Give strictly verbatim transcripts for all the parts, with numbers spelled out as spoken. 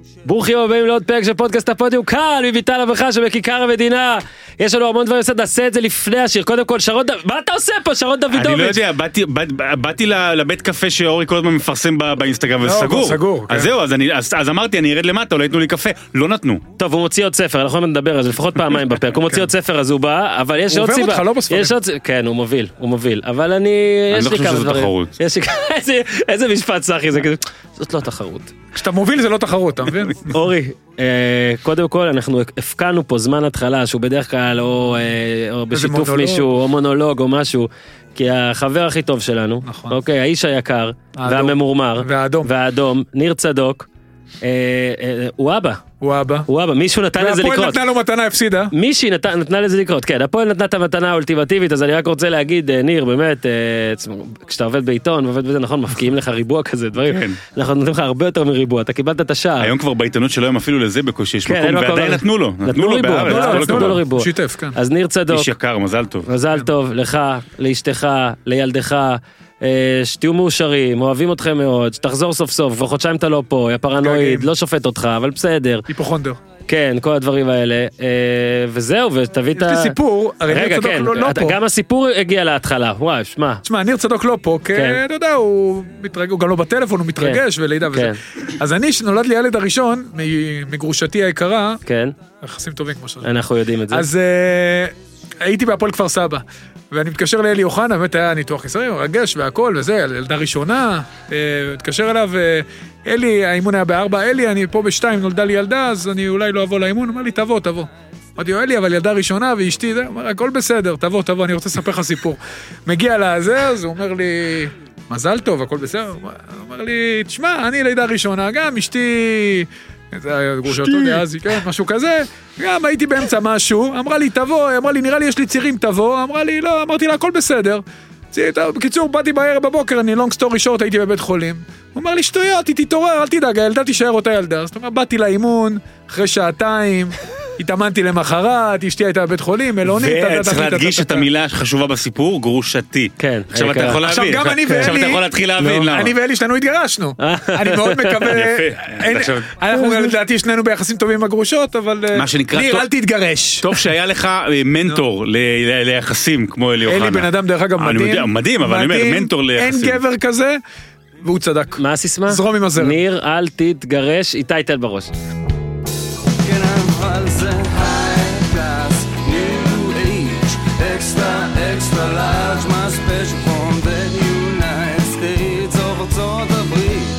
ברוכים הבאים לעוד פרק של פודקאסט הפודיום, כאן מביטל אברכה שבכיכר המדינה. יש לנו המון דברים, נעשה את זה לפני השיר. קודם כל, שרון, מה אתה עושה פה, שרון דוידוביץ'? אני לא יודע, באתי לבית קפה שאורי כל הזמן מפרסם באינסטגרם, וזה סגור. אז זהו, אז אמרתי, אני ארד למטה, אולי יתנו לי קפה, לא נתנו. טוב, הוא מוציא עוד ספר, אנחנו נדבר על זה לפחות פעמיים בפרק. הוא מוציא עוד ספר, אז הוא בא, אבל יש עוד סיבה. כן, הוא מוביל, הוא מוביל. אבל אני, יש לי כמה דברים. איזה משפט סחי, זה כזה, זאת לא תחרות. כשאתה מוביל זה לא תחרות, אתה מבין? אורי, קודם כל אנחנו הפקענו פה זמן התחלה שהוא בדרך כלל או בשיתוף מישהו או מונולוג או משהו, כי החבר הכי טוב שלנו, אוקיי, האיש היקר והממורמר והאדום, ניר צדוק, הוא אבא. הוא אבא. הוא אבא, מישהו נתן לזה לקרות. והפועל נתנה לו מתנה הפסידה. מישהי נתנה לזה לקרות, כן, הפועל נתנה את המתנה האולטימטיבית, אז אני רק רוצה להגיד, ניר, באמת, כשאתה עובד בעיתון, עובד בזה, נכון, מפקיעים לך ריבוע כזה, דברים, אנחנו נותנים לך הרבה יותר מריבוע, אתה קיבלת את השער. היום כבר בעיתונות שלו, אפילו לזה בקושי יש מקום, ועדיין נתנו לו. נתנו לו בארץ, נתנו לו ריבוע. שיתף, כן. אז ניר צדוק. איש יקר, מזל טוב. מזל טוב, לך, לאשתך, לילדך. שתהיו מאושרים, אוהבים אתכם מאוד, שתחזור סוף סוף, כבר חודשיים אתה לא פה, היה פרנואיד, לא שופט אותך, אבל בסדר. היפוכונדר. כן, כל הדברים האלה, וזהו, ותביא את ה... יש לי סיפור, הרי ניר צדוק לא פה. גם הסיפור הגיע להתחלה, וואי, שמה. תשמע, ניר צדוק לא פה, כי אתה יודע, הוא גם לא בטלפון, הוא מתרגש ולידה וזה. אז אני, שנולד לי הילד הראשון, מגרושתי היקרה, יחסים טובים כמו שזה. אנחנו יודעים את זה. אז הייתי בהפועל כפר סבא. ואני מתקשר לאלי אוחנה, באמת היה ניתוח חיסורים, רגש והכל וזה, ילדה ראשונה, מתקשר אליו, אלי, האימון היה בארבע, אלי, אני פה בשתיים, נולדה לי ילדה, אז אני אולי לא אבוא לאימון, אמר לי, תבוא, תבוא. אמרתי לו, אלי, אבל ילדה ראשונה ואשתי, זה, אומר, הכל בסדר, תבוא, תבוא, אני רוצה לספר לך סיפור. מגיע לזה, אז הוא אומר לי, מזל טוב, הכל בסדר, הוא אומר לי, תשמע, אני לידה ראשונה, גם אשתי... זה היה גרושתו דאז, כן, משהו כזה, גם הייתי באמצע משהו, אמרה לי תבוא, אמרה לי נראה לי יש לי צירים תבוא, אמרה לי לא, אמרתי לה הכל בסדר, בקיצור באתי בערב בבוקר, אני לונג סטורי שורט, הייתי בבית חולים, הוא אמר לי שטויות, תתעורר, אל תדאג, הילדה תישאר אותה ילדה, זאת אומרת, באתי לאימון, אחרי שעתיים, התאמנתי למחרת, אשתי הייתה בבית חולים, מלונית. וצריך להדגיש את המילה החשובה בסיפור, גרושתי. כן. עכשיו אתה יכול להבין. עכשיו גם אני ואלי, עכשיו אתה יכול להתחיל להבין למה. אני ואלי שלנו התגרשנו. אני מאוד מקווה. אנחנו לדעתי שנינו ביחסים טובים עם הגרושות, אבל ניר, אל תתגרש. טוב שהיה לך מנטור ליחסים, כמו אלי אוחנה. אלי בן אדם דרך אגב מדהים. מדהים, אבל אני אומר, מנטור ליחסים. אין גבר כזה, והוא צדק. מה הסיסמה? זרום עם הזרם. ניר, אל תתגרש, איתי תל בראש. זה high class, new age, extra, extra large, my special from the United States of ארצות הברית.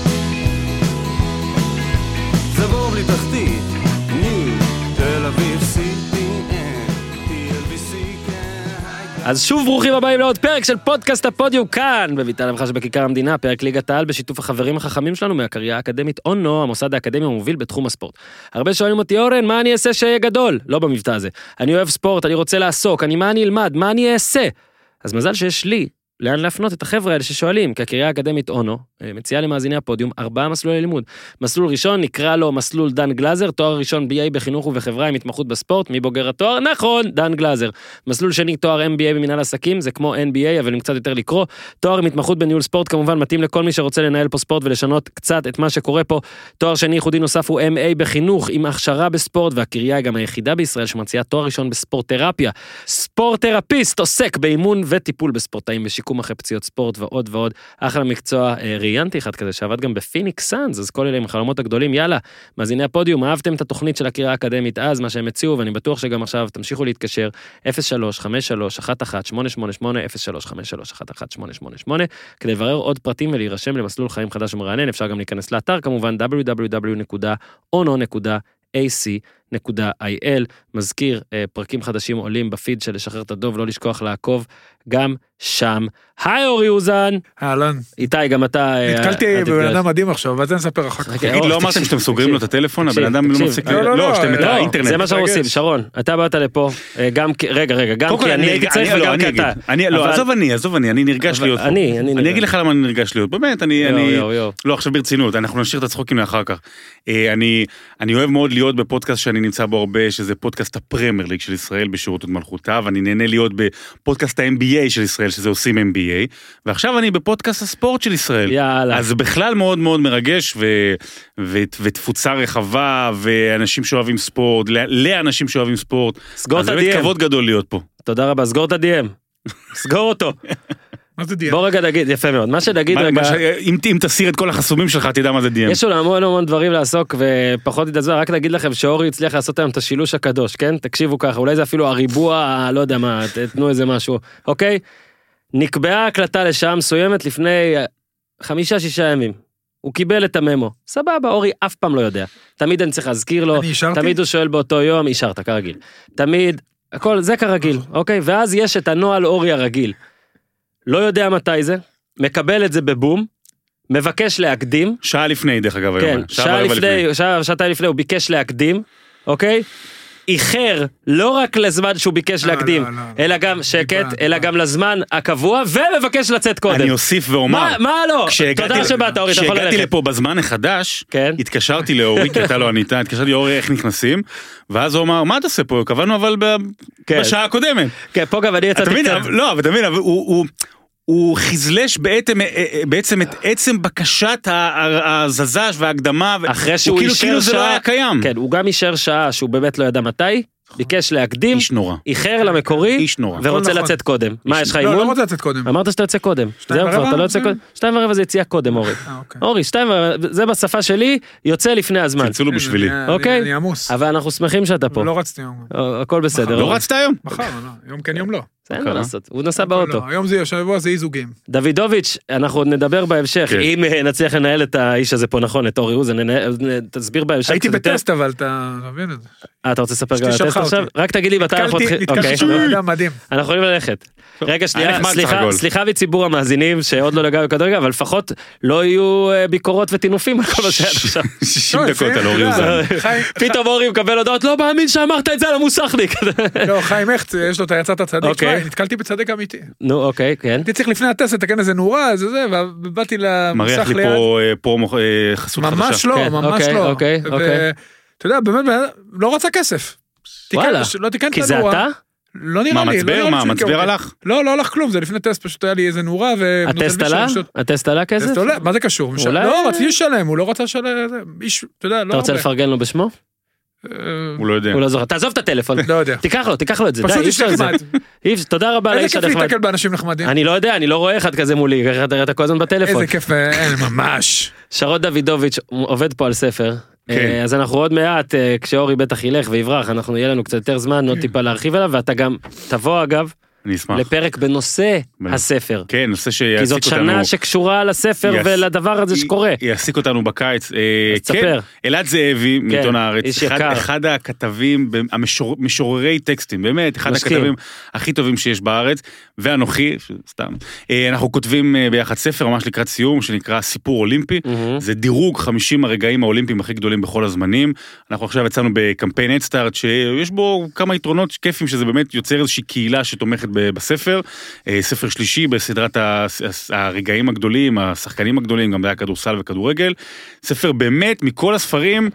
זה בור בלי תחתית, new, תל אביב, סי פי אן, טי אל וי סי, כן. אז שוב ברוכים הבאים לעוד פרק של פודקאסט הפודיום כאן, בביטל אברכה שבכיכר המדינה, פרק ליגת העל בשיתוף החברים החכמים שלנו מהקריירה האקדמית אונו, המוסד האקדמי המוביל בתחום הספורט. הרבה שואלים אותי, אורן, מה אני אעשה שיהיה גדול? לא במבטא הזה. אני אוהב ספורט, אני רוצה לעסוק, אני מה אני אלמד, מה אני אעשה? אז מזל שיש לי לאן להפנות את החבר'ה האלה ששואלים, כי הקריירה האקדמית אונו מציעה למאזיני הפודיום ארבעה מסלולי לימוד. מסלול ראשון נקרא לו מסלול דן גלזר, תואר ראשון בי איי בחינוך ובחברה עם התמחות בספורט, מי בוגר התואר? נכון, דן גלזר. מסלול שני תואר אם בי איי במנהל עסקים, זה כמו אן בי איי אבל עם קצת יותר לקרוא. תואר עם התמחות בניהול ספורט כמובן מתאים לכל מי שרוצה לנהל פה ספורט ולשנות קצת את מה שקורה פה. תואר שני ייחודי נוסף הוא אם איי בחינוך עם הכשרה בספורט, והקריירה היא גם היחידה בישראל שמציעה תואר ראשון בספורט תרפיה. ספורט תרפיסט עוסק באימון וטיפול בספורטאים בשיקום אחרי פציעות ספורט ועוד ועוד. אחלה מקצוע. ראיינתי אחד כזה שעבד גם בפיניקס סאנס, אז כל אלה עם החלומות הגדולים. יאללה, מאזיני הפודיום, אהבתם את התוכנית של הקריירה האקדמית אז, מה שהם הציעו, ואני בטוח שגם עכשיו תמשיכו להתקשר אפס שלוש חמש שלוש אחת אחת שמונה שמונה שמונה אפס שלוש חמש שלוש אחת אחת שמונה שמונה שמונה כדי לברר עוד פרטים ולהירשם למסלול חיים חדש ומרענן. אפשר גם להיכנס לאתר כמובן דאבליו דאבליו דאבליו נקודה אונו נקודה איי סי נקודה איי אל. מזכיר, פרקים חדשים עולים בפיד של לשחרר את הדוב, לא לשכוח לעקוב גם שם. היי אורי אוזן. אהלן. איתי, גם אתה... נתקלתי בבן אדם מדהים עכשיו, ואז אני אספר אחר כך. תגיד, לא אמרתם שאתם סוגרים לו את הטלפון, הבן אדם לא מפסיק... לא, לא, שאתם את האינטרנט. זה מה שאנחנו עושים, שרון. אתה באת לפה, גם... רגע, רגע, גם כי אני הייתי צריך וגם כי אתה. לא, עזוב אני, עזוב אני, אני נרגש להיות פה. אני, אני... אני אגיד לך למה אני נרגש להיות. באמת, אני... לא, עכשיו ברצינות, אנחנו נשאיר את הצחוקים לאחר כך. אני אוהב מאוד להיות בפודקאסט שאני שאני נמצא בו הרבה, שזה פודקאסט הפרמייר ליג של ישראל בשירוtot מלכותה, ואני נהנה להיות בפודקאסט ה-אם בי איי של ישראל, שזה עושים אם בי איי, ועכשיו אני בפודקאסט הספורט של ישראל. יאללה. אז בכלל מאוד מאוד מרגש, ו... ו... ותפוצה רחבה, ואנשים שאוהבים ספורט, לאנשים שאוהבים ספורט. סגור את ה-די אם. אז באמת כבוד גדול להיות פה. תודה רבה, סגור את ה-די אם. סגור אותו. מה זה די אם? בוא רגע נגיד, יפה מאוד, מה שנגיד רגע... אם תסיר את כל החסומים שלך, תדע מה זה די אם. יש לנו המון המון דברים לעסוק ופחות התעזור, רק נגיד לכם שאורי הצליח לעשות היום את השילוש הקדוש, כן? תקשיבו ככה, אולי זה אפילו הריבוע, לא יודע מה, תתנו איזה משהו, אוקיי? נקבעה הקלטה לשעה מסוימת לפני חמישה שישה ימים. הוא קיבל את הממו. סבבה, אורי אף פעם לא יודע. תמיד אני צריך להזכיר לו, תמיד הוא שואל באותו יום, אישרת כרגיל. תמיד, הכל, זה כרגיל, אוקיי? ואז יש את הנוהל אורי הרגיל. לא יודע מתי זה, מקבל את זה בבום, מבקש להקדים. שעה לפני, דרך אגב. כן, שעה לפני, שעה, שעתיים לפני, הוא ביקש להקדים, אוקיי? איחר לא רק לזמן שהוא ביקש להקדים, אלא גם שקט, אלא גם לזמן הקבוע, ומבקש לצאת קודם. אני אוסיף ואומר. מה לא? תודה שבאת, אורי, אתה יכול ללכת. כשהגעתי לפה בזמן החדש, התקשרתי לאורי, כי אתה לא ענית, התקשרתי לאורי איך נכנסים, ואז הוא אמר, מה אתה עושה פה? קבענו אבל בשעה הקודמת. כן, פה גם אני יצאתי קצת. לא, אבל תבין, הוא... הוא חזלש בעצם, בעצם את עצם בקשת הזזה וההקדמה, אחרי שהוא כאילו, אישר כאילו שעה, זה לא היה קיים. כן, הוא גם אישר שעה שהוא באמת לא ידע מתי, ביקש להקדים, איש נורא. איחר למקורי, איש נורא. ורוצה לצאת קודם. מה, יש לך אימון? לא, לא רוצה לצאת קודם. אמרת שאתה יוצא קודם. שתיים ורבע? אתה לא יוצא קודם. שתיים ורבע זה יציאה קודם, אורי. אורי, שתיים ורבע, זה בשפה שלי, יוצא לפני הזמן. צלצלו בשבילי. אוקיי? אני עמוס. אבל אנחנו שמחים שאתה פה. לא רצתי היום. הכל בסדר. לא רצת היום? מחר, לא. יום כן יום לא. אין מה לעשות, הוא נסע באוטו. היום זה שבוע זה איזוגים. דוידוביץ', אנחנו עוד נדבר בהמשך, אם נצליח לנהל את האיש הזה פה נכון, את אורי אוזן, תסביר בהמשך. הייתי בטסט אבל אתה מבין את זה. אה, אתה רוצה לספר גם על הטסט עכשיו? רק תגיד לי מתי אנחנו... נתקלתי שם, מדהים. אנחנו יכולים ללכת. רגע, שנייה, סליחה וציבור המאזינים שעוד לא לגבי כדורגל, אבל לפחות לא יהיו ביקורות וטינופים על כל מה שהיה עכשיו. שישים דקות על אורי אוזן. פתאום אורי מקבל הודעות, לא מאמין שאמרת את זה על המוסכניק. לא, חיים הכט, יש לו את היצאת הצדיק, נתקלתי בצדיק אמיתי. נו, אוקיי, כן. הייתי צריך לפני הטסט לתקן איזה נורה, זה זה, ובאתי למוסך ליד. מריח לי פה פרומו חסות חדשה. ממש לא, ממש לא. אוקיי, אוקיי. אתה יודע, באמת, לא רצה כסף. וואלה, לא תיקן את כי זה הנורה. אתה? לא נראה לי. מה, מצבר? מה, מצבר הלך? לא, לא הלך כלום, זה לפני טסט, פשוט היה לי איזה נורה. הטסט עלה? הטסט עלה כסף? מה זה קשור? לא, רציתי לשלם, הוא לא רצה לשלם, איש, אתה יודע, לא... אתה רוצה לפרגן לו בשמו? הוא לא יודע. הוא לא זוכר, תעזוב את הטלפון. לא יודע. תיקח לו, תיקח לו את זה. פשוט איש נחמד. תודה רבה לאיש הנחמד. איזה כיף להתקל באנשים נחמדים. אני לא יודע, אני לא רואה אחד כזה מולי, ככה תראה את הכל הזמן בטלפון. איזה כיף, אין, ממש. שרון דוידוביץ' עובד פה על ספר. אז אנחנו עוד מעט, כשאורי בטח ילך ויברח, אנחנו יהיה לנו קצת יותר זמן, עוד טיפה להרחיב עליו, ואתה גם תבוא אגב, לפרק בנושא הספר. כן, נושא שיעסיק אותנו. כי זאת שנה שקשורה לספר ולדבר הזה שקורה. יעסיק אותנו בקיץ. אז תספר. אלעד זאבי, מעיתון הארץ. איש יקר. אחד הכתבים, המשוררי טקסטים, באמת, אחד הכתבים הכי טובים שיש בארץ, ואנוכי, סתם. אנחנו כותבים ביחד ספר, ממש לקראת סיום, שנקרא סיפור אולימפי. זה דירוג חמישים הרגעים האולימפיים הכי גדולים בכל הזמנים. אנחנו עכשיו יצאנו בקמפיין הדסטארט, שיש בו כמה יתרונות כיפים, שזה באמת יוצר איזושהי קהילה שתומכת בספר, ספר שלישי בסדרת הרגעים הגדולים, השחקנים הגדולים, גם היה כדורסל וכדורגל, ספר באמת מכל הספרים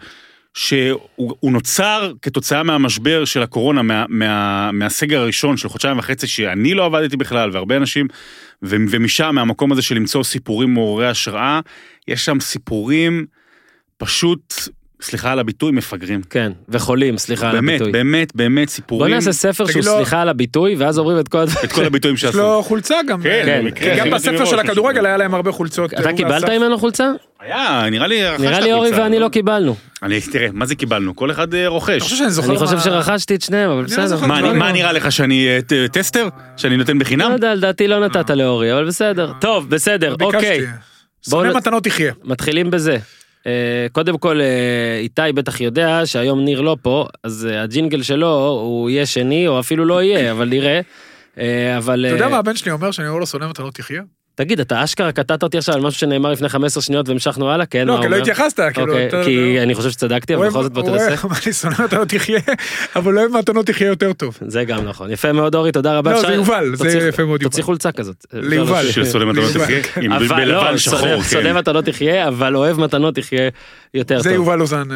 שהוא נוצר כתוצאה מהמשבר של הקורונה, מה, מה, מהסגר הראשון של חודשיים וחצי שאני לא עבדתי בכלל, והרבה אנשים, ומשם מהמקום הזה של למצוא סיפורים מעוררי השראה, יש שם סיפורים פשוט... סליחה על הביטוי, מפגרים. כן, וחולים, סליחה על הביטוי. באמת, באמת, באמת, סיפורים. בוא נעשה ספר שהוא סליחה על הביטוי, ואז אומרים את כל הביטויים שעשו. יש לו חולצה גם. כן, גם בספר של הכדורגל היה להם הרבה חולצות. אתה קיבלת ממנו חולצה? היה, נראה לי רכשת נראה לי אורי ואני לא קיבלנו. אני, תראה, מה זה קיבלנו? כל אחד רוכש. אני חושב שרכשתי את שניהם, אבל בסדר. מה נראה לך, שאני טסטר? שאני נותן בחינם? לא יודע, לדעתי לא נתת לאורי, אבל בסדר. טוב, בסדר, אוקיי. שונא מתנות תחיה. מתחילים בזה. קודם כל, איתי בטח יודע שהיום ניר לא פה, אז הג'ינגל שלו הוא יהיה שני, או אפילו לא יהיה, אבל נראה. אבל... אתה יודע מה הבן שלי אומר שאני אומר לו שונא מתנות תחיה? תגיד, אתה אשכרה קטעת אותי עכשיו על משהו שנאמר לפני חמש עשרה שניות והמשכנו הלאה, כן? לא, כי לא התייחסת, כאילו... כי אני חושב שצדקתי, אבל בכל זאת בוא תנסה. הוא אני שונא אתה לא תחיה, אבל לא אם אתה לא תחיה יותר טוב. זה גם נכון. יפה מאוד, אורי, תודה רבה. לא, זה יובל, זה יפה מאוד יובל. תוציא חולצה כזאת. ליובל. של סודם אתה לא תחיה, עם בלבן שחור, סודם אתה לא תחיה, אבל אוהב מתנות תחיה יותר טוב. זה יובל אוזן.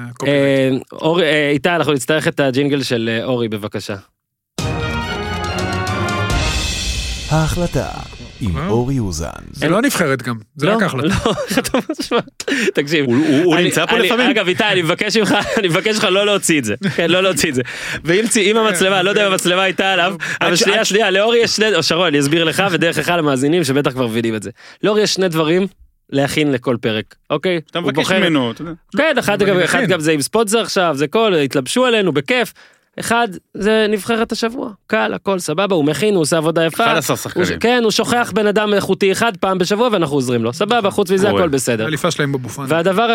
איתי, אנחנו נצטרך את הג'ינגל של אורי, בבקשה. ההחלטה עם אורי אוזן. זה לא נבחרת גם, זה רק החלטה. לא, תקשיב. הוא נמצא פה לפעמים? אגב, איתי, אני מבקש ממך, אני מבקש ממך לא להוציא את זה. כן, לא להוציא את זה. ואם המצלמה, לא יודע אם המצלמה הייתה עליו, אבל שנייה, שנייה, לאורי יש שני, או שרון, אני אסביר לך ודרך אחד למאזינים שבטח כבר מבינים את זה. לאורי יש שני דברים להכין לכל פרק, אוקיי? אתה מבקש ממנו, אתה יודע. כן, אחד גם זה עם ספונסר עכשיו, זה כל, התלבשו עלינו, בכיף. אחד, זה נבחרת השבוע, קל, הכל סבבה, הוא מכין, הוא עושה עבודה יפה. אחד עשר שחקנים. כן, הוא שוכח בן אדם איכותי אחד פעם בשבוע ואנחנו עוזרים לו, סבבה, חוץ מזה הכל בסדר. הליפה שלהם בבופן. והדבר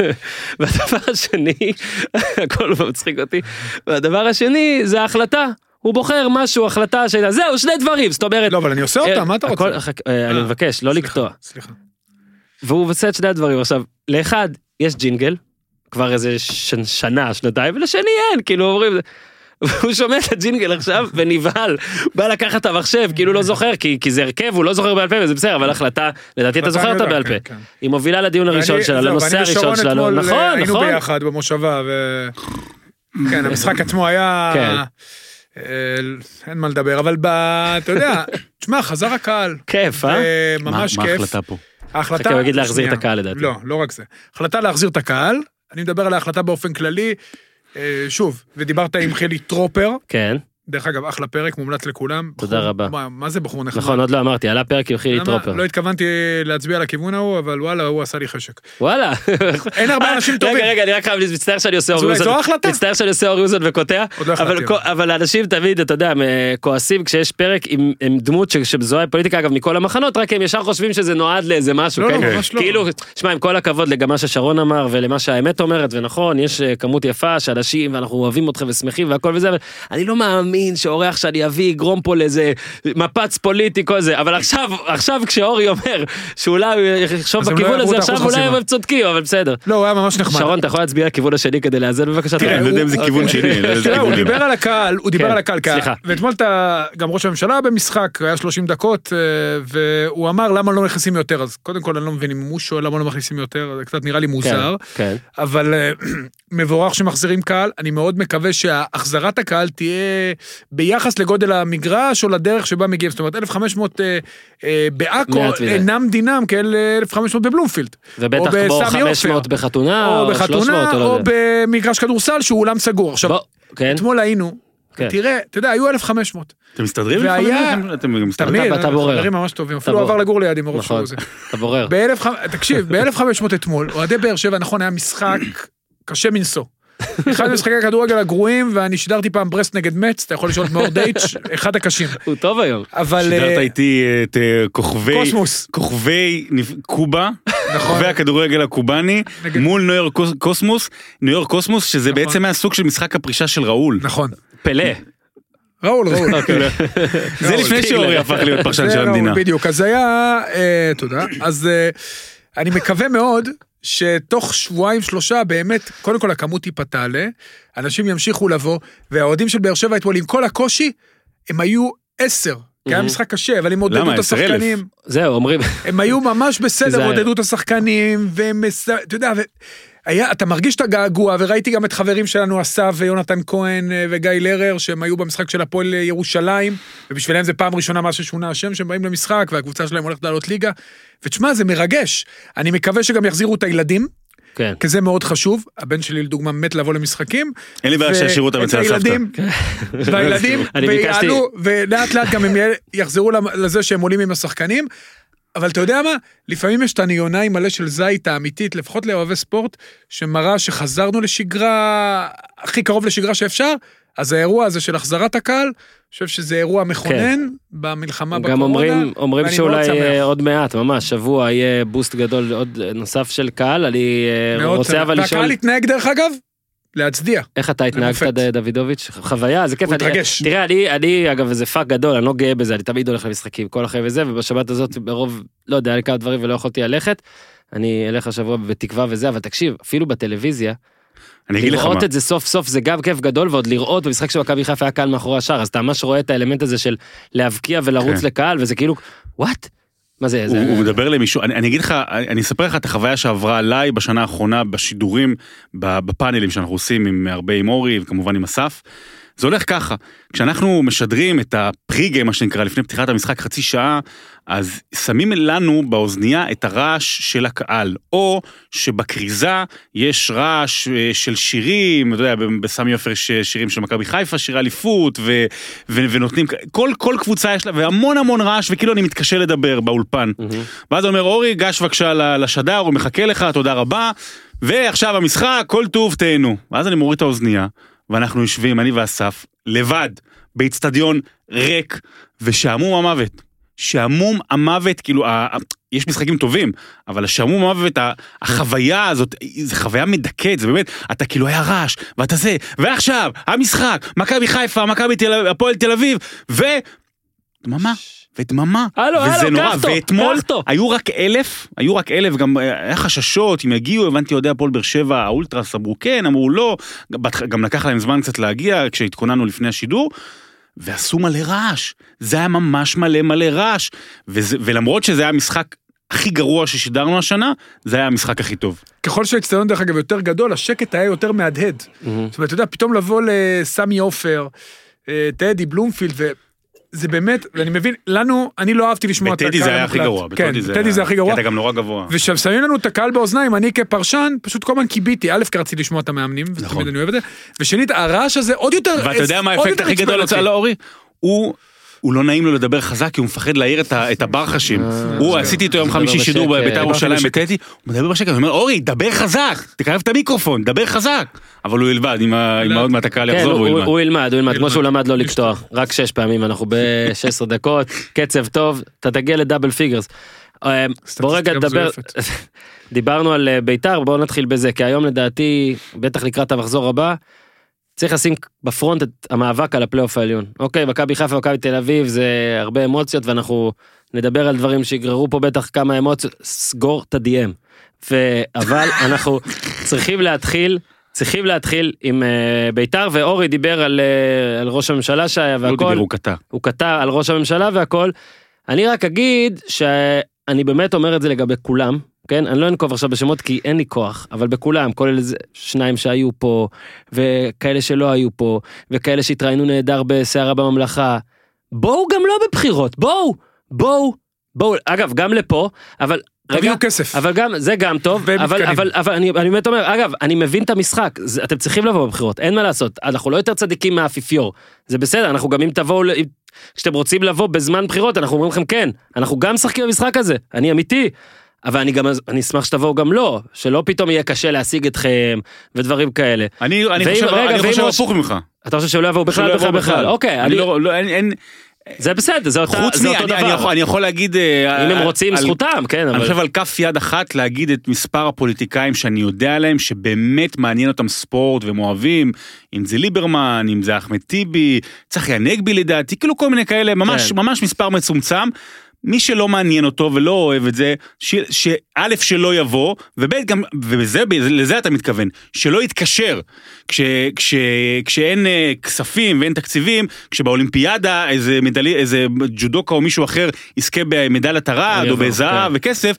השני, הכל מצחיק אותי, והדבר השני זה ההחלטה. הוא בוחר משהו, החלטה של... זהו, שני דברים, זאת אומרת... לא, אבל אני עושה אותה, מה אתה רוצה? אני מבקש, לא לקטוע. סליחה. והוא עושה את שני הדברים. עכשיו, לאחד יש ג'ינגל, כבר איזה שנה, שנתיים, ולשני אין, כאילו אומרים... והוא שומע את הג'ינגל עכשיו, ונבהל, בא לקחת את המחשב, כאילו לא זוכר, כי זה הרכב, הוא לא זוכר בעל פה, וזה בסדר, אבל החלטה, לדעתי אתה זוכר אותה בעל פה. היא מובילה לדיון הראשון שלה, לנושא הראשון שלנו. נכון, נכון. היינו ביחד במושבה, ו... כן, המשחק עצמו היה... אין מה לדבר, אבל אתה יודע, תשמע, חזר הקהל. כיף, אה? ממש כיף. מה ההחלטה פה? ההחלטה... חכה, אגיד להחזיר את הקהל לדעתי. לא, לא רק זה. החלטה להחזיר את הקהל, אני מדבר על ההחלטה באופן כללי, שוב, ודיברת עם חילי טרופר. כן. דרך אגב, אחלה פרק, מומלץ לכולם. תודה רבה. מה זה בחור נחמד? נכון, עוד לא אמרתי, עלה פרק עם חילי טרופר. לא התכוונתי להצביע לכיוון ההוא, אבל וואלה, הוא עשה לי חשק. וואלה. אין הרבה אנשים טובים. רגע, רגע, אני רק חייב מצטער שאני עושה אורי אוזן. זו החלטה. מצטער שאני עושה אורי אוזן וקוטע. אבל האנשים תמיד, אתה יודע, כועסים כשיש פרק עם דמות שמזוהה פוליטיקה, אגב, מכל המחנות, רק הם ישר חושבים שזה נועד לאיזה משהו. לא, לא, ממש לא. כאילו, שמע, עם כל הכבוד לגמה ששרון אמר ולמה שהאמת אומרת, ונכון, יש כמות יפה שאנשים, ואנחנו אוהבים אתכם ושמחים והכל וזה, אבל אני לא מאמין שאורח שאני אביא יגרום פה לאיזה מפץ פוליטי כל זה, אבל עכשיו, עכשיו כשאורי אומר שאולי הוא יחשוב בכיוון הזה, עכשיו אולי הם צודקים, אבל בסדר. לא, הוא היה ממש נחמד. שרון, אתה יכול להצביע לכיוון השני כדי לאזן בבקשה? תראה, אני לא יודע אם זה כיוון שני. הוא דיבר על הקהל, הוא דיבר על הקהל, ואתמול אתה, גם ראש הממשלה במשחק, היה שלושים דקות, והוא אמר למה לא מכניסים יותר, אז קודם כל אני לא מבין אם הוא שואל למה לא מכניסים יותר, זה קצת נראה לי מוזר, אבל מבורך שמחזירים קהל, אני מאוד מקווה שההחזרת הקהל תהיה ביחס לגודל המגרש או לדרך שבה מגיעים, זאת אומרת אלף וחמש מאות בעכו אינם דינם כאל אלף וחמש מאות בבלומפילד. ובטח כמו חמש מאות בחתונה או בחתונה או במגרש כדורסל שהוא אולם סגור. עכשיו, אתמול היינו, תראה, אתה יודע, היו אלף וחמש מאות. אתם מסתדרים? תמיד, חברים ממש טובים, אפילו עבר לגור ליד עם הרוב שלו זה. אתה בורר. תקשיב, ב-אלף וחמש מאות אתמול, אוהדי באר שבע, נכון, היה משחק קשה מנסו. אחד משחקי הכדורגל הגרועים, ואני שידרתי פעם ברסט נגד מצ, אתה יכול לשאול את מאור דייץ', אחד הקשים. הוא טוב היום. שידרת איתי את כוכבי... קוסמוס. כוכבי קובה, כוכבי הכדורגל הקובני, מול ניו יורק קוסמוס, ניו יורק קוסמוס, שזה בעצם היה סוג של משחק הפרישה של ראול. נכון. פלא. ראול, ראול. זה לפני שאורי הפך להיות פרשן של המדינה. בדיוק, אז היה... תודה. אז אני מקווה מאוד... שתוך שבועיים שלושה באמת, קודם כל הכמות היא פתעלה, אנשים ימשיכו לבוא, והאוהדים של באר שבע אתמול עם כל הקושי, הם היו עשר, כי היה משחק קשה, אבל הם עודדו את השחקנים. זהו, אומרים. הם היו ממש בסדר, עודדו את השחקנים, והם, אתה יודע, היה, אתה מרגיש את הגעגוע, וראיתי גם את חברים שלנו, אסף ויונתן כהן וגיא לרר, שהם היו במשחק של הפועל ירושלים, ובשבילם זה פעם ראשונה מה ששונה השם, שהם באים למשחק, והקבוצה שלהם הולכת לעלות ליגה, ותשמע, זה מרגש. אני מקווה שגם יחזירו את הילדים, כן. כי זה מאוד חשוב, הבן שלי לדוגמה מת לבוא למשחקים. אין לי בעיה שהשירו אותם אצל הסבתא. והילדים, ויעלו, ולאט לאט גם הם יחזרו לזה שהם עולים עם השחקנים, אבל אתה יודע מה? לפעמים יש את הניונה עם מלא של זית האמיתית, לפחות לאוהבי ספורט, שמראה שחזרנו לשגרה, הכי קרוב לשגרה שאפשר, אז האירוע הזה של החזרת הקהל, אני חושב שזה אירוע מכונן, כן. במלחמה גם בקורונה. גם אומרים, אומרים שאולי עוד מעט, ממש, שבוע יהיה בוסט גדול, עוד נוסף של קהל, אני רוצה אבל לשאול... והקהל התנהג דרך אגב, להצדיע. איך אתה התנהגת, דוידוביץ'? חוויה, זה כיף. הוא התרגש. תראה, אני, אני, אגב, זה פאק גדול, אני לא גאה בזה, אני תמיד הולך למשחקים, כל אחרי וזה, ובשבת הזאת, ברוב, לא יודע, היה כמה דברים ולא יכולתי ללכת, אני אלך השבוע בתקווה וזה, אבל תקשיב, אפילו בטלוויזיה, לראות את זה סוף סוף זה גם כיף גדול, ועוד לראות במשחק של מכבי חיפה היה קהל מאחורי השער, אז אתה ממש רואה את האלמנט הזה של להבקיע ולרוץ לקהל, וזה כאילו, what? מה זה? הוא מדבר למישהו, אני אגיד לך, אני אספר לך את החוויה שעברה עליי בשנה האחרונה, בשידורים, בפאנלים שאנחנו עושים עם הרבה עם אורי, וכמובן עם אסף, זה הולך ככה, כשאנחנו משדרים את הפריגיים, מה שנקרא, לפני פתיחת המשחק חצי שעה, אז שמים לנו באוזנייה את הרעש של הקהל, או שבקריזה יש רעש של שירים, אתה יודע, בסמי עופר יש שירים של מכבי חיפה, שירי אליפות, ו- ו- ונותנים, כל, כל קבוצה יש לה, והמון המון רעש, וכאילו אני מתקשה לדבר באולפן. Mm-hmm. ואז הוא אומר, אורי, גש בבקשה לשדר, הוא מחכה לך, תודה רבה, ועכשיו המשחק, כל טוב, תהנו. ואז אני מוריד את האוזנייה, ואנחנו יושבים, אני ואסף, לבד, באצטדיון ריק, ושעמום המוות. שעמום המוות, כאילו, יש משחקים טובים, אבל השעמום המוות, החוויה הזאת, זו חוויה מדכאת, זה באמת, אתה כאילו היה רעש, ואתה זה, ועכשיו, המשחק, מכבי חיפה, מכבי הפועל תל אביב, ו... דממה, ודממה, וזה נורא, ואתמול היו רק אלף, היו רק אלף, גם היה חששות, אם יגיעו, הבנתי יודע הפועל באר שבע, האולטרס אמרו כן, אמרו לא, גם לקח להם זמן קצת להגיע, כשהתכוננו לפני השידור, ועשו מלא רעש, זה היה ממש מלא מלא רעש, וזה, ולמרות שזה היה המשחק הכי גרוע ששידרנו השנה, זה היה המשחק הכי טוב. ככל שהאצטדיון דרך אגב יותר גדול, השקט היה יותר מהדהד. Mm-hmm. זאת אומרת, אתה יודע, פתאום לבוא לסמי עופר, טדי, בלומפילד, וזה באמת, ואני מבין, לנו, אני לא אהבתי לשמוע את הקהל. בטדי זה היה הכי גרוע. כן, בטדי זה הכי גרוע. כי אתה גם נורא גבוה. וששמים לנו את הקהל באוזניים, אני כפרשן, פשוט כל הזמן קיביתי, א', כי רציתי לשמוע את המאמנים, ותמיד אני אוהב את זה, ושנית, הרעש הזה עוד יותר... ואתה יודע מה האפקט הכי גדול על אורי? הוא... הוא לא נעים לו לדבר חזק, כי הוא מפחד להעיר את הברחשים. הוא, עשיתי איתו יום חמישי שידור בבית"ר ירושלים בטדי, הוא מדבר בשקט, הוא אומר, אורי, דבר חזק, תקרב את המיקרופון, דבר חזק. אבל הוא ילמד, אם עוד מעט הקהל יחזור, הוא ילמד. הוא ילמד, הוא ילמד, כמו שהוא למד לא לקטוח, רק שש פעמים, אנחנו ב-שש עשרה דקות, קצב טוב, אתה תגיע לדאבל פיגרס. בוא רגע נדבר, דיברנו על בית"ר, בואו נתחיל בזה, כי היום לדעתי, בטח לקראת המחזור הבא, צריך לשים בפרונט את המאבק על הפלייאוף העליון. אוקיי, מכבי חיפה ומכבי תל אביב זה הרבה אמוציות, ואנחנו נדבר על דברים שיגררו פה בטח כמה אמוציות, סגור את ה-די אם. אבל אנחנו צריכים להתחיל, צריכים להתחיל עם uh, בית"ר, ואורי דיבר על, uh, על ראש הממשלה שהיה והכל. לא דיבר, הוא קטע. הוא קטע על ראש הממשלה והכל. אני רק אגיד שאני באמת אומר את זה לגבי כולם, כן? אני לא אנקוב עכשיו בשמות כי אין לי כוח, אבל בכולם, כל אלה שניים שהיו פה, וכאלה שלא היו פה, וכאלה שהתראינו נהדר בסערה בממלכה, בואו גם לא בבחירות, בואו, בואו, בואו, אגב, גם לפה, אבל... תביאו כסף. אבל גם, זה גם טוב, אבל, אבל, אבל אני, אני באמת אומר, אגב, אני מבין את המשחק, זה, אתם צריכים לבוא בבחירות, אין מה לעשות, אנחנו לא יותר צדיקים מהאפיפיור, זה בסדר, אנחנו גם אם תבואו, אם, כשאתם רוצים לבוא בזמן בחירות, אנחנו אומרים לכם כן, אנחנו גם משחקים במשחק הזה, אני אמיתי, אבל אני גם, אני אשמח שתבואו גם לא, שלא פתאום יהיה קשה להשיג אתכם, ודברים כאלה. אני, אני חושב, אני חושב הפוך ממך. אתה חושב שלא יבואו בכלל, בכלל, בכלל, אוקיי. אני לא, לא, אין, אין... זה בסדר, זה אותו דבר. אני יכול, אני יכול להגיד... אם הם רוצים זכותם, כן. אני חושב על כף יד אחת להגיד את מספר הפוליטיקאים שאני יודע עליהם, שבאמת מעניין אותם ספורט והם אוהבים, אם זה ליברמן, אם זה אחמד טיבי, צחי הנגבי לדעתי, כאילו כל מיני כאלה, ממש, ממש מספר מצומצם, מי שלא מעניין אותו ולא אוהב את זה, שא' שלא יבוא, וב' גם, ולזה אתה מתכוון, שלא יתקשר, כש, כש, כשאין כספים ואין תקציבים, כשבאולימפיאדה איזה מדלי, איזה ג'ודוקה או מישהו אחר יזכה במדליית ארד או בזהב וכסף,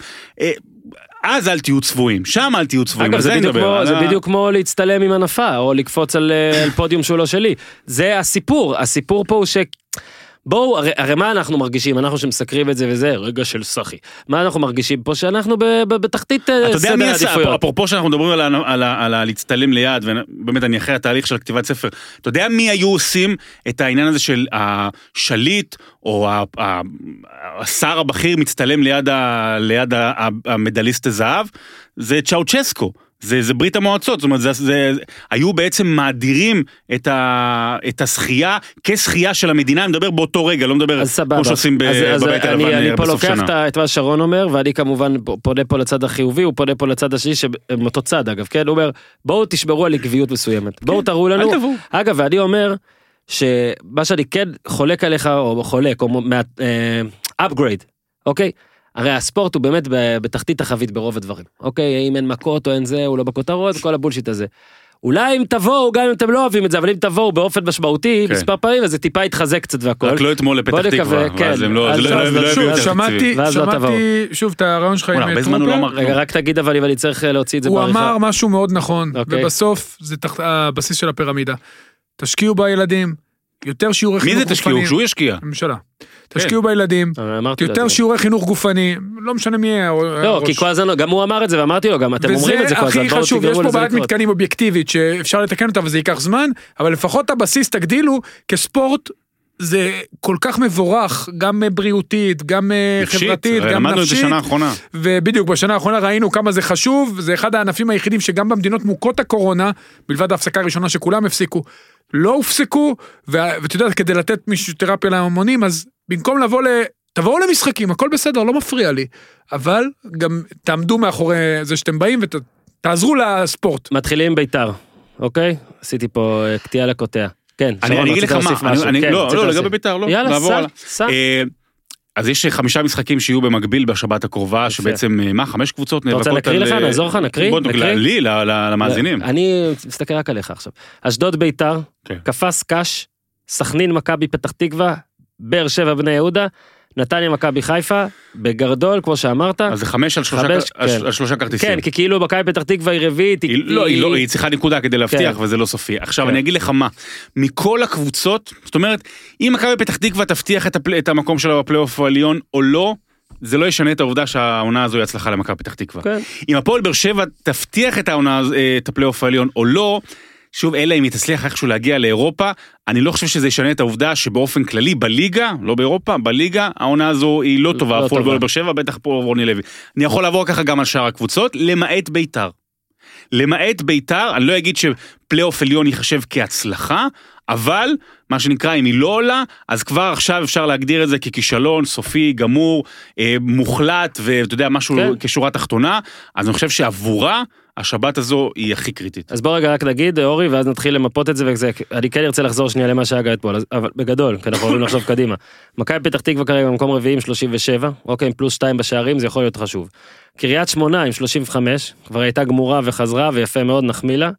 אז אל תהיו צבועים, שם אל תהיו צבועים. אגב, זה בדיוק, כמו, זה בדיוק כמו להצטלם עם הנפה, או לקפוץ על, על פודיום שהוא לא שלי. זה הסיפור, הסיפור פה הוא ש... בואו, הרי, הרי מה אנחנו מרגישים, אנחנו שמסקרים את זה וזה, רגע של סחי, מה אנחנו מרגישים פה שאנחנו ב, ב, בתחתית סדר העדיפויות. אתה יודע מי, אפרופו שאנחנו מדברים על, על, על, על להצטלם ליד, ובאמת אני אחרי התהליך של כתיבת ספר, אתה יודע מי היו עושים את העניין הזה של השליט, או השר הבכיר מצטלם ליד, ה, ליד המדליסט הזהב, זה צ'אוצ'סקו. זה, זה ברית המועצות, זאת אומרת, זה, זה, היו בעצם מאדירים את, ה, את השחייה כשחייה של המדינה, אני מדבר באותו רגע, לא מדבר כמו שעושים ב, אז, אז בבית אני, הלבן אני פה בסוף לוקח שנה. את מה שרון אומר, ואני כמובן פונה פה לצד החיובי, הוא פונה פה לצד השני, שהם אותו צד אגב, כן? הוא אומר, בואו תשמרו על עקביות מסוימת, כן, בואו תראו לנו, אגב, ואני אומר, שמה שאני כן חולק עליך, או חולק, או upgrade, אוקיי? הרי הספורט הוא באמת בתחתית החבית ברוב הדברים, אוקיי? אם אין מכות או אין זה, הוא לא בכותרות, כל הבולשיט הזה. אולי אם תבואו, גם אם אתם לא אוהבים את זה, אבל אם תבואו באופן משמעותי, מספר פעמים, אז זה טיפה יתחזק קצת והכל. רק לא אתמול לפתח תקווה, ואז הם לא הביאו יותר תקציבי. שמעתי, שוב, את הרעיון שלך עם טרופר. רגע, רק תגיד, אבל אני צריך להוציא את זה בעריכה. הוא אמר משהו מאוד נכון, ובסוף זה הבסיס של הפירמידה. תשקיעו בילדים, יותר שיעורי חינוך גופני. מי זה תשקיעו? כשהוא ישקיע. ממשלה. תשקיעו בילדים, יותר שיעורי חינוך גופני, לא משנה מי יהיה. לא, כי כל הזמן, גם הוא אמר את זה, ואמרתי לו, גם אתם אומרים את זה כל הזמן. וזה הכי חשוב, יש פה בעיית מתקנים אובייקטיבית, שאפשר לתקן אותה וזה ייקח זמן, אבל לפחות הבסיס תגדילו, כספורט, זה כל כך מבורך, גם בריאותית, גם חברתית, גם נפשית. ובדיוק בשנה האחרונה ראינו כמה זה חשוב, זה אחד הענפים היחידים שגם במדינות מוכות הקורונה, בלבד ההפסקה הראשונה שכולם הפסיקו, לא הופסקו, ואתה יודע, כדי לתת תרפיה להמונים, אז במקום לבוא ל... תבואו למשחקים, הכל בסדר, לא מפריע לי, אבל גם תעמדו מאחורי זה שאתם באים ותעזרו לספורט. מתחילים ביתר, אוקיי? עשיתי פה קטיעה לקוטע. כן, אני אגיד לך מה, לא, לא, לגבי ביתר, לא. יאללה, סע. אז יש חמישה משחקים שיהיו במקביל בשבת הקרובה, שבעצם, מה, חמש קבוצות נאבקות על... אתה רוצה נקריא לך, נעזור לך, נקריא? לי, למאזינים. אני מסתכל רק עליך עכשיו. אשדוד ביתר, קפץ קש, סכנין מכבי פתח תקווה, באר שבע בני יהודה, נתניה מכבי חיפה, בגרדול, כמו שאמרת. אז זה חמש על שלושה כרטיסים. כן, כי כאילו מכבי פתח תקווה היא רביעית. לא, היא צריכה נקודה כדי להבטיח, וזה לא סופי. עכשיו, אני אגיד לך מה, מכל הקבוצות, זאת אומרת, אם מכבי פתח תקווה תבטיח את המקום שלה בפלייאוף העליון או לא, זה לא ישנה את העובדה שהעונה הזו היא הצלחה למכבי פתח תקווה. אם הפועל באר שבע תבטיח את העונה, את הפלייאוף העליון או לא, שוב, אלא אם היא תצליח איכשהו להגיע לאירופה, אני לא חושב שזה ישנה את העובדה שבאופן כללי בליגה, לא באירופה, בליגה, העונה הזו היא לא טובה, הפועל באר שבע, בטח פה רוני לוי. אני יכול לעבור ככה גם על שאר הקבוצות, למעט ביתר. למעט ביתר, אני לא אגיד שפלייאוף עליון יחשב כהצלחה, אבל מה שנקרא, אם היא לא עולה, אז כבר עכשיו אפשר להגדיר את זה ככישלון, סופי, גמור, אה, מוחלט, ואתה יודע, משהו כן. כשורה תחתונה, אז אני חושב שעבורה, השבת הזו היא הכי קריטית. אז בוא רגע רק נגיד, אורי, ואז נתחיל למפות את זה, וזה, אני כן ארצה לחזור שנייה למה שהגע אתמול, אבל בגדול, כי אנחנו יכולים לחשוב קדימה. מכבי פתח תקווה כרגע במקום רביעי עם שלושים ושבע, אוקיי, עם פלוס שתיים בשערים, זה יכול להיות חשוב. קריית שמונה עם שלושים וחמש, כבר הייתה גמורה וחזרה, ויפה מאוד, נחמיא לה.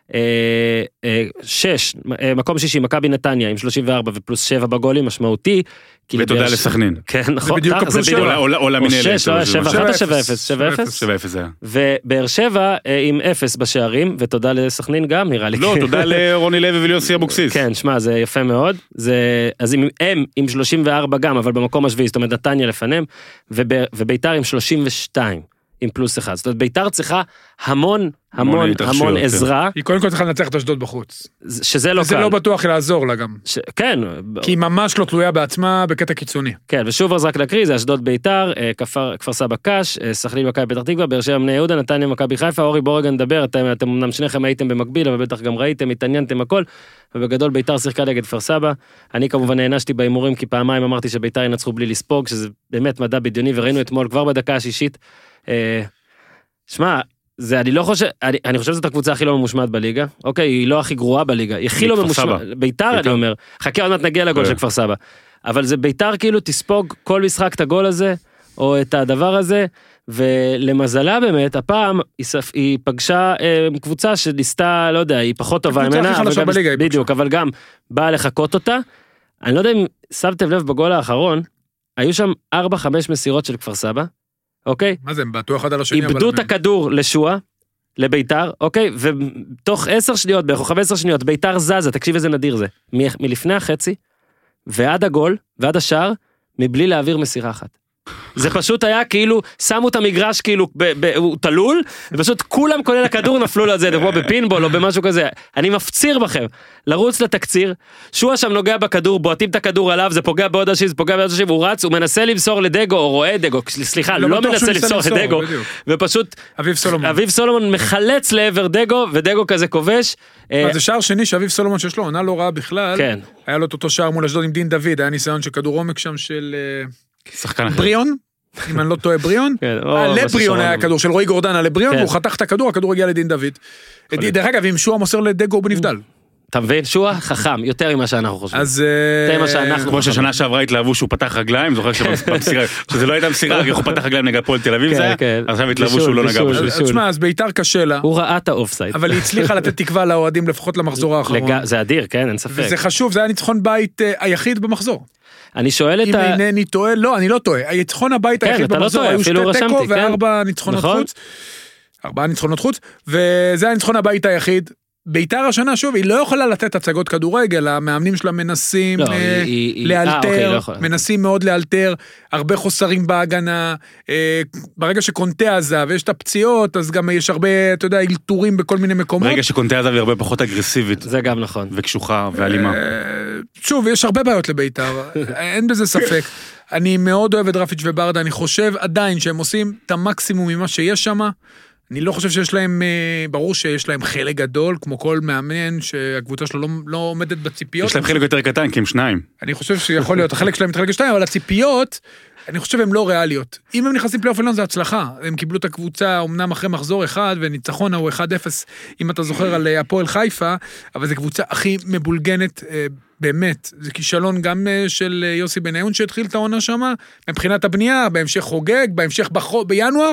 שש, מקום שישי, מכבי נתניה עם שלושים וארבע ופלוס שבע בגולים, משמעותי. ותודה לסכנין. כן, נכון. זה בדיוק הפלוס שבע. או למנהלת. שבע אחת, שבע אפס. שבע אפס. שבע אפס זה היה. ובאר שבע עם אפס בשערים, ותודה לסכנין גם, נראה לי. לא, תודה לרוני לוי וליוסי אבוקסיס. כן, שמע, זה יפה מאוד. אז הם עם שלושים וארבע גם, אבל במקום השביעי, זאת אומרת, נתניה לפניהם, וביתר עם שלושים ושתיים. עם פלוס אחד. זאת אומרת, ביתר צריכה המון, המון, המון עזרה. היא קודם כל צריכה לנצח את אשדוד בחוץ. שזה לא קל. וזה לא בטוח לעזור לה גם. כן. כי היא ממש לא תלויה בעצמה בקטע קיצוני. כן, ושוב אז רק להקריא, זה אשדוד ביתר, כפר סבא קש, סכנין מכבי פתח תקווה, באר שבע בני יהודה, נתניה מכבי חיפה, אורי בוא רגע נדבר, אתם אמנם שניכם הייתם במקביל, אבל בטח גם ראיתם, התעניינתם הכל, ובגדול ביתר שיחקה נגד כפר סבא. אני כמובן נענשתי בהימורים, כי פעמיים אמרתי שביתר ינצחו בלי לספוג, שזה באמת מדע בדיוני, וראינו אתמול כבר בדקה השישית. שמע, זה אני לא חושב, אני, אני חושב שזאת הקבוצה הכי לא ממושמעת בליגה, אוקיי, היא לא הכי גרועה בליגה, היא הכי לא ממושמעת, ביתר אני אומר, חכה עוד מעט נגיע לגול של כפר סבא, אבל זה ביתר כאילו תספוג כל משחק את הגול הזה, או את הדבר הזה, ולמזלה באמת, הפעם היא, היא פגשה אה, קבוצה שניסתה, לא יודע, היא פחות טובה ממנה, הקבוצה הכי חלשה בליגה, בדיוק, אבל גם באה לחכות אותה, אני לא יודע אם שמתם לב בגול האחרון, היו שם ארבע חמש מסירות של כפר סבא, אוקיי? מה זה, הם בעטו אחד על השני. איבדו את הכדור לשועה, לביתר, אוקיי? ותוך עשר שניות, בערך חמש עשרה שניות, ביתר זזה, תקשיב איזה נדיר זה, מ- מלפני החצי, ועד הגול, ועד השער, מבלי להעביר מסירה אחת. זה פשוט היה כאילו, שמו את המגרש כאילו, הוא תלול, ופשוט כולם כולל הכדור נפלו לזה, כמו בפינבול או במשהו כזה. אני מפציר בכם, לרוץ לתקציר, שועה שם נוגע בכדור, בועטים את הכדור עליו, זה פוגע בעוד אנשים, זה פוגע בעוד אנשים, הוא רץ, הוא מנסה למסור לדגו, או רואה דגו, סליחה, לא מנסה למסור לדגו, ופשוט, אביב סולומון. אביב סולומון מחלץ לעבר דגו, ודגו כזה כובש. זה שער שני שאביב סולומון שיש לו, עונה לא רעה בכלל, היה לו אותו שער מול אשדוד עם דין דוד, היה ניסיון של כדור עומק שם של בריון, אם אני לא טועה בריון, לבריון היה הכדור של רועי גורדן, לבריון, והוא חתך את הכדור, הכדור הגיע לדין דוד. דרך אגב, אם שועה מוסר לדגו בנבדל. אתה מבין? שועה חכם, יותר ממה שאנחנו חושבים. אז... כמו ששנה שעברה התלהבו שהוא פתח רגליים, זוכר שבמסירה, שזה לא הייתה מסירה, איך הוא פתח רגליים נגד הפועל תל אביב, זה היה, עכשיו התלהבו שהוא לא נגע בשביל. תשמע, אז ביתר קשה לה. הוא ראה את האופסייד. אבל היא הצליחה לתת תקווה לאוהדים, לפחות למחזור האחרון. זה אדיר, כן, אין ספק. וזה חשוב, זה היה ניצחון בית היחיד במחזור. אני שואל את ה... אם אינני טועה, לא, אני לא טועה. הניצחון הבית היחיד במחזור, היו שתי תיקו וארבע ניצחונות חוץ. ארבעה ניצחונות חוץ, וזה הניצחון הבית היחיד. ביתר השנה, שוב, היא לא יכולה לתת הצגות כדורגל, המאמנים שלה מנסים לא, היא, היא, לאלתר, אה, אוקיי, לא מנסים מאוד לאלתר, הרבה חוסרים בהגנה, אה, ברגע שקונטה עזב, יש את הפציעות, אז גם יש הרבה, אתה יודע, אלתורים בכל מיני מקומות. ברגע שקונטה עזב היא הרבה פחות אגרסיבית. זה גם נכון. וקשוחה ואלימה. אה, שוב, יש הרבה בעיות לביתר, אין בזה ספק. אני מאוד אוהב את רפיץ' וברדה, אני חושב עדיין שהם עושים את המקסימום ממה שיש שם, אני לא חושב שיש להם, ברור שיש להם חלק גדול, כמו כל מאמן, שהקבוצה שלו לא, לא עומדת בציפיות. יש להם חלק יותר קטן, כי הם שניים. אני חושב שיכול להיות, החלק שלהם מתחלק לשתיים, אבל הציפיות, אני חושב הם לא ריאליות. אם הם נכנסים פלייאוף עליון, זה הצלחה. הם קיבלו את הקבוצה, אמנם אחרי מחזור אחד, וניצחון הוא אחד אפס, אם אתה זוכר על הפועל חיפה, אבל זו קבוצה הכי מבולגנת, באמת. זה כישלון גם של יוסי בניון, שהתחיל את העונה שם, מבחינת הבנייה, בהמשך חוגג, בהמשך בחו, בינואר,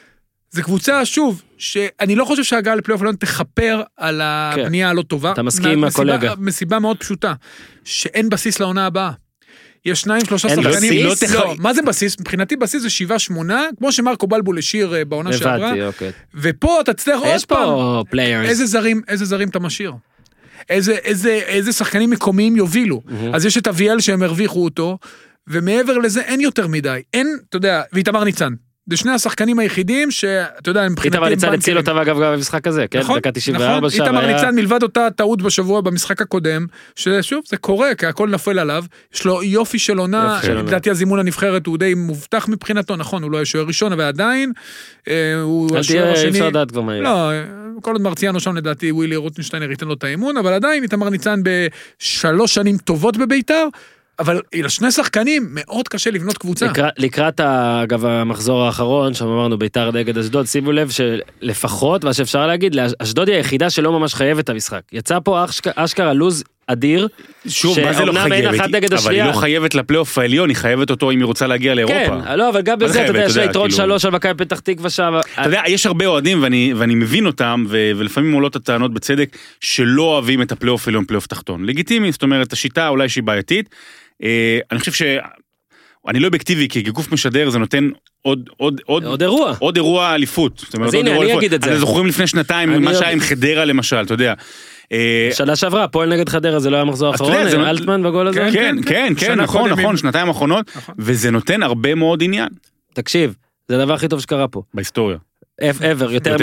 זה קבוצה, שוב, שאני לא חושב שההגעה לפלייאוף עליון תחפר על הבנייה הלא טובה. אתה מסכים עם הקולגה. מסיבה מאוד פשוטה, שאין בסיס לעונה הבאה. יש שניים, שלושה שחקנים. אין בסיס? לא, מה זה בסיס? מבחינתי בסיס זה שבעה, שמונה, כמו שמרקו בלבול השאיר בעונה שעברה. הבנתי, אוקיי. ופה אתה תצטרך עוד פעם. יש פה פליירס. איזה זרים, איזה זרים אתה משאיר? איזה, איזה, איזה שחקנים מקומיים יובילו. אז יש את אביאל שהם הרוויחו אותו, ומעבר לזה אין יותר מדי. אין, אתה יודע, ואיתמר ניצן. זה שני השחקנים היחידים שאתה יודע, מבחינתי... איתמר ניצן הציל אותה ואגב גם במשחק הזה, כן? נכון, דקה תשעים וארבע שם איתמר היה... ניצן מלבד אותה טעות בשבוע במשחק הקודם, ששוב, זה קורה, כי הכל נפל עליו, יש לו יופי של עונה, לדעתי הזימון הנבחרת הוא די מובטח מבחינתו, נכון, הוא לא השוער ראשון, אבל עדיין, הוא השוער השני... אפשר לדעת כבר מה יהיה. לא, כל עוד מרציאנו שם לדעתי, ווילי רוטנשטיינר ייתן לו את האימון, אבל עדיין איתמר ניצן בשלוש שנים טובות בביתר, אבל לשני שחקנים מאוד קשה לבנות קבוצה. לקראת, לקראת אגב המחזור האחרון, שאמרנו ביתר נגד אשדוד, שימו לב שלפחות, מה שאפשר להגיד, אשדוד היא היחידה שלא ממש חייבת את המשחק. יצא פה אשכרה לוז אדיר, שוב, מה זה לא חייבת? אבל היא לא חייבת לפלייאוף העליון, היא חייבת אותו אם היא רוצה להגיע לאירופה. כן, לא, אבל גם בזה, אתה יודע, יש לה יתרון שלוש על מכבי פתח תקווה שם. אתה יודע, יש הרבה אוהדים, ואני מבין אותם, ולפעמים עולות הטענות בצדק, שלא אוהבים את הפלייאוף העליון, פלייאוף תחתון. לגיטימי, זאת אומרת, השיטה אולי שהיא בעייתית. אני חושב ש... אני לא אובייקטיבי, כי גוף משדר זה נותן עוד, עוד, עוד, עוד אירוע. עוד אירוע אליפות. אז הנה, אני אגיד את זה. אתם זוכרים לפני שנתיים, מה שהיה עם חדרה למשל, אתה יודע. שנה שעברה, פועל נגד חדרה, זה לא היה מחזור האחרון, אלטמן בגול הזה? כן, כן, כן, נכון, נכון, שנתיים האחרונות, וזה נותן הרבה מאוד עניין. תקשיב, זה הדבר הכי טוב שקרה פה. בהיסטוריה. ever, יותר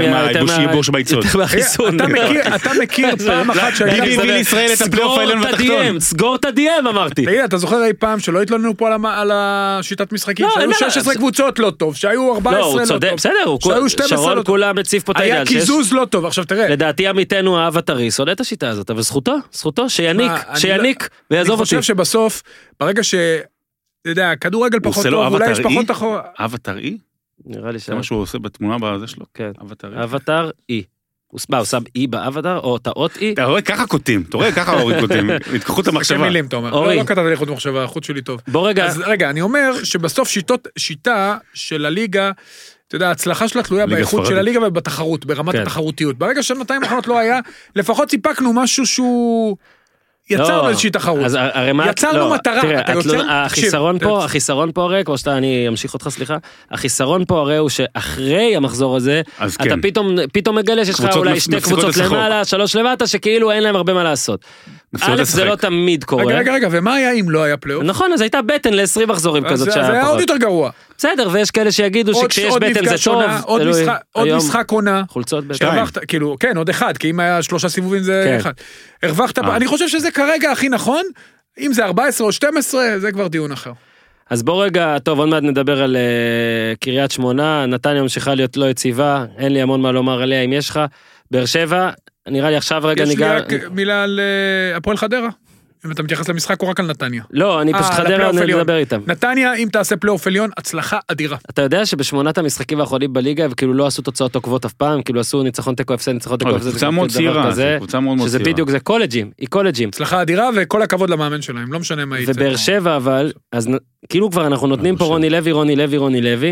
מהחיסון. אתה מכיר פעם אחת שהביא לישראל את הפלייאוף העליון והתחתון. סגור את הדי אם אמרתי. תגיד, אתה זוכר אי פעם שלא התלוננו פה על השיטת משחקים, שהיו שש עשרה קבוצות לא טוב, שהיו ארבע עשרה לא טוב, בסדר, שרון כולה מציף פה את העניין. היה קיזוז לא טוב, עכשיו תראה. לדעתי עמיתנו האב הטרי, שונא את השיטה הזאת, אבל זכותו, זכותו, שיניק, שיניק ויעזוב אותי. אני חושב שבסוף, ברגע ש... אתה יודע, כדורגל פחות טוב, אולי יש פחות אחורה. האב הטרי? נראה לי ש... זה מה שהוא עושה בתמונה בזה שלו. כן. אבטר אי. הוא שם אי באבטר, או תאות אי. אתה רואה ככה כותים, אתה רואה ככה אורי כותים, התכחו את המחשבה. מילים, אתה אומר. לא, לא כתבתי לי חוט מחשבה, החוט שלי טוב. בוא רגע. אז רגע, אני אומר שבסוף שיטות, שיטה של הליגה, אתה יודע, ההצלחה שלה תלויה באיכות של הליגה ובתחרות, ברמת התחרותיות. ברגע שנתיים האחרונות לא היה, לפחות סיפקנו משהו שהוא... יצרנו איזושהי תחרות. יצרנו מטרה. החיסרון פה, החיסרון פה הרי, כמו שאתה, אני אמשיך אותך, סליחה, החיסרון פה הרי הוא שאחרי המחזור הזה, אתה פתאום מגלה שיש לך אולי שתי קבוצות למעלה, שלוש למטה, שכאילו אין להם הרבה מה לעשות. א', זה לא תמיד קורה. רגע, רגע, רגע, ומה היה אם לא היה פלייאוף? נכון, אז הייתה בטן ל-עשרים מחזורים כזאת. אז זה היה עוד יותר גרוע. בסדר, ויש כאלה שיגידו שכשיש בטן זה טוב. עוד משחק עונה. חולצות בטן. כאילו, כן, עוד אחד, כי אם היה שלושה סיבובים זה אחד. הרווחת, אני חושב שזה כרגע הכי נכון, אם זה ארבע עשרה או שתים עשרה, זה כבר דיון אחר. אז בוא רגע, טוב, עוד מעט נדבר על uh, קריית שמונה, נתניה ממשיכה להיות לא יציבה, אין לי המון מה לומר עליה אם יש לך, באר שבע, נראה לי עכשיו רגע ניגע... יש לי רק מילה על uh, הפועל חדרה, אם אתה מתייחס למשחק או רק על נתניה. לא, אני פשוט חדרה נדבר איתם. נתניה, אם תעשה פלייאוף עליון, הצלחה אדירה. אתה יודע שבשמונת המשחקים האחרונים בליגה, וכאילו לא עשו תוצאות עוקבות אף פעם, כאילו עשו ניצחון תיקו הפסד, ניצחון תיקו הפסד, קבוצה מאוד צעירה, קבוצה מאוד שזה בדיוק, זה קולג'ים, היא קולג'ים. הצלחה אדירה וכל הכבוד למאמן שלהם, לא משנה מה יצא. ובאר שבע אבל, אז כאילו כבר אנחנו נותנים פה רוני לוי, רוני לוי, רוני לוי,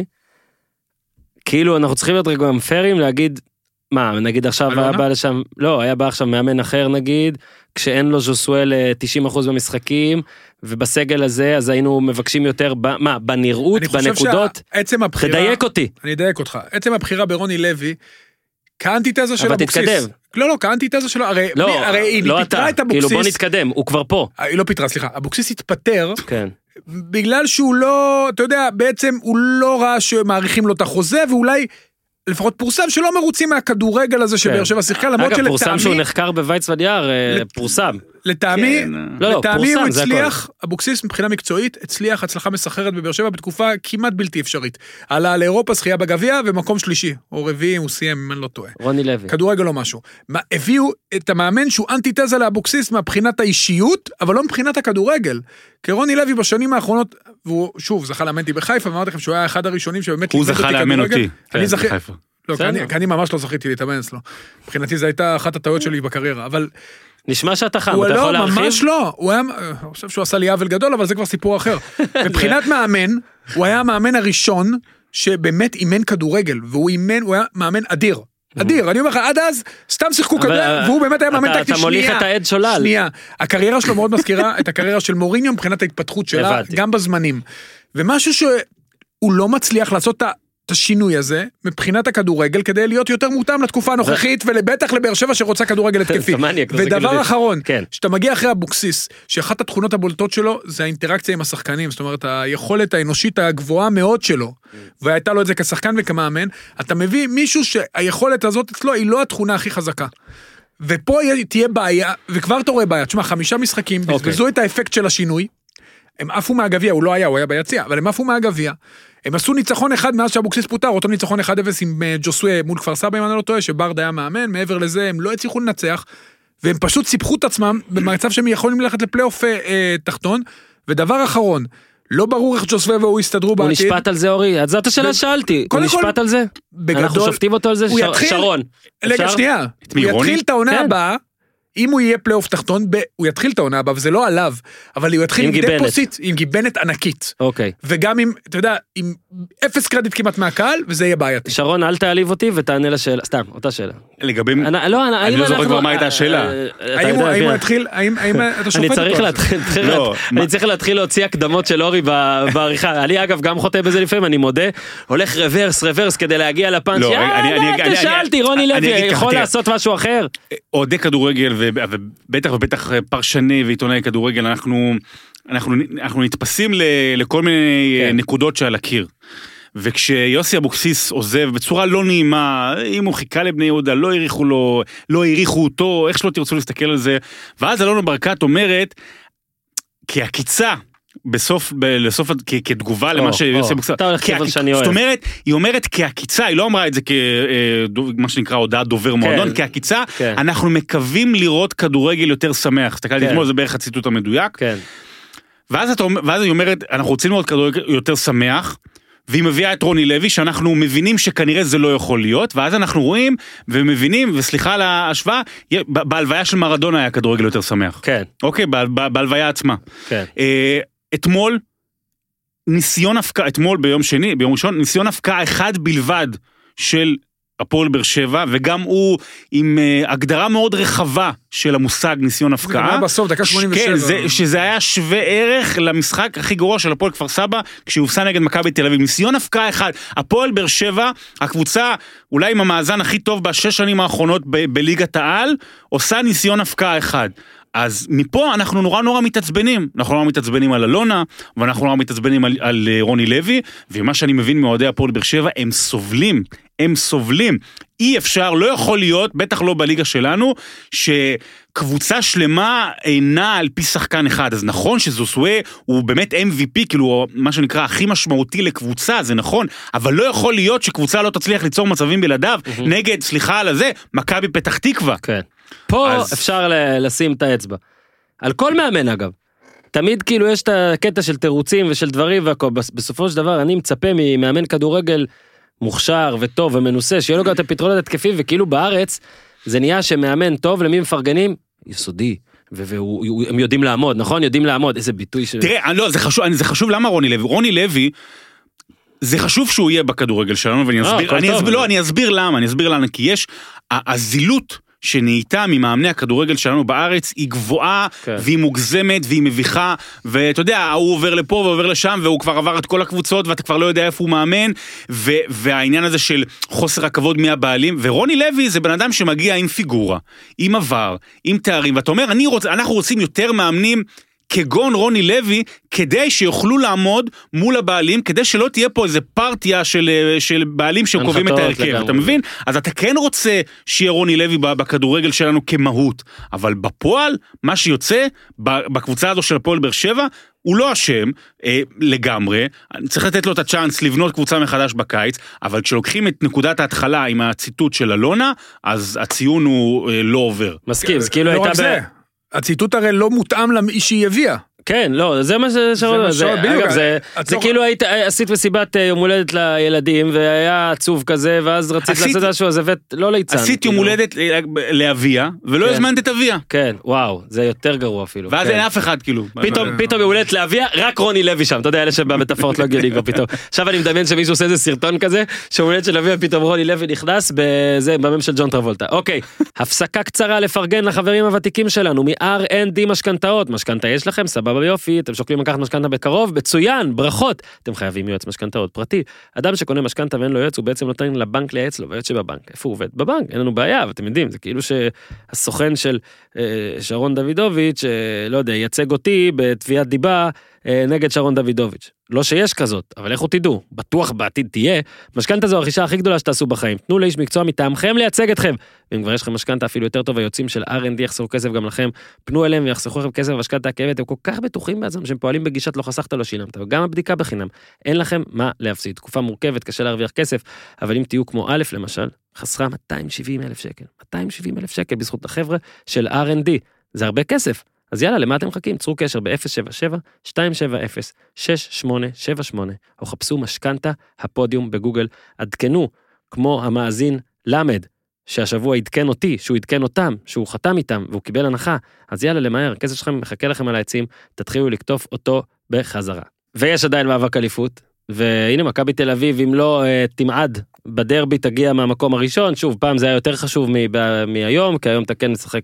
כאילו אנחנו צריכים להיות רגע פיירים להגיד, מה, נגיד עכשיו היה בא לשם, לא, היה בא עכשיו מאמן אחר נגיד, כשאין לו ז'וסואל תשעים אחוז במשחקים, ובסגל הזה, אז היינו מבקשים יותר, מה, בנראות, בנקודות, תדייק אותי. אני אדייק אותך, עצם הבחירה ברוני לוי, כאנטיתזה של אבוקסיס. אבל תתקדם. לא, לא, כאנטיתזה שלו, הרי לא, היא לא פיתרה את אבוקסיס. כאילו בוא נתקדם, הוא כבר פה. היא לא פיתרה, סליחה, אבוקסיס התפטר, כן. בגלל שהוא לא, אתה יודע, בעצם הוא לא ראה שמעריכים לו את החוזה, ואולי לפחות פורסם שלא מרוצים מהכדורגל הזה שבאר שבע שיחקה, למרות שלטעמי... אגב, פורסם שהוא נחקר בוויצמן יער, פורסם. לטעמי, לטעמי הוא הצליח, אבוקסיס מבחינה מקצועית, הצליח הצלחה מסחררת בבאר שבע בתקופה כמעט בלתי אפשרית. עלה לאירופה, זכייה בגביע, ומקום שלישי, או רביעי, הוא סיים, אם אני לא טועה. רוני לוי. כדורגל לא משהו. הביאו את המאמן שהוא אנטיתזה לאבוקסיס מבחינת האישיות, אבל לא מבחינת הכדורגל. כי רוני לוי בשנים האחרונות, והוא שוב, זכה לאמנתי בחיפה, ואמרתי לכם שהוא היה אחד הראשונים שבאמת הוא זכה לאמן אותי. אני זכי... לא, כי אני ממש לא זכיתי להתאמן אצלו. מבחינתי זו הייתה אחת הטעויות שלי בקריירה, אבל... נשמע שאתה חם, אתה יכול להרחיב? הוא לא, ממש לא. הוא היה, אני חושב שהוא עשה לי עוול גדול, אבל זה כבר סיפור אחר. מבחינת מאמן, הוא היה המאמן הראשון שבאמת אימן כדורגל, והוא אימן, הוא היה מאמן אדיר. אדיר, אני אומר לך, עד אז סתם שיחקו כדורגל, והוא באמת היה מאמן טקטי שנייה. אתה מוליך את העד שולל. שנייה. הקריירה שלו מאוד מזכירה את הקריירה של מוריניו, מבחינת ההתפתחות שלה, גם בזמנים. ומשהו שהוא לא מצליח לעשות את השינוי הזה, מבחינת הכדורגל, כדי להיות יותר מותאם לתקופה הנוכחית, ולבטח לבאר שבע שרוצה כדורגל התקפי. ודבר אחרון, שאתה מגיע אחרי אבוקסיס, שאחת התכונות הבולטות שלו, זה האינטראקציה עם השחקנים, זאת אומרת, היכולת האנושית הגבוהה מאוד שלו, והייתה לו את זה כשחקן וכמאמן, אתה מביא מישהו שהיכולת הזאת אצלו, היא לא התכונה הכי חזקה. ופה תהיה בעיה, וכבר אתה רואה בעיה, תשמע, חמישה משחקים, בזבזו את האפקט של השינוי, הם עפו מהגביע, הוא לא היה, הוא היה ביציע, אבל הם עפו מהגביע, הם עשו ניצחון אחד מאז שאבוקסיס פוטר, אותו ניצחון אחד אפס עם ג'וסווה מול כפר סבא, אם אני לא טועה, שברדה היה מאמן, מעבר לזה הם לא הצליחו לנצח, והם פשוט סיפחו את עצמם, במצב שהם יכולים ללכת לפלייאוף אה, תחתון, ודבר אחרון, לא ברור איך ג'וסווה והוא יסתדרו בעתיד. הוא נשפט על זה, אורי, אז זאת השאלה ששאלתי, הוא נשפט על זה? אנחנו שופטים אותו על זה, שרון. רגע, שנייה, הוא יתחיל את העונה הבאה, אם הוא יהיה פלייאוף תחתון, הוא יתחיל את העונה הבאה, וזה לא עליו, אבל הוא יתחיל עם דפוסיט, עם גיבנת ענקית. אוקיי. וגם עם, אתה יודע, עם אפס קרדיט כמעט מהקהל, וזה יהיה בעייתי. שרון, אל תעליב אותי ותענה לשאלה, סתם, אותה שאלה. לגבי, אני לא זוכר כבר מה הייתה השאלה. האם הוא יתחיל, האם אתה שופט אותו? אני צריך להתחיל להוציא הקדמות של אורי בעריכה. אני אגב גם חוטא בזה לפעמים, אני מודה, הולך רוורס, רוורס כדי להגיע לפאנץ'. יאללה, תשאלתי, רוני לוי, יכול לעשות משהו אחר? אוהדי כדורגל ובטח ובטח פרשני ועיתונאי כדורגל, אנחנו, אנחנו, אנחנו נתפסים ל, לכל מיני כן. נקודות שעל הקיר. וכשיוסי אבוקסיס עוזב בצורה לא נעימה, אם הוא חיכה לבני יהודה, לא העריכו לו, לא העריכו אותו, איך שלא תרצו להסתכל על זה, ואז אלונה ברקת אומרת, כי הקיצה, בסוף, לסוף, כתגובה למה שיוסי אבוקסיס, זאת אומרת, היא אומרת כהקיצה, היא לא אמרה את זה כמה שנקרא הודעת דובר מועדון, כהקיצה, אנחנו מקווים לראות כדורגל יותר שמח, הסתכלתי אתמול, זה בערך הציטוט המדויק, ואז היא אומרת, אנחנו רוצים לראות כדורגל יותר שמח, והיא מביאה את רוני לוי, שאנחנו מבינים שכנראה זה לא יכול להיות, ואז אנחנו רואים ומבינים, וסליחה על ההשוואה, בהלוויה של מרדונה היה כדורגל יותר שמח. כן. אוקיי, בהלוויה עצמה. כן. אתמול, ניסיון הפקעה, אתמול ביום שני, ביום ראשון, ניסיון הפקעה אחד בלבד של הפועל באר שבע, וגם הוא עם uh, הגדרה מאוד רחבה של המושג ניסיון הפקעה. זה בסוף, דקה שמונים ושבע. כן, זה, שזה היה שווה ערך למשחק הכי גרוע של הפועל כפר סבא, כשהופסה נגד מכבי תל אביב. ניסיון הפקעה אחד. הפועל באר שבע, הקבוצה אולי עם המאזן הכי טוב בשש שנים האחרונות ב- בליגת העל, עושה ניסיון הפקעה אחד. אז מפה אנחנו נורא נורא מתעצבנים, אנחנו נורא מתעצבנים על אלונה, ואנחנו נורא מתעצבנים על, על רוני לוי, ומה שאני מבין מאוהדי הפועל באר שבע, הם סובלים, הם סובלים. אי אפשר, לא יכול להיות, בטח לא בליגה שלנו, שקבוצה שלמה אינה על פי שחקן אחד. אז נכון שזוסווה הוא באמת אם וי פי, כאילו מה שנקרא הכי משמעותי לקבוצה, זה נכון, אבל לא יכול להיות שקבוצה לא תצליח ליצור מצבים בלעדיו, נגד, סליחה על הזה, מכבי פתח תקווה. כן. פה אז... אפשר לשים את האצבע. על כל מאמן אגב. תמיד כאילו יש את הקטע של תירוצים ושל דברים והכל. בסופו של דבר אני מצפה ממאמן כדורגל מוכשר וטוב ומנוסה, שיהיה לו גם את הפתרונות התקפים, וכאילו בארץ זה נהיה שמאמן טוב, למי מפרגנים? יסודי. והם יודעים לעמוד, נכון? יודעים לעמוד. איזה ביטוי ש... תראה, לא, זה חשוב, זה חשוב למה רוני לוי. רוני לוי, זה חשוב שהוא יהיה בכדורגל שלנו, ואני אסביר, אני אסביר, לא, אני אסביר למה, אני אסביר למה, כי יש הזילות שנהייתה ממאמני הכדורגל שלנו בארץ, היא גבוהה, כן. והיא מוגזמת, והיא מביכה, ואתה יודע, הוא עובר לפה ועובר לשם, והוא כבר עבר את כל הקבוצות, ואתה כבר לא יודע איפה הוא מאמן, ו- והעניין הזה של חוסר הכבוד מהבעלים, ורוני לוי זה בן אדם שמגיע עם פיגורה, עם עבר, עם תארים, ואתה אומר, אני רוצ, אנחנו רוצים יותר מאמנים, כגון רוני לוי, כדי שיוכלו לעמוד מול הבעלים, כדי שלא תהיה פה איזה פרטיה של, של בעלים שקובעים את ההרכב, אתה מבין? אז אתה כן רוצה שיהיה רוני לוי בכדורגל שלנו כמהות, אבל בפועל, מה שיוצא בקבוצה הזו של הפועל באר שבע, הוא לא אשם אה, לגמרי, צריך לתת לו את הצ'אנס לבנות קבוצה מחדש בקיץ, אבל כשלוקחים את נקודת ההתחלה עם הציטוט של אלונה, אז הציון הוא אה, לא עובר. מסכים, זה כאילו הייתה... ב... הציטוט הרי לא מותאם למי שהיא הביאה. כן, לא, זה מה ששרון, אגב, זה כאילו עשית מסיבת יום הולדת לילדים, והיה עצוב כזה, ואז רצית לעשות משהו, אז הבאת לא ליצן. עשית יום הולדת לאביה, ולא הזמנת את אביה. כן, וואו, זה יותר גרוע אפילו. ואז אין אף אחד, כאילו. פתאום יום הולדת לאביה, רק רוני לוי שם, אתה יודע, אלה שבמטאפורות לא הגיוני כבר פתאום. עכשיו אני מדמיין שמישהו עושה איזה סרטון כזה, שיום הולדת של אביה, פתאום רוני לוי נכנס בזה, במם של ג'ון טרבולטה. אוקיי, הפסקה קצרה לפרגן לחברים הוותיקים שלנו, מ-אר אנד די משכנתאות. משכנתה יש לכם, סבבה ביופי, אתם שוקלים לקחת משכנתה בקרוב, מצוין, ברכות. אתם חייבים יועץ משכנתאות פרטי. אדם שקונה משכנתה ואין לו יועץ, הוא בעצם נותן לבנק לייעץ לו, ויועץ שבבנק. איפה הוא עובד? בבנק, אין לנו בעיה, ואתם יודעים, זה כאילו שהסוכן של אה, שרון דוידוביץ', אה, לא יודע, יצג אותי בתביעת דיבה אה, נגד שרון דוידוביץ'. לא שיש כזאת, אבל איך הוא תדעו? בטוח בעתיד תהיה. משכנתה זו הרכישה הכי גדולה שתעשו בחיים. תנו לאיש מקצוע מטעמכם לייצג אתכם. ואם כבר יש לכם משכנתה אפילו יותר טוב, היוצאים של אר אנד די יחסכו כסף גם לכם. פנו אליהם ויחסכו לכם כסף במשכנתה הכאבת. הם כל כך בטוחים בעצמם שהם פועלים בגישת לא חסכת לא שילמת. וגם הבדיקה בחינם. אין לכם מה להפסיד. תקופה מורכבת, קשה להרוויח כסף, אבל אם תהיו כמו א' למשל, חסכה מאתיים ושבעים אלף שקל. מאתיים ושבעים אלף שקל בזכות החבר'ה של אר אנד די. זה הרבה כסף. אז יאללה, למה אתם מחכים? צרו קשר ב-אפס שבע שבע שתיים שבע אפס שש שמונה שבע שמונה, או חפשו משכנתה הפודיום בגוגל. עדכנו, כמו המאזין למד, שהשבוע עדכן אותי, שהוא עדכן אותם, שהוא חתם איתם, והוא קיבל הנחה. אז יאללה, למהר, הכסף שלכם מחכה לכם על העצים, תתחילו לקטוף אותו בחזרה. ויש עדיין מאבק אליפות, והנה מכבי תל אביב, אם לא תמעד בדרבי תגיע מהמקום הראשון, שוב, פעם זה היה יותר חשוב מהיום, כי היום אתה כן משחק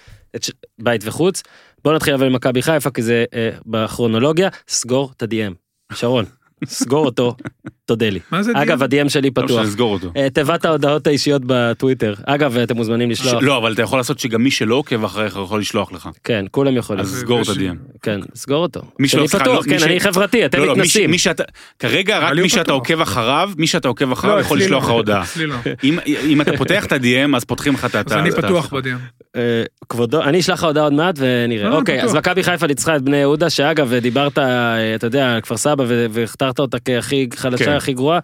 את בית וחוץ. בוא נתחיל אבל עם מכבי חיפה, כי זה אה, בכרונולוגיה, סגור את ה-די אם. שרון, סגור אותו, תודה לי. מה זה די אם? אגב, ה-די אם שלי פתוח. לא שנסגור אותו. אה, תיבת ההודעות האישיות בטוויטר. אגב, אתם מוזמנים לשלוח. ש... לא, אבל אתה יכול לעשות שגם מי שלא עוקב אחריך יכול לשלוח לך. כן, כולם יכולים. אז סגור את ה-די אם. כן, סגור אותו. מי שלי שלא, פתוח, לא, כן, ש... אני חברתי, אתם לא, לא, מתנסים. מי, מי שאתה, כרגע רק מי שאתה עוקב אחריו, מי שאתה עוקב אחריו לא, יכול לשלוח לך הודעה. לא. אם, אם אתה פותח את ה-די אם, אז פותחים לך את ה... אז אני פתוח ב-די אם. כבודו, אני אשלח לך הודעה עוד מעט ונראה. אוקיי, אז מכבי חיפה ניצחה את בני יהודה, שאגב, דיברת, אתה יודע, כפר סבא, והכתרת אותה כהכי חדשה, הכי גרועה.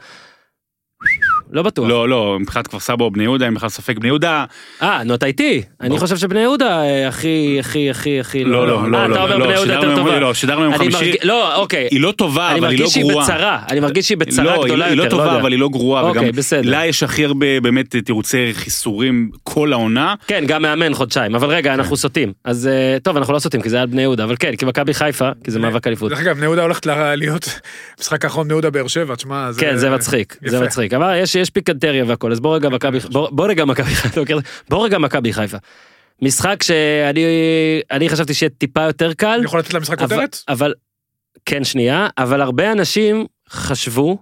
לא בטוח. לא, לא, מבחינת כפר סבא או בני יהודה, מבחינת ספק בני יהודה. אה, נו, אתה איתי. אני חושב שבני יהודה הכי, הכי, הכי, הכי... לא, לא, לא. אתה אומר בני יהודה יותר טובה. לא, שדרנו יום חמישי. לא, אוקיי. היא לא טובה, אבל היא לא גרועה. אני מרגיש שהיא בצרה גדולה יותר. היא לא טובה, אבל היא לא גרועה. אוקיי, בסדר. לה יש הכי הרבה באמת תירוצי חיסורים כל העונה. כן, גם מאמן חודשיים. אבל רגע, אנחנו סוטים. אז טוב, אנחנו לא סוטים, כי זה היה בני יהודה, אבל כן, כי מכבי חיפה, כי זה מאבק אליפות. דרך אגב, בני יהודה הולכת להיות משחק האחרון בני יהודה באר שבע, תשמע, זה כן, זה מצחיק, זה מצחיק. אבל יש יש פיקנטריה והכל, אז בוא רגע מכבי, בוא רגע מכבי חיפה, בוא רגע מכבי חיפה. משחק שאני אני חשבתי שיהיה טיפה יותר קל. אני יכול לתת למשחק כותרת? אבל כן, שנייה, אבל הרבה אנשים חשבו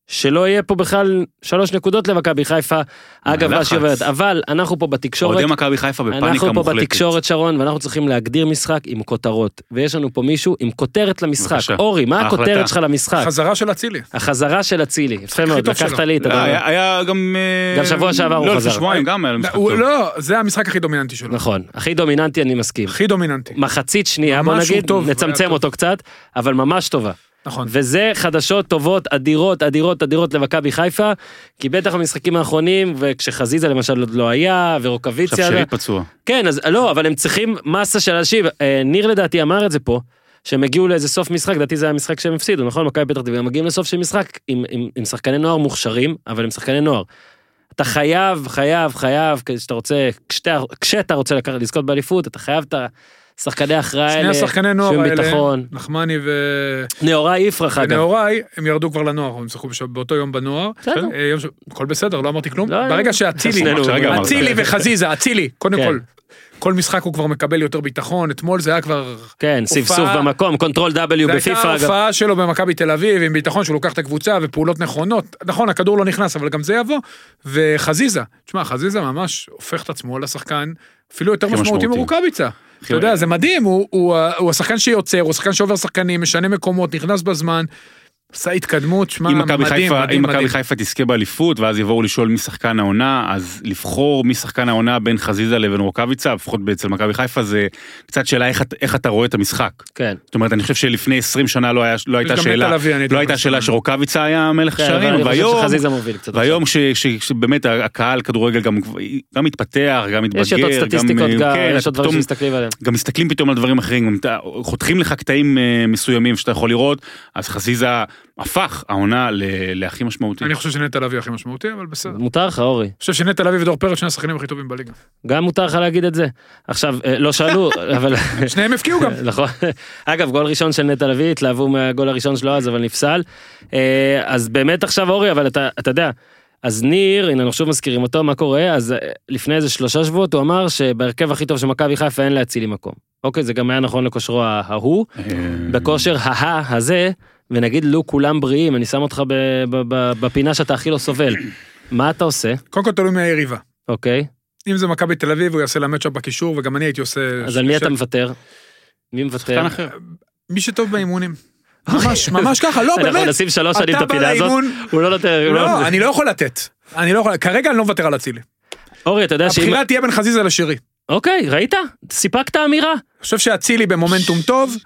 שלא יהיה פה בכלל שלוש נקודות למכבי חיפה, אגב, רש"י עוברת, אבל אנחנו פה בתקשורת, אוהדי מכבי חיפה בפאניקה אנחנו פה מוחלטת. בתקשורת שרון, ואנחנו צריכים להגדיר משחק עם כותרות, ויש לנו פה מישהו עם כותרת למשחק. בבקשה. אורי, מה ההחלטה. הכותרת שלך למשחק? חזרה של אצילי. החזרה של אצילי, יפה מאוד, טוב לקחת שלו. לי את לא, הדבר. היה היה גם... אה, גם שבוע שעבר הוא לא, חזר. לפני שבועיים גם היה לו משחק הוא- טוב. לא, זה המשחק הכי דומיננטי שלו. נכון, הכי דומיננטי אני מסכים. הכי דומיננטי. מחצית שנייה, בוא ממש הוא נגיד, טוב, היה נצמצם טוב. אותו קצת, אבל ממש טובה. נכון. וזה חדשות טובות, אדירות, אדירות, אדירות למכבי חיפה, כי בטח במשחקים האחרונים, וכשחזיזה למשל עוד לא היה, ורוקוויציה... עכשיו שרי פצוע. כן, אז לא, אבל הם צריכים מסה של אנשים. אה, ניר לדעתי אמר את זה פה, שהם הגיעו לאיזה סוף משחק, לדעתי זה היה משחק שהם הפסידו, נכון? מכבי פתח תקווה, הם מגיעים לסוף של משחק עם, עם, עם שחקני נוער מוכשרים, אבל הם שחקני נוער. אתה חייב, חייב, חייב, כשאתה רוצה, כשאתה, כשאתה רוצה לקחת, לזכות באליפות, אתה חייב את השחקני האחראי שני האלה, השחקני נוער שום האלה, ביטחון. נחמני ו... נאורי יפרח אגב. ונאורי, הם ירדו כבר לנוער, הם שיחקו בשב- באותו יום בנוער. בסדר. אה, יום ש- הכל בסדר, לא אמרתי כלום. לא, ברגע לא. שאצילי, שנינו רגע, אמרת. אצילי וחזיזה, אצילי, קודם כן. כל. כל משחק הוא כבר מקבל יותר ביטחון, אתמול זה היה כבר... כן, ספסוף הופעה- במקום, קונטרול W זה הייתה בפיפא אגב. ההופעה שלו במכבי תל אביב, עם ביטחון שהוא לוקח את הקבוצה ופעולות נכונות. נכון, הכדור לא נכנס, אבל גם זה יבוא. וחזיזה, תשמע, חזיזה ממש הופך את עצמו לשחקן, אפילו יותר הכי משמעותי משמעותי. מרוקאביצה. אתה יודע, זה מדהים, הוא- הוא הוא השחקן שיוצר, הוא השחקן שעובר שחקנים, משנה מקומות, נכנס בזמן, עשה התקדמות, שמע, אם מדהים, מכבי חיפה, אם מדהים, מכבי מדהים. חיפה תזכה באליפות, ואז יבואו לשאול מי שחקן העונה, אז לבחור מי שחקן העונה בין חזיזה לבין רוקאביצה, לפחות אצל מכבי חיפה, זה קצת שאלה איך, איך אתה רואה את המשחק. כן. זאת אומרת, אני חושב שלפני עשרים שנה לא, היה, לא הייתה גם שאלה, נטע לביא, אני לא הייתה אתן שאלה לך. שרוקאביצה היה מלך כן, שערים, אבל אני והיום, חושב שחזיזה מוביל קצת. והיום ש, ש, שבאמת הקהל כדורגל גם, גם מתפתח, גם מתבגר, יש יותר סטטיסטיקות, גם, גם, כן, יש עוד דברים פתאום שמסתכלים עליהם. גם מסתכלים פתאום על דברים אחרים, גם אתה- חותכים לך קטעים אה, מסוימים שאתה יכול לראות, אז חזיזה הפך העונה ל- להכי משמעותי. אני חושב שנטע לביא הכי משמעותי, אבל בסדר. אני מותר לך, אורי. חושב שנטע לביא ודור פרץ שני השחקנים הכי טובים בליגה. גם מותר לך להגיד את זה. עכשיו, אה, לא שאלו, אבל... שניהם הפקיעו גם. נכון. אגב, גול ראשון של נטע לביא, התלהבו מהגול הראשון שלו אז, אבל נפסל. אה, אז באמת עכשיו, אורי, אבל אתה, אתה יודע, אז ניר, הנה אנחנו שוב מזכירים אותו, מה קורה? אז אה, לפני איזה שלושה שבועות הוא אמר שבהרכב הכי טוב של מכבי חיפה אין להצילי מקום. אוקיי, זה גם היה נכון לכושרו ההוא, בכושר ההה הזה, ונגיד לו כולם בריאים, אני שם אותך ב- ב- ב- בפינה שאתה הכי לא סובל. מה אתה עושה? קודם כל תלוי מהיריבה. אוקיי, אם זה מכבי תל אביב, הוא יעשה לה מצ'אפ בקישור, וגם אני הייתי עושה... אז על מי ש- אתה מוותר? מי מוותר? שחקן אחר. מי שטוב באימונים. ממש, ממש ככה, לא, באמת. אנחנו נשים שלוש שנים את אתה בא הפינה הזאת, לאימון- הוא לא נותן... הוא לא- לא, אני לא יכול לתת. אני לא יכול, כרגע אני לא מוותר על אצילי. אורי, אתה יודע שאם... הבחירה תהיה בין חזיזה לשירי. אוקיי, ראית? סיפקת אמירה. אני חושב שאצילי במומנטום טוב,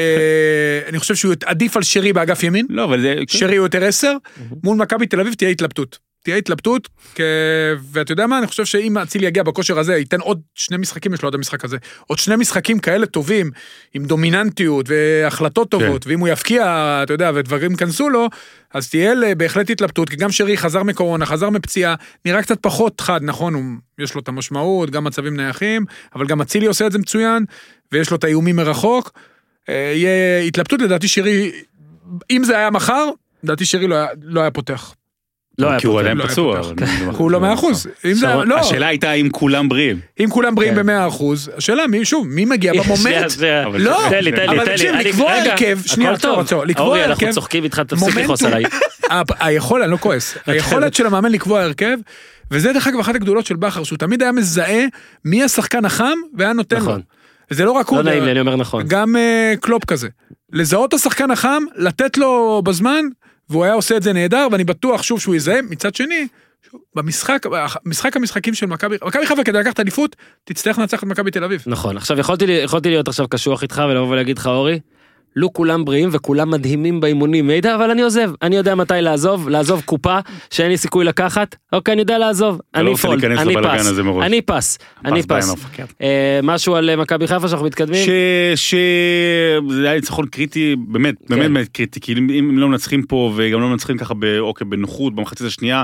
אה, אני חושב שהוא עדיף על שירי באגף ימין, לא, אבל זה... שירי הוא יותר עשר, מול מכבי תל אביב תהיה התלבטות. תהיה התלבטות, כ- ואתה יודע מה, אני חושב שאם אצילי יגיע בכושר הזה, ייתן עוד שני משחקים, יש לו עוד המשחק הזה, עוד שני משחקים כאלה טובים, עם דומיננטיות והחלטות טובות, ואם הוא יפקיע, אתה יודע, ודברים כנסו לו, אז תהיה ל- בהחלט התלבטות, כי גם שירי חזר מקורונה, חזר מפציעה, נראה קצת פחות חד, נכון, הוא, יש לו את המשמעות, גם מצבים נייחים, אבל גם אצילי עושה את זה מצוין, ויש לו את האיומים מרחוק, אה, יהיה התלבטות, לדעתי שירי, אם זה היה מחר, לדעתי שירי לא היה, לא היה פותח. לא היה כי הוא פותח. עדיין לא היה פצוע. פותח. אבל- הוא לא מאה אחוז. אם זה, שרון, לא, השאלה הייתה אם כולם בריאים. אם כולם בריאים כן. ב-מאה אחוז, השאלה, מי, שוב, מי מגיע שנייה, במומנט? שנייה. אבל- לא, תן לי, תן לי, אבל תן תקשיב, לי. אני- לקבוע רגע, הרכב, שנייה, הכל עצור, טוב. עצור, לקבוע אורי, הרכב, אנחנו צוחקים איתך, תפסיק לכעוס עליי. ה- היכולת, אני לא כועס, היכולת של המאמן לקבוע הרכב, וזה דרך אגב אחת הגדולות של בכר, שהוא תמיד היה מזהה מי השחקן החם, והיה נותן לו. נכון. וזה לא רק הוא, לא נעים לי, אני אומר נכון. גם אה, קלופ כזה. לזהות את השחקן החם, לתת לו בזמן, והוא היה עושה את זה נהדר, ואני בטוח שוב שהוא יזהה, מצד שני, שוב, במשחק, משחק המשחקים של מכבי, מכבי חיפה כדי לקחת אליפות, תצטרך לנצח את מכבי תל אביב. נכון, עכשיו יכולתי לי- יכולתי להיות עכשיו קשוח איתך ולבוא ולהגיד לך אורי, לו כולם בריאים וכולם מדהימים באימונים, מידע, אבל אני עוזב, אני יודע מתי לעזוב, לעזוב קופה שאין לי סיכוי לקחת, אוקיי, אני יודע לעזוב, לא אני רוצה פולד, להיכנס אני לבלגן פס, הזה מראש. אני פס, אני פס בעין פס. המפקד. אה, משהו על אה, מכבי חיפה שאנחנו מתקדמים? ש... ש... זה היה ניצחון קריטי, באמת, באמת באמת קריטי, כי אם אם לא מנצחים פה, וגם לא מנצחים ככה באוקיי, בנוחות, במחצית השנייה,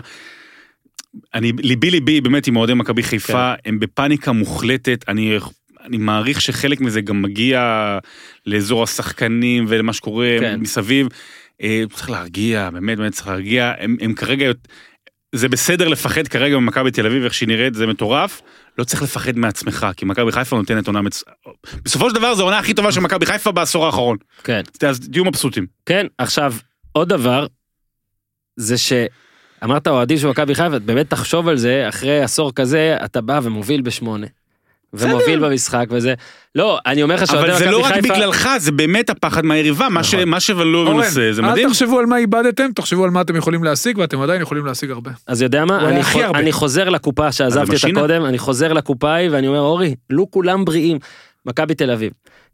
אני, ליבי ליבי באמת עם אוהדי מכבי חיפה, הם בפאניקה מוחלטת, אני... אני מעריך שחלק מזה גם מגיע לאזור השחקנים ולמה שקורה כן. מסביב. אה, צריך להרגיע, באמת, באמת צריך להרגיע. הם, הם כרגע, זה בסדר לפחד כרגע במכבי תל אביב, איך שהיא נראית, זה מטורף. לא צריך לפחד מעצמך, כי מכבי חיפה נותנת עונה מצ... בסופו של דבר, זו העונה הכי טובה של מכבי חיפה בעשור האחרון. כן, אז תהיו מבסוטים. כן, עכשיו, עוד דבר, זה שאמרת אוהדים של מכבי חיפה, באמת תחשוב על זה, אחרי עשור כזה, אתה בא ומוביל בשמונה. ומוביל במשחק וזה, לא, אני אומר לך אבל זה לא רק בגללך, זה באמת הפחד מהיריבה, מה שוולובן עושה, זה מדהים. אל תחשבו על מה איבדתם, תחשבו על מה אתם יכולים להשיג, ואתם עדיין יכולים להשיג הרבה. אז יודע מה, אני חוזר לקופה שעזבתי אותה קודם, אני חוזר לקופה ואני אומר, אורי, לא כולם בריאים, מכבי תל אביב.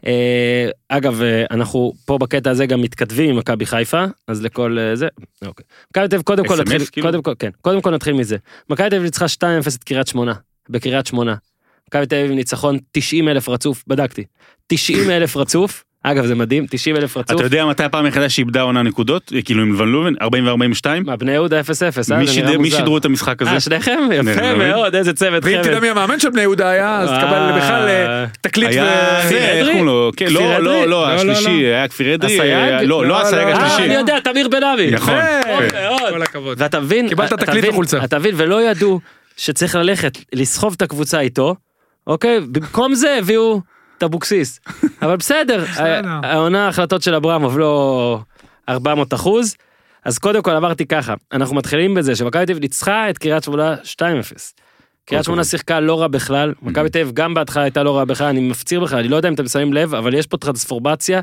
אגב, אנחנו פה בקטע הזה גם מתכתבים עם מכבי חיפה, אז לכל זה, אוקיי. מכבי תל אביב, קודם כל נתחיל, קודם כל, כן, קודם כל נתחיל מזה. מכבי תל אביב ניצחה שתיים אפס את קריית שמונה, בקריית שמונה. מכבי תל אביב ניצחון תשעים אלף רצוף, בדקתי, תשעים אלף רצוף, אגב זה מדהים, תשעים אלף רצוף. אתה יודע מתי הפעם היחידה שאיבדה עונה נקודות, כאילו עם ון לובן, ארבעים ו-ארבעים ושתיים? מה, בני יהודה אפס אפס, מי שידרו את המשחק הזה? אה, שניכם? יפה מאוד, איזה צוות חמד. ואם תדע מי המאמן של בני יהודה היה, אז תקבל בכלל תקליט ו... איך קוראים לו? לא, לא, לא, השלישי, היה כפיר אדרי, לא, לא הסייג השלישי. אני יודע, תמיר בן אבי. נכון. כל הכבוד. ואתה מבין, קיבלת תקליט וחולצה. אתה מבין, ולא ידעו שצריך ללכת לסחוב את הקבוצה איתו, אוקיי? במקום זה הביאו את אבוקסיס. אבל בסדר, העונה ההחלטות של אברמוב לא ארבע מאות אחוז, אז קודם כל אמרתי ככה, אנחנו מתחילים בזה שמכבי תל אביב ניצחה את קריית שמונה שתיים אפס. קריית שמונה שיחקה לא רע בכלל, מכבי תל אביב גם בהתחלה הייתה לא רע בכלל, אני מפציר בכלל, אני לא יודע אם אתם שמים לב, אבל יש פה טרנספורמציה,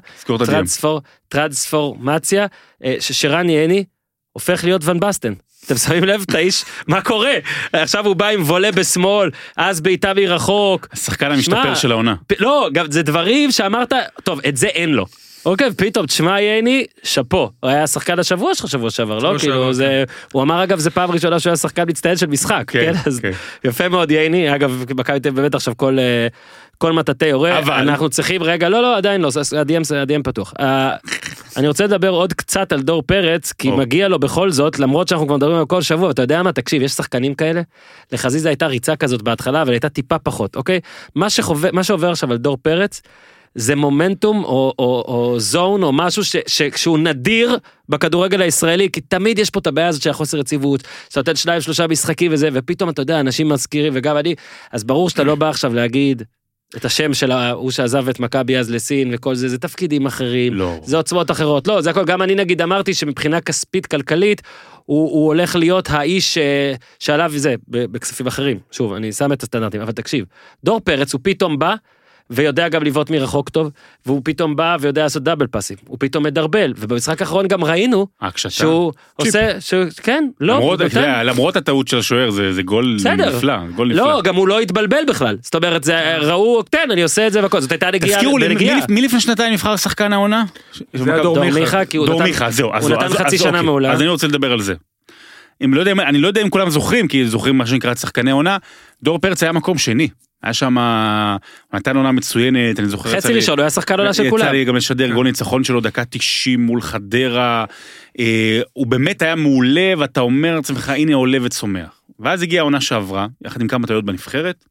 טרנספורמציה, ששרן יעני הופך להיות ון בסטן. אתם שמים לב את האיש, מה קורה? עכשיו הוא בא עם וולה בשמאל, אז בעיטה מרחוק. השחקן המשתפר של העונה. לא, גם זה דברים שאמרת, טוב, את זה אין לו. אוקיי, פתאום, תשמע ייני, שפו. הוא היה שחקן השבוע שלך שבוע שעבר, לא? כאילו זה, הוא אמר אגב, זה פעם ראשונה שהוא היה שחקן מצטיין של משחק, כן? אז יפה מאוד ייני, אגב, מכבי תל אביב באמת עכשיו כל... כל מטאטי יורה, אנחנו צריכים, רגע, לא, לא, עדיין לא, הדי-אם פתוח. אני רוצה לדבר עוד קצת על דור פרץ, כי מגיע לו בכל זאת, למרות שאנחנו כבר מדברים על כל שבוע, אתה יודע מה, תקשיב, יש שחקנים כאלה, לחזיזה הייתה ריצה כזאת בהתחלה, אבל הייתה טיפה פחות, אוקיי? מה שחווה, מה שעובר עכשיו על דור פרץ, זה מומנטום, או, או, או זון, או משהו ש, ש, שהוא נדיר בכדורגל הישראלי, כי תמיד יש פה את הבעיה הזאת של החוסר יציבות, שאתה נותן שניים, שלושה משחקים וזה, ופתאום אתה יודע, אנשים מזכירים, וגם אני, אז ברור שאתה לא בא עכשיו להגיד, את השם של הוא שעזב את מכבי אז לסין וכל זה, זה תפקידים אחרים, לא. זה עוצמות אחרות, לא, זה הכל, גם אני נגיד אמרתי שמבחינה כספית כלכלית, הוא, הוא הולך להיות האיש שעליו זה, בכספים אחרים, שוב, אני שם את הסטנדרטים, אבל תקשיב, דור פרץ הוא פתאום בא, ויודע גם לבעוט מרחוק טוב, והוא פתאום בא ויודע לעשות דאבל פאסים, הוא פתאום מדרבל, ובמשחק האחרון גם ראינו, שהוא עושה, כן, לא, למרות הטעות של השוער, זה גול נפלא, גול נפלא. לא, גם הוא לא התבלבל בכלל, זאת אומרת, ראו, כן, אני עושה את זה וכל, זאת הייתה נגיעה. תזכירו לי, מי לפני שנתיים נבחר שחקן העונה? זה היה דור מיכה. דור מיכה, זהו, הוא נתן חצי שנה מעולה. אז אני רוצה לדבר על זה. אני לא יודע אם כולם זוכרים, כי זוכרים מה שנקרא שחקני העונה, דור פרץ היה מקום שני. היה שם, נתן עונה מצוינת, אני זוכר... חצי ראשון, הוא היה שחקן עונה של כולם. יצא לי גם לשדר גול ניצחון שלו, דקה תשעים מול חדרה, הוא באמת היה מעולה, ואתה אומר לעצמך, הנה עולה וצומח. ואז הגיעה העונה שעברה, יחד עם כמה טעויות בנבחרת,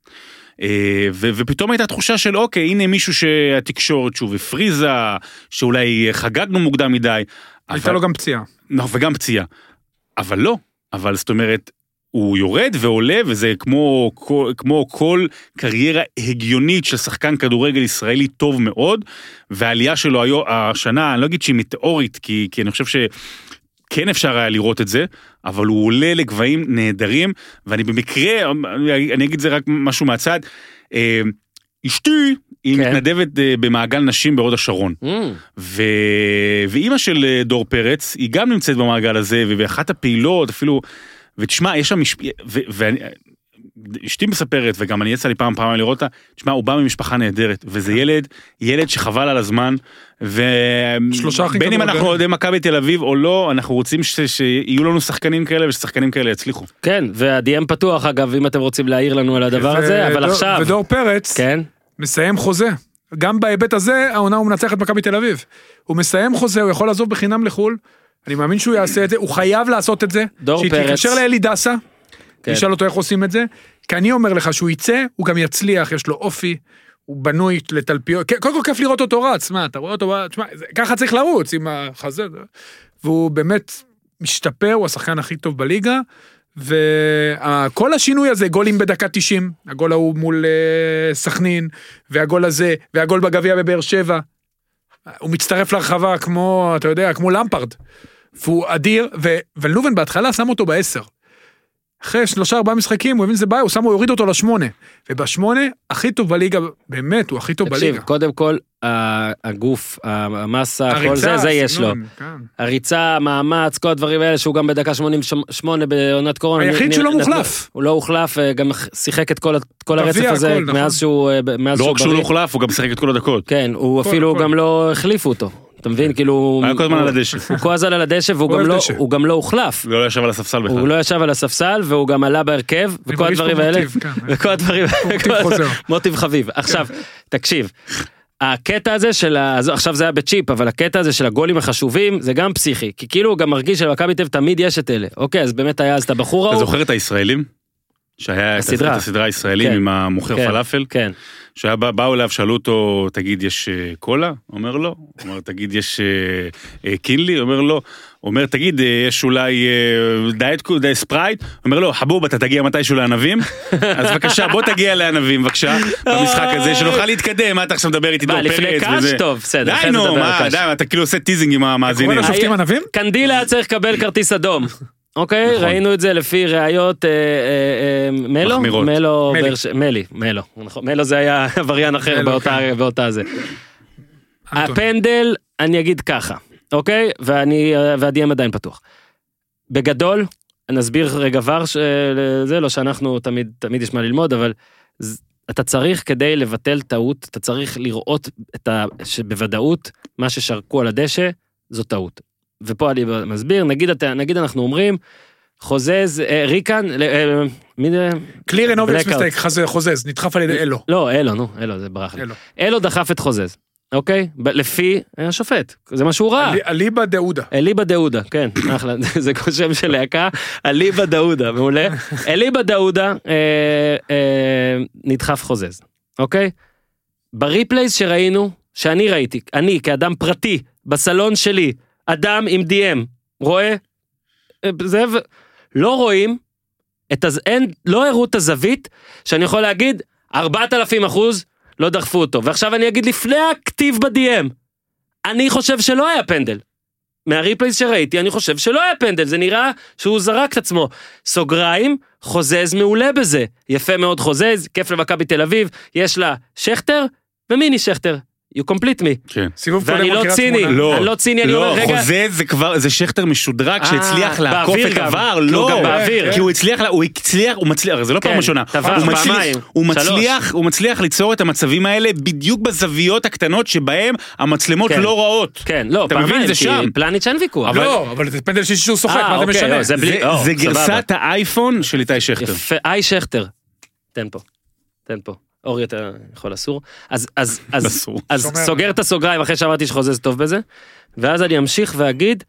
ופתאום הייתה תחושה של, אוקיי, הנה מישהו שהתקשורת שוב הפריזה, שאולי חגגנו מוקדם מדי. הייתה לו גם פציעה. וגם פציעה. אבל לא, אבל זאת אומרת, הוא יורד ועולה, וזה כמו, כמו כל קריירה הגיונית של שחקן כדורגל ישראלי טוב מאוד, והעלייה שלו היום, השנה, אני לא אגיד שהיא מטאורית, כי, כי אני חושב שכן אפשר היה לראות את זה, אבל הוא עולה לגבהים נהדרים, ואני במקרה, אני אגיד זה רק משהו מהצד, אשתי, היא כן. מתנדבת במעגל נשים בהוד השרון, mm. ו... ואימא של דור פרץ, היא גם נמצאת במעגל הזה, ובאחת הפעילות, אפילו, ותשמע, יש שם, משפ... ו... ואני, אשתי מספרת, וגם אני יצא לי פעם פעם לראות אותה, תשמע, הוא בא ממשפחה נהדרת, וזה ילד, ילד שחבל על הזמן, ובין אם אנחנו יודעים מכבי תל אביב או לא, אנחנו רוצים ש... שיהיו לנו שחקנים כאלה, וששחקנים כאלה יצליחו. כן, וה-די אם פתוח, אגב, אם אתם רוצים להעיר לנו על הדבר ו... הזה, אבל ודור, עכשיו... ודור פרץ, כן? מסיים חוזה. גם בהיבט הזה, העונה הוא מנצח את מכבי תל אביב. הוא מסיים חוזה, הוא יכול לעזוב בחינם לחול, אני מאמין שהוא יעשה את זה, הוא חייב לעשות את זה, שיתקשר לאלי דסה, נשאל אותו איך עושים את זה, כי אני אומר לך שהוא יצא, הוא גם יצליח, יש לו אופי, הוא בנוי לתלפיות, קודם כל כיף לראות אותו רץ, מה, אתה רואה אותו, תשמע, ככה צריך לרוץ עם החזה, והוא באמת משתפר, הוא השחקן הכי טוב בליגה, וכל השינוי הזה, גולים בדקה תשעים, הגול ההוא מול סכנין, והגול הזה, והגול בגביע בבאר שבע, הוא מצטרף לרחבה כמו, אתה יודע, כמו למפרד, והוא אדיר, ולובן בהתחלה שם אותו בעשר. אחרי שלושה ארבעה משחקים, הוא הבין שזה בעיה, הוא שם, הוא יוריד אותו לשמונה. ובשמונה, הכי טוב בליגה, באמת, הוא הכי טוב בליגה. תקשיב, קודם כל, הגוף, המסה, כל זה, זה יש לו. הריצה, המאמץ, כל הדברים האלה, שהוא גם בדקה שמונים ושמונה בעונת קורונה. היחיד שלא מוחלף. הוא לא הוחלף, גם שיחק את כל הרצף הזה, מאז שהוא... לא רק שהוא לא הוחלף, הוא גם שיחק את כל הדקות. כן, הוא אפילו גם לא החליפו אותו. אתה מבין, כאילו... היה כל הזמן על הדשא. הוא כל הזמן על הדשא, והוא גם לא הוחלף. הוא לא ישב על הספסל בכלל. הוא לא ישב על הספסל, והוא גם עלה בהרכב, וכל הדברים האלה. וכל הדברים האלה. מוטיב חביב. עכשיו, תקשיב. הקטע הזה של, עכשיו זה היה בצ'יפ, אבל הקטע הזה של הגולים החשובים, זה גם פסיכי. כי כאילו הוא גם מרגיש שלמכבי תל אביב תמיד יש את אלה. אוקיי, אז באמת היה אז את הבחור ההוא. אתה זוכר את הישראלים? שהיה את הסדרה הישראלים עם המוכר פלאפל? כן. שבאו אליו, שאלו אותו, תגיד, יש קולה? אומר לא. אומר, תגיד, יש קינלי? אומר לא. אומר, תגיד, יש אולי דיאט ספרייט? אומר לא, חבוב, אתה תגיע מתישהו לענבים? אז בבקשה, בוא תגיע לענבים, בבקשה, במשחק הזה, שנוכל להתקדם, מה אתה עכשיו מדבר איתי דור פרץ? לפני קאש טוב, בסדר. די נו, מה, די, אתה כאילו עושה טיזינג עם המאזינים. קוראים לשופטים ענבים? קנדיל היה צריך לקבל כרטיס אדום. אוקיי, ראינו את זה לפי ראיות מלו, מלו, מלי, מלו, מלו זה היה עבריין אחר באותה זה. הפנדל, אני אגיד ככה, אוקיי, והדיים עדיין פתוח. בגדול, נסביר רגע ור, זה לא שאנחנו תמיד, תמיד יש מה ללמוד, אבל אתה צריך כדי לבטל טעות, אתה צריך לראות שבוודאות מה ששרקו על הדשא, זו טעות. ופה אני מסביר, נגיד, נגיד אנחנו אומרים, חוזז, ריקן, מי זה? קליר אנובלס מסטייק, חוזז, נדחף על ידי אלו. לא, אלו, נו, אלו, זה ברח לי. אלו דחף את חוזז, אוקיי? לפי השופט, זה מה שהוא ראה. אליבא דאודה. אליבא דאודה, כן, אחלה, זה כל שם של להקה, אליבא דאודה, מעולה. אליבא דאודה נדחף חוזז, אוקיי? בריפלייס שראינו, שאני ראיתי, אני כאדם פרטי, בסלון שלי, אדם עם די אם, רואה? זה, לא רואים, את הז... אין, לא הראו את הזווית, שאני יכול להגיד, ארבעת אלפים אחוז לא דחפו אותו, ועכשיו אני אגיד לפני הכתיב ב-די אם, אני חושב שלא היה פנדל, מהריפלייס שראיתי, אני חושב שלא היה פנדל, זה נראה שהוא זרק את עצמו, סוגריים, חוזז מעולה בזה, יפה מאוד חוזז, כיף למכבי תל אביב, יש לה שכטר, ומיני שכטר, you complete me. כן. ואני לא ציני, אני לא ציני, אני אומר, רגע. לא, חוזז זה כבר, זה שכטר משודרג שהצליח לעקוף את עבר, לא, כי הוא הצליח, הוא הצליח, הוא מצליח, זה לא פעם ראשונה, הוא מצליח, הוא מצליח ליצור את המצבים האלה בדיוק בזוויות הקטנות שבהם המצלמות לא ראות. כן, לא, פעמיים, כי פלניץ' אין ויכוח. לא, אבל זה פנדל שישי שהוא שוחק, מה זה משנה? זה גרסת האייפון של איתי שכטר. יפה, איי שכטר. תן פה, תן פה. אורי אתה יכול אסור, אז, אז, אז, אז סוגר את הסוגריים אחרי שאמרתי שחוזז טוב בזה, ואז אני אמשיך ואגיד,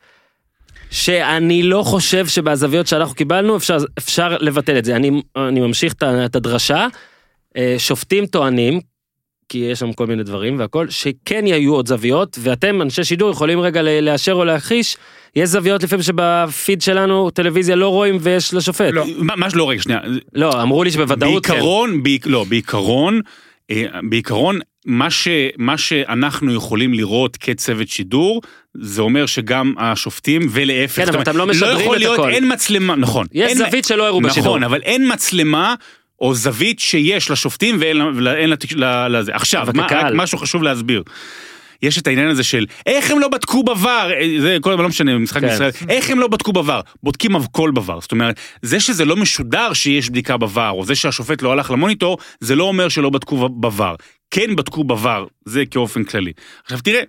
שאני לא חושב שבזוויות שאנחנו קיבלנו, אפשר, אפשר לבטל את זה, אני, אני ממשיך את הדרשה, שופטים טוענים, כי יש שם כל מיני דברים והכל, שכן יהיו עוד זוויות, ואתם אנשי שידור יכולים רגע לאשר או להכחיש, יש זוויות לפעמים שבפיד שלנו, טלוויזיה לא רואים ויש לשופט. לא, מה שלא רגע, שנייה. לא, אמרו לי שבוודאות כן. בעיקרון, לא, בעיקרון, בעיקרון, מה ש, מה שאנחנו יכולים לראות כצוות שידור, זה אומר שגם השופטים ולהפך. כן, אבל אתם לא משדרים את הכל. אין מצלמה, נכון. יש זווית שלא הראו בשידור. נכון, אבל אין מצלמה, או זווית שיש לשופטים ואין לזה. עכשיו, משהו חשוב להסביר. יש את העניין הזה של, איך הם לא בדקו בוואר, זה כל הזמן לא משנה, במשחק בישראל, איך הם לא בדקו בוואר, בודקים הכל בוואר, זאת אומרת, זה שזה לא משודר שיש בדיקה בוואר, או זה שהשופט לא הלך למוניטור, זה לא אומר שלא בדקו בוואר, כן בדקו בוואר, זה כאופן כללי. עכשיו תראה,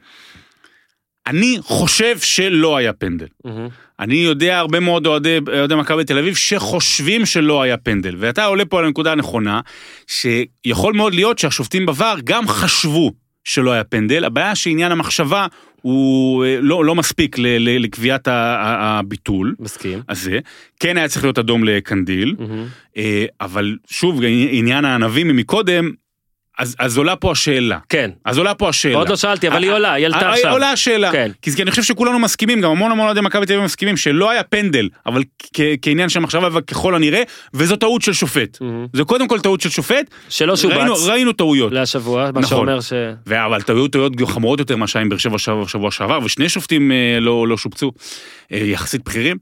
אני חושב שלא היה פנדל, אני יודע הרבה מאוד אוהדי מכבי תל אביב, שחושבים שלא היה פנדל, ואתה עולה פה על הנקודה הנכונה, שיכול מאוד להיות שהשופטים בוואר גם חשבו, שלא היה פנדל, הבעיה שעניין המחשבה הוא לא, לא מספיק ל, ל, לקביעת הביטול. מסכים. אז זה, כן היה צריך להיות אדום לקנדיל, mm-hmm. אבל שוב, עניין הענבים מקודם, אז, אז עולה פה השאלה. כן. אז עולה פה השאלה. עוד לא שאלתי, אבל היא עולה, היא עלתה היא עכשיו. עולה השאלה. כן. כי, כי אני חושב שכולנו מסכימים, גם המון המון אוהדי מכבי תל אביב מסכימים, שלא היה פנדל, אבל כ- כעניין של מחשבה וככל הנראה, וזו טעות של שופט. זה קודם כל טעות של שופט. שלא שובץ. ראינו, ראינו טעויות. להשבוע, מה נכון. שאומר ש... ו- אבל טעויות טעויות חמורות יותר מה שהיה עם באר שבע שבוע, שבוע שעבר, ושני שופטים אה, לא, לא שופצו, אה, יחסית בכירים.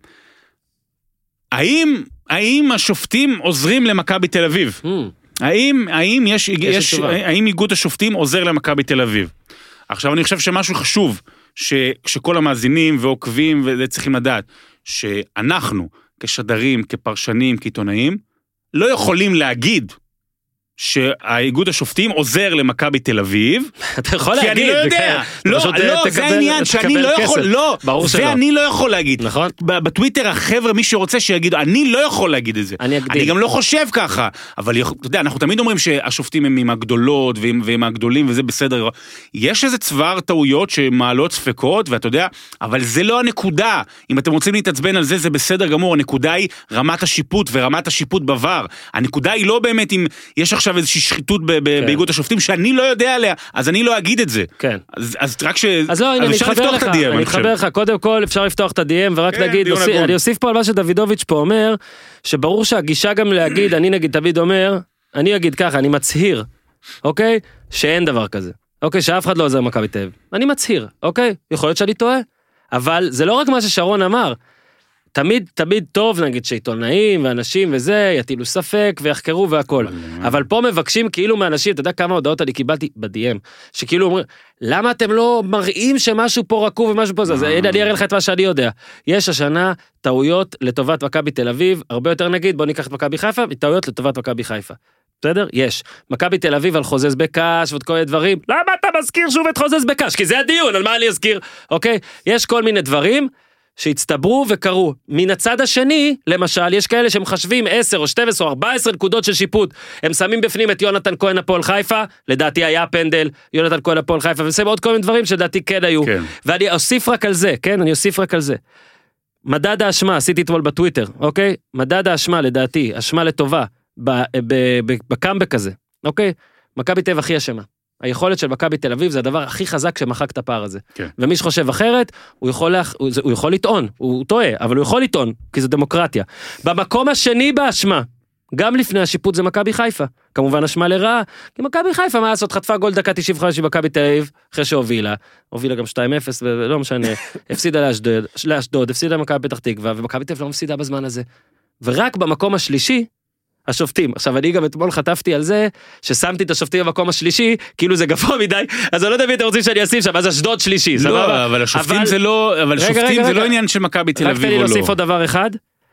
האם, האם השופטים עוזרים למכבי תל אביב? Hmm. האם, האם יש, יש יש, תשובה. האם איגוד השופטים עוזר למכבי תל אביב? עכשיו אני חושב שמשהו חשוב, ש, שכל המאזינים ועוקבים וזה צריכים לדעת, שאנחנו כשדרים, כפרשנים, כעיתונאים, לא יכולים להגיד שהאיגוד השופטים עוזר למכבי תל אביב, אתה יכול כי להגיד, אני לא יודע, לא, לא, זה העניין שאני לא יכול, לא, זה אני לא יכול להגיד, נכון? בטוויטר החבר'ה מי שרוצה שיגידו, אני לא יכול להגיד את זה, אני גם לא חושב ככה, אבל אתה יודע, אנחנו תמיד אומרים שהשופטים הם עם הגדולות ועם הגדולים וזה בסדר, יש איזה צוואר טעויות שמעלות ספקות ואתה יודע, אבל זה לא הנקודה, אם אתם רוצים להתעצבן על זה זה בסדר גמור, הנקודה היא רמת השיפוט ורמת השיפוט בבר, הנקודה היא לא באמת אם יש עכשיו איזושהי שחיתות באיגוד השופטים שאני לא יודע עליה, אז אני לא אגיד את זה. כן. אז רק ש... אז לא, הנה, אני אתחבר לך, אני אתחבר לך, קודם כל אפשר לפתוח את ה-די אם, ורק נגיד, אני אוסיף פה על מה שדוידוביץ' פה אומר, שברור שהגישה גם להגיד, אני נגיד תמיד אומר, אני אגיד ככה, אני מצהיר, אוקיי? שאין דבר כזה. אוקיי, שאף אחד לא עוזר מכבי תל אביב. אני מצהיר, אוקיי? יכול להיות שאני טועה. אבל זה לא רק מה ששרון אמר, תמיד, תמיד טוב, נגיד, שעיתונאים ואנשים וזה, יטילו ספק ויחקרו והכל. אבל פה מבקשים כאילו מאנשים, אתה יודע כמה הודעות אני קיבלתי ב-די אם, שכאילו אומרים, למה אתם לא מראים שמשהו פה רקוב ומשהו פה זה? אז הנה, אני אראה לך את מה שאני יודע. יש השנה טעויות לטובת מכבי תל אביב, הרבה יותר נגיד, בוא ניקח את מכבי חיפה, טעויות לטובת מכבי חיפה. בסדר? יש. מכבי תל אביב על חוזז בקש ועוד כל מיני דברים. למה אתה מזכיר שוב את חוזז בקש? כי זה הדיון, על מה אני אזכיר? אוקיי? יש כל מיני דברים שהצטברו וקרו. מן הצד השני, למשל, יש כאלה שמחשבים עשר או שתים עשרה או ארבע עשרה נקודות של שיפוט. הם שמים בפנים את יונתן כהן הפועל חיפה, לדעתי היה פנדל, יונתן כהן הפועל חיפה, ושמים עוד כל מיני דברים שלדעתי כן היו. כן. ואני אוסיף רק על זה, כן? אני אוסיף רק על זה. מדד האשמה, עשיתי אתמול בטוויטר, אוקיי? מדד האשמה, לדעתי, אשמה לטובה, בקאמבק הזה, אוקיי? מכבי תל אביב הכי אשמה. היכולת של מכבי תל אביב זה הדבר הכי חזק שמחק את הפער הזה. כן. ומי שחושב אחרת, הוא יכול, לה... הוא... הוא יכול לטעון, הוא טועה, אבל הוא יכול לטעון, כי זה דמוקרטיה. במקום השני באשמה, גם לפני השיפוט זה מכבי חיפה. כמובן אשמה לרעה, כי מכבי חיפה, מה לעשות, חטפה גול דקה תשעים וחמש במכבי תל אביב, אחרי שהובילה, הובילה גם שתיים אפס, ולא משנה, הפסידה לאשדוד, לאשדוד, הפסידה למכבי פתח תקווה, ומכבי תל אביב לא מפסידה בזמן הזה. ורק במקום השלישי, השופטים. עכשיו אני גם אתמול חטפתי על זה, ששמתי את השופטים במקום השלישי, כאילו זה גבוה מדי, אז אני לא יודע מי אתם רוצים שאני אשים שם, אז אשדוד שלישי. לא, אבל השופטים זה לא, אבל שופטים זה לא עניין של מכבי תל אביב או לא. רק תן לי להוסיף עוד דבר אחד,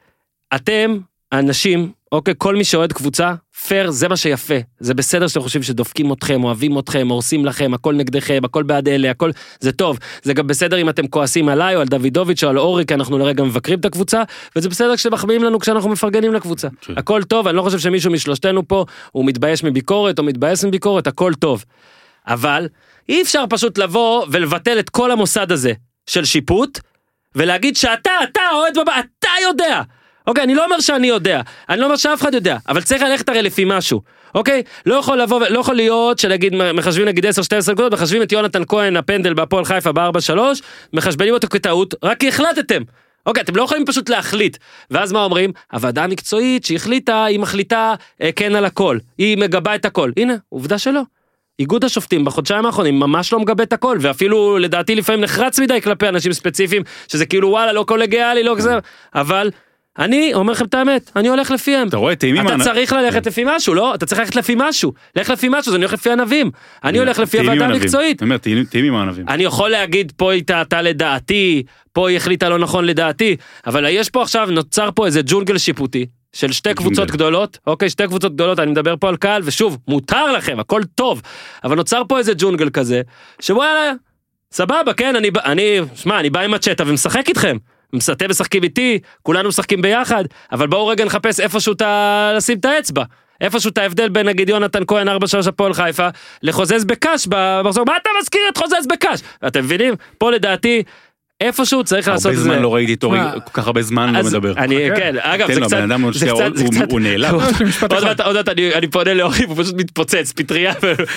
אתם, האנשים, אוקיי, כל מי שאוהד קבוצה, פייר, זה מה שיפה. זה בסדר שאתם חושבים שדופקים אתכם, אוהבים אתכם, הורסים לכם, הכל נגדכם, הכל בעד אלה, הכל, זה טוב. זה גם בסדר אם אתם כועסים עליי, או על דוידוביץ' או על אורי, כי אנחנו לרגע מבקרים את הקבוצה, וזה בסדר כשמחמיאים לנו כשאנחנו מפרגנים לקבוצה. הכל טוב, אני לא חושב שמישהו משלושתנו פה, הוא מתבייש מביקורת, או מתבייש מביקורת, הכל טוב. אבל, אי אפשר פשוט לבוא ולבטל את כל המוסד הזה של שיפוט, ולהגיד שאתה, אתה, אוהד בבא, אתה יודע. אוקיי, אני לא אומר שאני יודע, אני לא אומר שאף אחד יודע, אבל צריך ללכת הרי לפי משהו, אוקיי? לא יכול לבוא, לא יכול להיות שנגיד, מחשבים נגיד עשר שתים עשרה נקודות, מחשבים את יונתן כהן, הפנדל בהפועל חיפה ב-ארבע שלוש, מחשבנים אותו כטעות, רק כי החלטתם. אוקיי, אתם לא יכולים פשוט להחליט. ואז מה אומרים? הוועדה המקצועית שהחליטה, היא מחליטה אה, כן על הכל, היא מגבה את הכל. הנה, עובדה שלא. איגוד השופטים בחודשיים האחרונים ממש לא מגבה את הכל, ואפילו לדעתי לפעמים נחרץ מדי כלפי אנשים ספציפיים, שזה כאילו וואלה, לא קולגיאלי, לא כזה, אבל אני אומר לכם את האמת, אני הולך לפיהם. אתה רואה, תאימים... אתה צריך ללכת לפי משהו, לא? אתה צריך ללכת לפי משהו. לך לפי משהו, אז אני הולך לפי ענבים. אני הולך לפי הוועדה המקצועית. אני אומר, תאימים הענבים. אני יכול להגיד, פה היא טעתה לדעתי, פה היא החליטה לא נכון לדעתי, אבל יש פה עכשיו, נוצר פה איזה ג'ונגל שיפוטי, של שתי קבוצות גדולות, אוקיי, שתי קבוצות גדולות, אני מדבר פה על קהל, ושוב, מותר לכם, הכל טוב, אבל נוצר פה איזה ג'ונגל כזה, שוואלה, סבבה, כן, אני, אני, שמה, אני בא עם הצ'טה ומשחק איתכם. אתם משחקים איתי, כולנו משחקים ביחד, אבל בואו רגע נחפש איפשהו אתה לשים את האצבע, איפשהו את ההבדל בין נגיד יונתן כהן ארבע שלוש הפועל חיפה, לחוזז בקש, במחזור, מה אתה מזכיר את חוזז בקש? אתם מבינים? פה לדעתי, איפשהו צריך לעשות את זה. הרבה זמן לא ראיתי איתו, כל כך הרבה זמן לא מדבר. אני, כן, אגב, זה קצת, זה קצת, זה קצת, הוא נעלם. עוד מעט, אני פונה לאורי, הוא פשוט מתפוצץ, פטריה,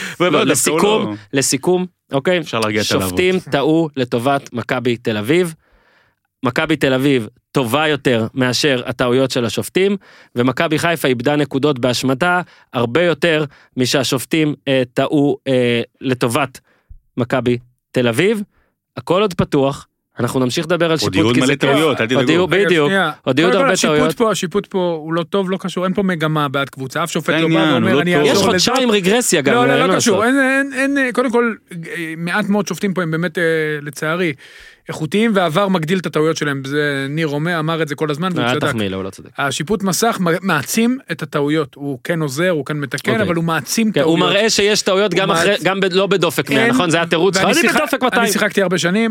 לסיכום, לסיכום, אוקיי, שופטים טעו לטובת מכבי תל אביב, מכבי תל אביב טובה יותר מאשר הטעויות של השופטים, ומכבי חיפה איבדה נקודות באשמתה, הרבה יותר משהשופטים טעו לטובת מכבי תל אביב, הכל עוד פתוח, אנחנו נמשיך לדבר על שיפוט, כי זה כיף. אל תדאגו. בדיוק, עוד יהיו הרבה טעויות. השיפוט פה הוא לא טוב, לא קשור, אין פה מגמה בעד קבוצה, אף שופט לא בא ואומר, אני יש חודשיים רגרסיה גם. לא, לא קשור, אין, קודם כל, מעט מאוד שופטים פה הם באמת, לצערי, איכותיים, ועבר מגדיל את הטעויות שלהם, זה ניר רומא אמר את זה כל הזמן, והוא צדק. תחמיא לו, הוא לא צודק. השיפוט מסך מעצים את הטעויות, הוא כן עוזר, הוא כן מתקן, אבל הוא מעצים טעויות. הוא מראה שיש טעויות גם לא בדופק מאה, נכון? זה היה תירוץ, אני בדופק מאתיים. אני שיחקתי הרבה שנים,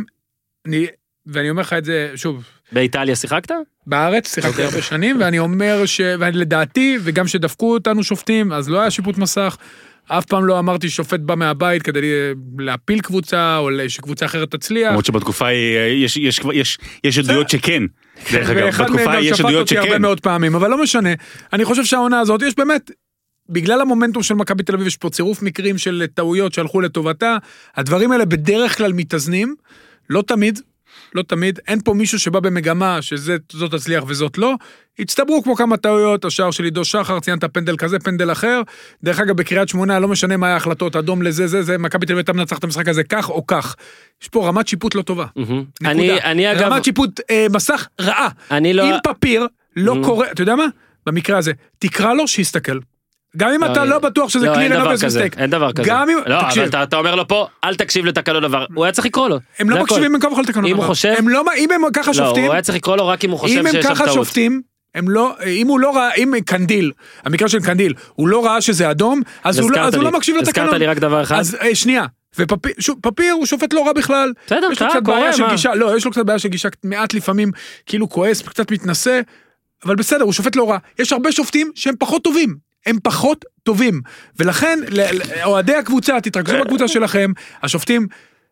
ואני אומר לך את זה, שוב. באיטליה שיחקת? בארץ, שיחקתי הרבה שנים, ואני אומר ש... ולדעתי, וגם שדפקו אותנו שופטים, אז לא היה שיפוט מסך, אף פעם לא אמרתי שופט בא מהבית כדי להפיל קבוצה, או שקבוצה אחרת תצליח. למרות שבתקופה יש, יש, יש, יש עדויות שכן. דרך אגב, בתקופה יש עדויות שכן. הרבה מאוד פעמים, אבל לא משנה. אני חושב שהעונה הזאת, יש באמת, בגלל המומנטום של מכבי תל אביב, יש פה צירוף מקרים של טעויות שהלכו לטובתה, הדברים האלה בדרך כלל מתאזנים, לא תמיד, לא תמיד, אין פה מישהו שבא במגמה שזאת תצליח וזאת לא, הצטברו כמו כמה טעויות, השער של עידו שחר, ציינת פנדל כזה, פנדל אחר, דרך אגב בקריית שמונה, לא משנה מה ההחלטות, אדום לזה, זה, זה, מכבי תל אביב מנצח את המשחק הזה, כך או כך, יש פה רמת שיפוט לא טובה, נקודה, רמת שיפוט מסך רעה, אם פפיר לא קורה, אתה יודע מה? במקרה הזה, תקרא לו שיסתכל, גם אם אתה לא בטוח שזה קליל לנובס מסטייק. אין דבר כזה. לא, אבל אתה אומר לו פה, אל תקשיב לתקנון דבר. הוא היה צריך לקרוא לו. הם לא מקשיבים בין כה וכל לתקנון דבר. אם הוא חושב... אם הם ככה שופטים... לא, הוא היה צריך לקרוא לו רק אם הוא חושב שיש שם טעות. אם הם ככה שופטים, אם הוא לא ראה, אם קנדיל, המקרה של קנדיל, הוא לא ראה שזה אדום, אז הוא לא מקשיב לתקנון. הזכרת לי רק דבר אחד. אז שנייה. ופפיר הוא שופט לא רע בכלל. בסדר, קורה, מה? לא, יש לו קצת בעיה של גישה מעט לפעמים, כאילו כועס, קצת מתנשא, אבל בסדר, הוא שופט לא רע. יש הרבה שופטים שהם פחות טובים. הם פחות טובים, ולכן, אוהדי הקבוצה, תתרכזו בקבוצה שלכם, השופטים,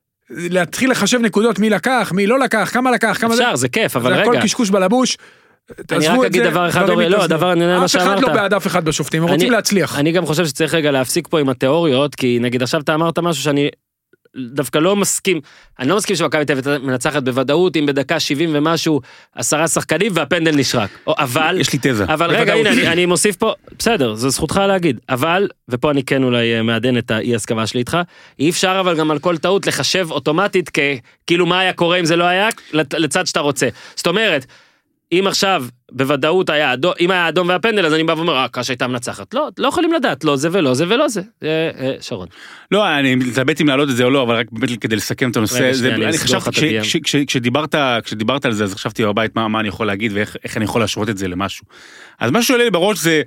להתחיל לחשב נקודות, מי לקח, מי לא לקח, כמה לקח, כמה... אפשר, זה כיף, אבל רגע. זה הכל קשקוש בלבוש. אני רק אגיד דבר אחד, אורי, לא, הדבר, אני יודע מה שאמרת. אף אחד לא בעד אף אחד בשופטים, הם רוצים להצליח. אני גם חושב שצריך רגע להפסיק פה עם התיאוריות, כי נגיד עכשיו אתה אמרת משהו שאני דווקא לא מסכים, אני לא מסכים שמכבי תל אביב מנצחת בוודאות, אם בדקה שבעים ומשהו, עשרה שחקנים והפנדל נשרק. אבל, יש לי תזה. אבל רגע, הנה, אני, אני מוסיף פה, בסדר, זו זכותך להגיד, אבל, ופה אני כן אולי מעדן את האי הסכמה שלי איתך, אי אפשר אבל גם על כל טעות לחשב אוטומטית, כאילו מה היה קורה אם זה לא היה, לצד שאתה רוצה. זאת אומרת, אם עכשיו בוודאות היה אדום, אם היה אדום והפנדל, אז אני בא ואומר, אה, קשה הייתה מנצחת. לא, לא יכולים לדעת, לא זה ולא זה ולא זה. שרון. לא, אני מתלבט אם להעלות את זה או לא, אבל רק באמת כדי לסכם את הנושא, אני חשבתי, כשדיברת על זה, אז חשבתי בבית מה אני יכול להגיד, ואיך אני יכול להשוות את זה למשהו. אז מה שעולה לי בראש זה,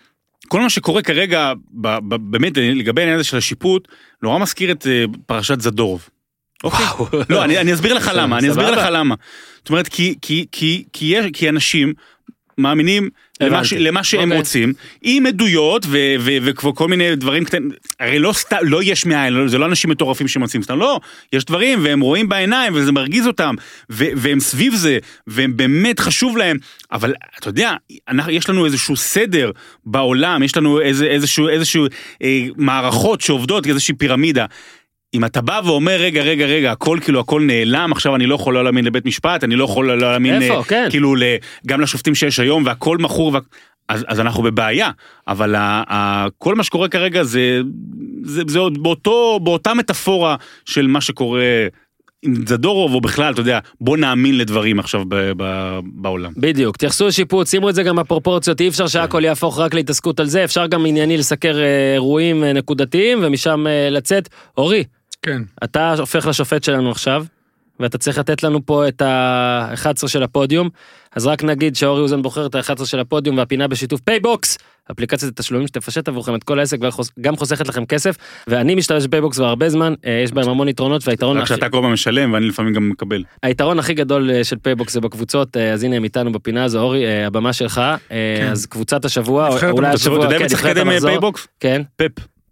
כל מה שקורה כרגע, באמת, לגבי העניין הזה של השיפוט, נורא מזכיר את פרשת זדורוב. אוקיי. לא, אני, אני אסביר לך למה, אני אסביר לך למה. זאת אומרת, כי, כי, כי, כי, כי אנשים מאמינים למה, למה שהם רוצים, עם עדויות ו, ו, וכל מיני דברים קטנים, הרי לא, סת, לא יש מאין, זה לא אנשים מטורפים שמוצאים סתם, לא, יש דברים והם רואים בעיניים וזה מרגיז אותם, ו, והם סביב זה, והם באמת חשוב להם, אבל אתה יודע, אנחנו, יש לנו איזשהו סדר בעולם, יש לנו איזה, איזשהו, איזשהו אה, מערכות שעובדות, איזושהי פירמידה, אם אתה בא ואומר, רגע, רגע, רגע, הכל כאילו, הכל נעלם, עכשיו אני לא יכול לא להאמין לבית משפט, אני לא יכול לא להאמין, איפה, כן. כאילו, גם לשופטים שיש היום, והכל מכור, אז, אז אנחנו בבעיה, אבל ה, ה, כל מה שקורה כרגע זה, זה, זה עוד באותו, באותה מטאפורה של מה שקורה עם זדורוב, או בכלל, אתה יודע, בוא נאמין לדברים עכשיו ב, ב, בעולם. בדיוק, תייחסו לשיפוט, שימו את זה גם בפרופורציות, אי אפשר שהכל יהפוך רק להתעסקות על זה, אפשר גם ענייני לסקר אירועים נקודתיים, ומשם לצאת. אורי, כן. אתה הופך לשופט שלנו עכשיו, ואתה צריך לתת לנו פה את ה-אחד עשר של הפודיום, אז רק נגיד שאורי אוזן בוחר את ה-אחד עשר של הפודיום, והפינה בשיתוף פייבוקס, אפליקציית התשלומים שתפשט עבורכם את כל העסק, וגם חוסכת לכם כסף, ואני משתמש בפייבוקס כבר הרבה זמן, יש בהם המון יתרונות, והיתרון... רק שאתה כל פעם משלם, ואני לפעמים גם מקבל. היתרון הכי גדול של פייבוקס זה בקבוצות, אז הנה הם איתנו בפינה הזו, אורי, הבמה שלך, אז קבוצת השבוע, אולי השבוע, אתה יודע מי צריך לקדם פייבוקס? כן. פפ.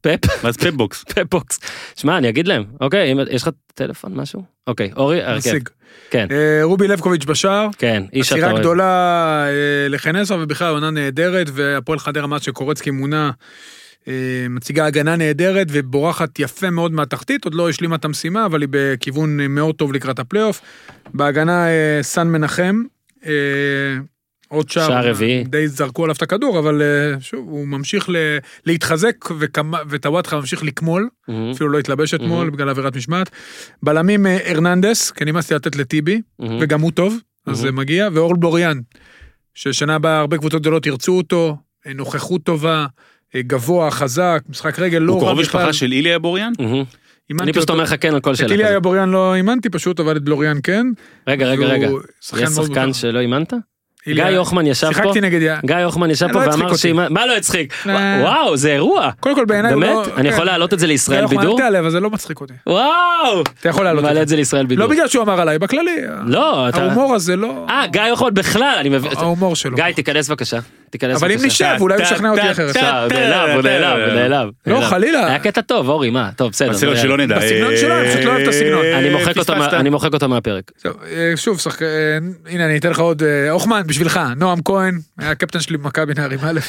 פפ? מה זה פפבוקס? פפבוקס. שמע, אני אגיד להם, אוקיי, אם יש לך טלפון, משהו? אוקיי, אורי, הרכב. כן. רובי לבקוביץ' בשער. כן, איש אתה אוהב. עצירה גדולה לחן עזרא, ובכלל עונה נהדרת, והפועל חדרה מאז שקורצקי מונה, מציגה הגנה נהדרת, ובורחת יפה מאוד מהתחתית, עוד לא השלימה את המשימה, אבל היא בכיוון מאוד טוב לקראת הפלייאוף. בהגנה סן מנחם, עוד שער, שער רביעי. די זרקו עליו את הכדור, אבל שוב, הוא ממשיך להתחזק, וטוואטחה ממשיך לקמול, אפילו לא התלבש אתמול, בגלל עבירת משמעת. בלמים הרננדס, כי נמאסתי לתת לטיבי, וגם הוא טוב, אז זה מגיע, ואורל בלוריאן, ששנה הבאה הרבה קבוצות גדולות ירצו אותו, נוכחות טובה, גבוה, חזק, משחק רגל, לא רע בכלל. הוא קרוב משפחה של איליה בוריאן? אני פשוט אומר לך כן על כל שאלה. את איליה בוריאן לא אימנתי פשוט, אבל את בלוריאן כן. רגע, רגע, רגע. יש שחקן שלא אימנת? גיא יוחמן ישב פה, שיחקתי נגד יא. גיא יוחמן ישב פה ואמר שאימא, מה לא הצחיק? וואו, זה אירוע. קודם כל בעיניי הוא לא... באמת? אני יכול להעלות את זה לישראל בידור? גיא יוחמן תעלה, אבל זה לא מצחיק אותי. וואו! אתה יכול להעלות מעלה את זה לישראל בידור. לא בגלל שהוא אמר עליי, בכללי. לא, אתה... ההומור הזה לא... אה, גיא יוחמן בכלל, אני מבין... ההומור שלו. גיא, תיכנס בבקשה. אבל אם נשב, אולי הוא ישכנע אותי אחרת. הוא נעלב, הוא נעלב, הוא נעלב. לא, חלילה. היה קטע טוב, אורי, מה? טוב, בסדר. שלא נדע. בסגנון שלו, אני פשוט לא אוהב את הסגנון. אני מוחק אותו מהפרק. שוב, הנה אני אתן לך עוד, אוחמן, בשבילך, נועם כהן, היה הקפטן שלי במכבי נערים א'.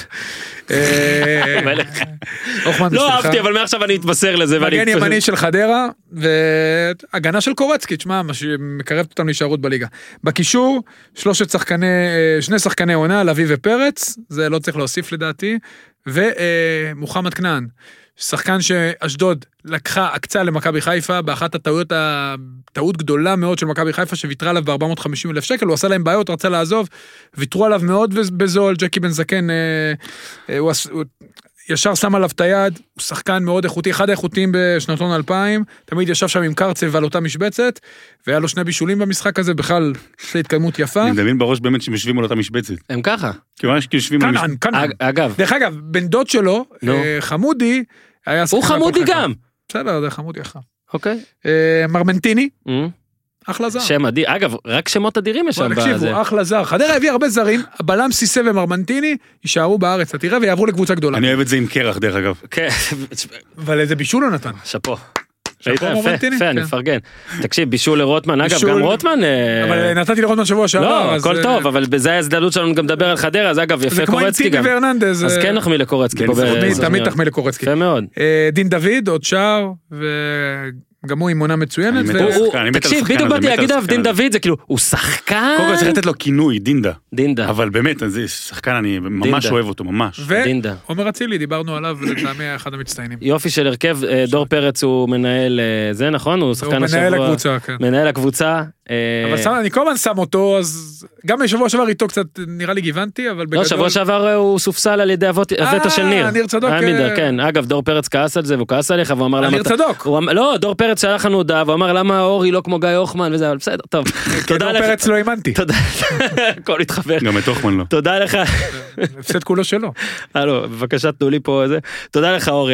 לא אהבתי, אבל מעכשיו אני אתבשר לזה. מגן ימני של חדרה, והגנה של קורצקי, תשמע, מה שמקרבת אותם להישארות בליגה. בקישור, שלושת שחקני, שני שחקני עונה, לוי ופרץ, זה לא צריך להוסיף לדעתי, ומוחמד כנען, שחקן שאשדוד לקחה הקצה למכבי חיפה, באחת הטעויות, טעות גדולה מאוד של מכבי חיפה, שוויתרה עליו ב-ארבע מאות וחמישים אלף שקל, הוא עשה להם בעיות, רצה לעזוב, ויתרו עליו מאוד בזול, ג'קי בן זקן, הוא ישר שם עליו את היד, הוא שחקן מאוד איכותי, אחד האיכותיים בשנתון אלפיים, תמיד ישב שם עם קרצב ועל אותה משבצת, והיה לו שני בישולים במשחק הזה, בכלל שתי התקדמות יפה. אני מדמיין בראש באמת שמשווים על אותה משבצת. הם ככה. כמובן שיושבים על משבצת. כנען, אגב. דרך אגב, בן דוד שלו, חמודי, היה הוא חמודי גם. בסדר, זה חמודי אחד. אוקיי. מרמנטיני. אחלה זר. שם אדיר, אגב, רק שמות אדירים יש שם. תקשיבו, אחלה זר. חדרה הביא הרבה זרים, הבלם סיסה ומרמנטיני יישארו בארץ, אתה תראה, ויעברו לקבוצה גדולה. אני אוהב את זה עם קרח, דרך אגב. כן. אבל איזה בישול הוא נתן. שפו. שפו מרמנטיני? יפה, אני מפרגן. תקשיב, בישול לרוטמן, אגב, גם רוטמן... אבל נתתי לרוטמן שבוע שעבר. לא, הכל טוב, אבל בזה ההזדמנות שלנו גם לדבר על חדרה, אז אגב, יפה קורצקי גם. אז כן נחמיא לקורצקי. תמיד תחמיא לקורצקי. יפה מאוד. דין דוד, עוד שער, גם הוא עם עונה מצוינת. תקשיב, בדיוק באתי להגיד עליו דין דוד, זה כאילו, הוא שחקן. קודם כל צריך לתת לו כינוי, דינדה. דינדה. אבל באמת, זה שחקן, אני ממש אוהב אותו, ממש. ועומר אצילי, דיברנו עליו, ולטעמי אחד המצטיינים. יופי של הרכב, דור פרץ הוא מנהל, זה נכון? הוא שחקן השבוע. הוא מנהל הקבוצה, כן. מנהל הקבוצה. אבל אני כל הזמן שם אותו, אז גם בשבוע שעבר איתו קצת נראה לי גיוונתי, אבל בגדול... לא, שבוע שעבר הוא סופסל על ידי הווטו של ניר. אה, ניר צדוק. כן, אגב, דור פרץ כעס על זה, והוא כעס עליך, והוא אמר למה... ניר צדוק. לא, דור פרץ שלח לנו הודעה, והוא אמר למה אורי לא כמו גיא יוחמן, וזה, אבל בסדר, טוב. דור פרץ לא האמנתי. תודה. הכל התחבר. גם את יוחמן לא. תודה לך. הפסד כולו שלו. הלו, בבקשה תנו לי פה איזה. תודה לך אורי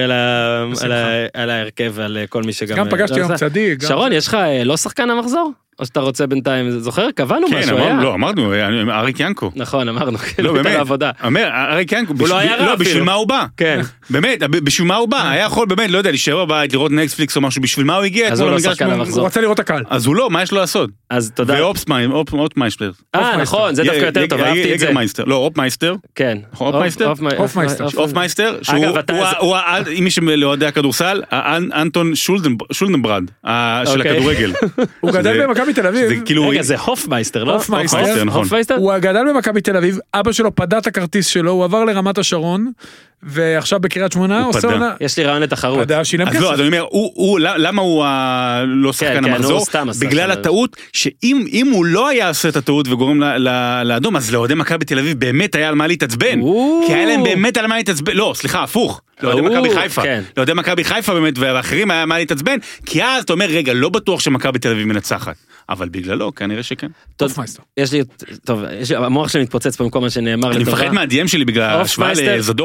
על ההרכב ועל כל מי שגם... גם פגשתי יום צדיק. שרון, יש לך לא שחקן המחזור? או שאתה רוצה בינתיים, זוכר? קבענו משהו, היה? כן, לא, אמרנו, אריק ינקו. נכון, אמרנו, לא, באמת, אומר, אריק ינקו, הוא לא היה רע אפילו. בשביל מה הוא בא? כן. באמת, בשביל מה הוא בא? היה יכול, באמת, לא יודע, להישאר בבית, לראות נטפליקס או משהו, בשביל מה הוא הגיע? אז הוא לא שחקן המחזור. הוא רצה לראות הקהל. אז הוא לא, מה יש לו לעשות? אז תודה. ואופמייסטר. אה, נכון, זה דווקא יותר טוב, אהבתי את זה. לא, אופמייסטר. כן. אופמייסטר? אופמייסטר, שהוא, אם מי שלאוהדי הכדורסל, אנטון שולדנברד, של הכדורגל. הוא גדל במכבי תל אביב. רגע, זה הופמייסטר, לא? הופמייסטר, נכון. הוא גדל במכבי תל אביב, אבא שלו פדה את הכרטיס שלו, הוא עבר לרמת השרון, ועכשיו בקריית שמונה עושה עונה... יש לי רעיון לתחרות. פדה, שילם כסף. אז לא, אז אני אומר, למה הוא לא שחקן המחזור? בגלל הטעות, שאם הוא לא היה עושה את הטעות וגורם לאדום, אז לאוהדי מכבי תל אביב באמת היה על מה להתעצבן. כי היה להם באמת על מה להתעצבן. לא, סליחה, הפוך. לאוהדי מכבי חיפה. לאוהדי מכבי חיפה באמת, ואחרים היה מה להתעצבן, כי אז אתה אומר, רגע, לא בטוח שמכבי תל אביב מנצחת. אבל בגללו, כנראה שכן. יש לי, טוב, המוח שלי מתפוצץ פה עם כל מה שנאמר. אני מפחד מהדי אם שלי בגלל ההשוואה לזדורוב, אנשים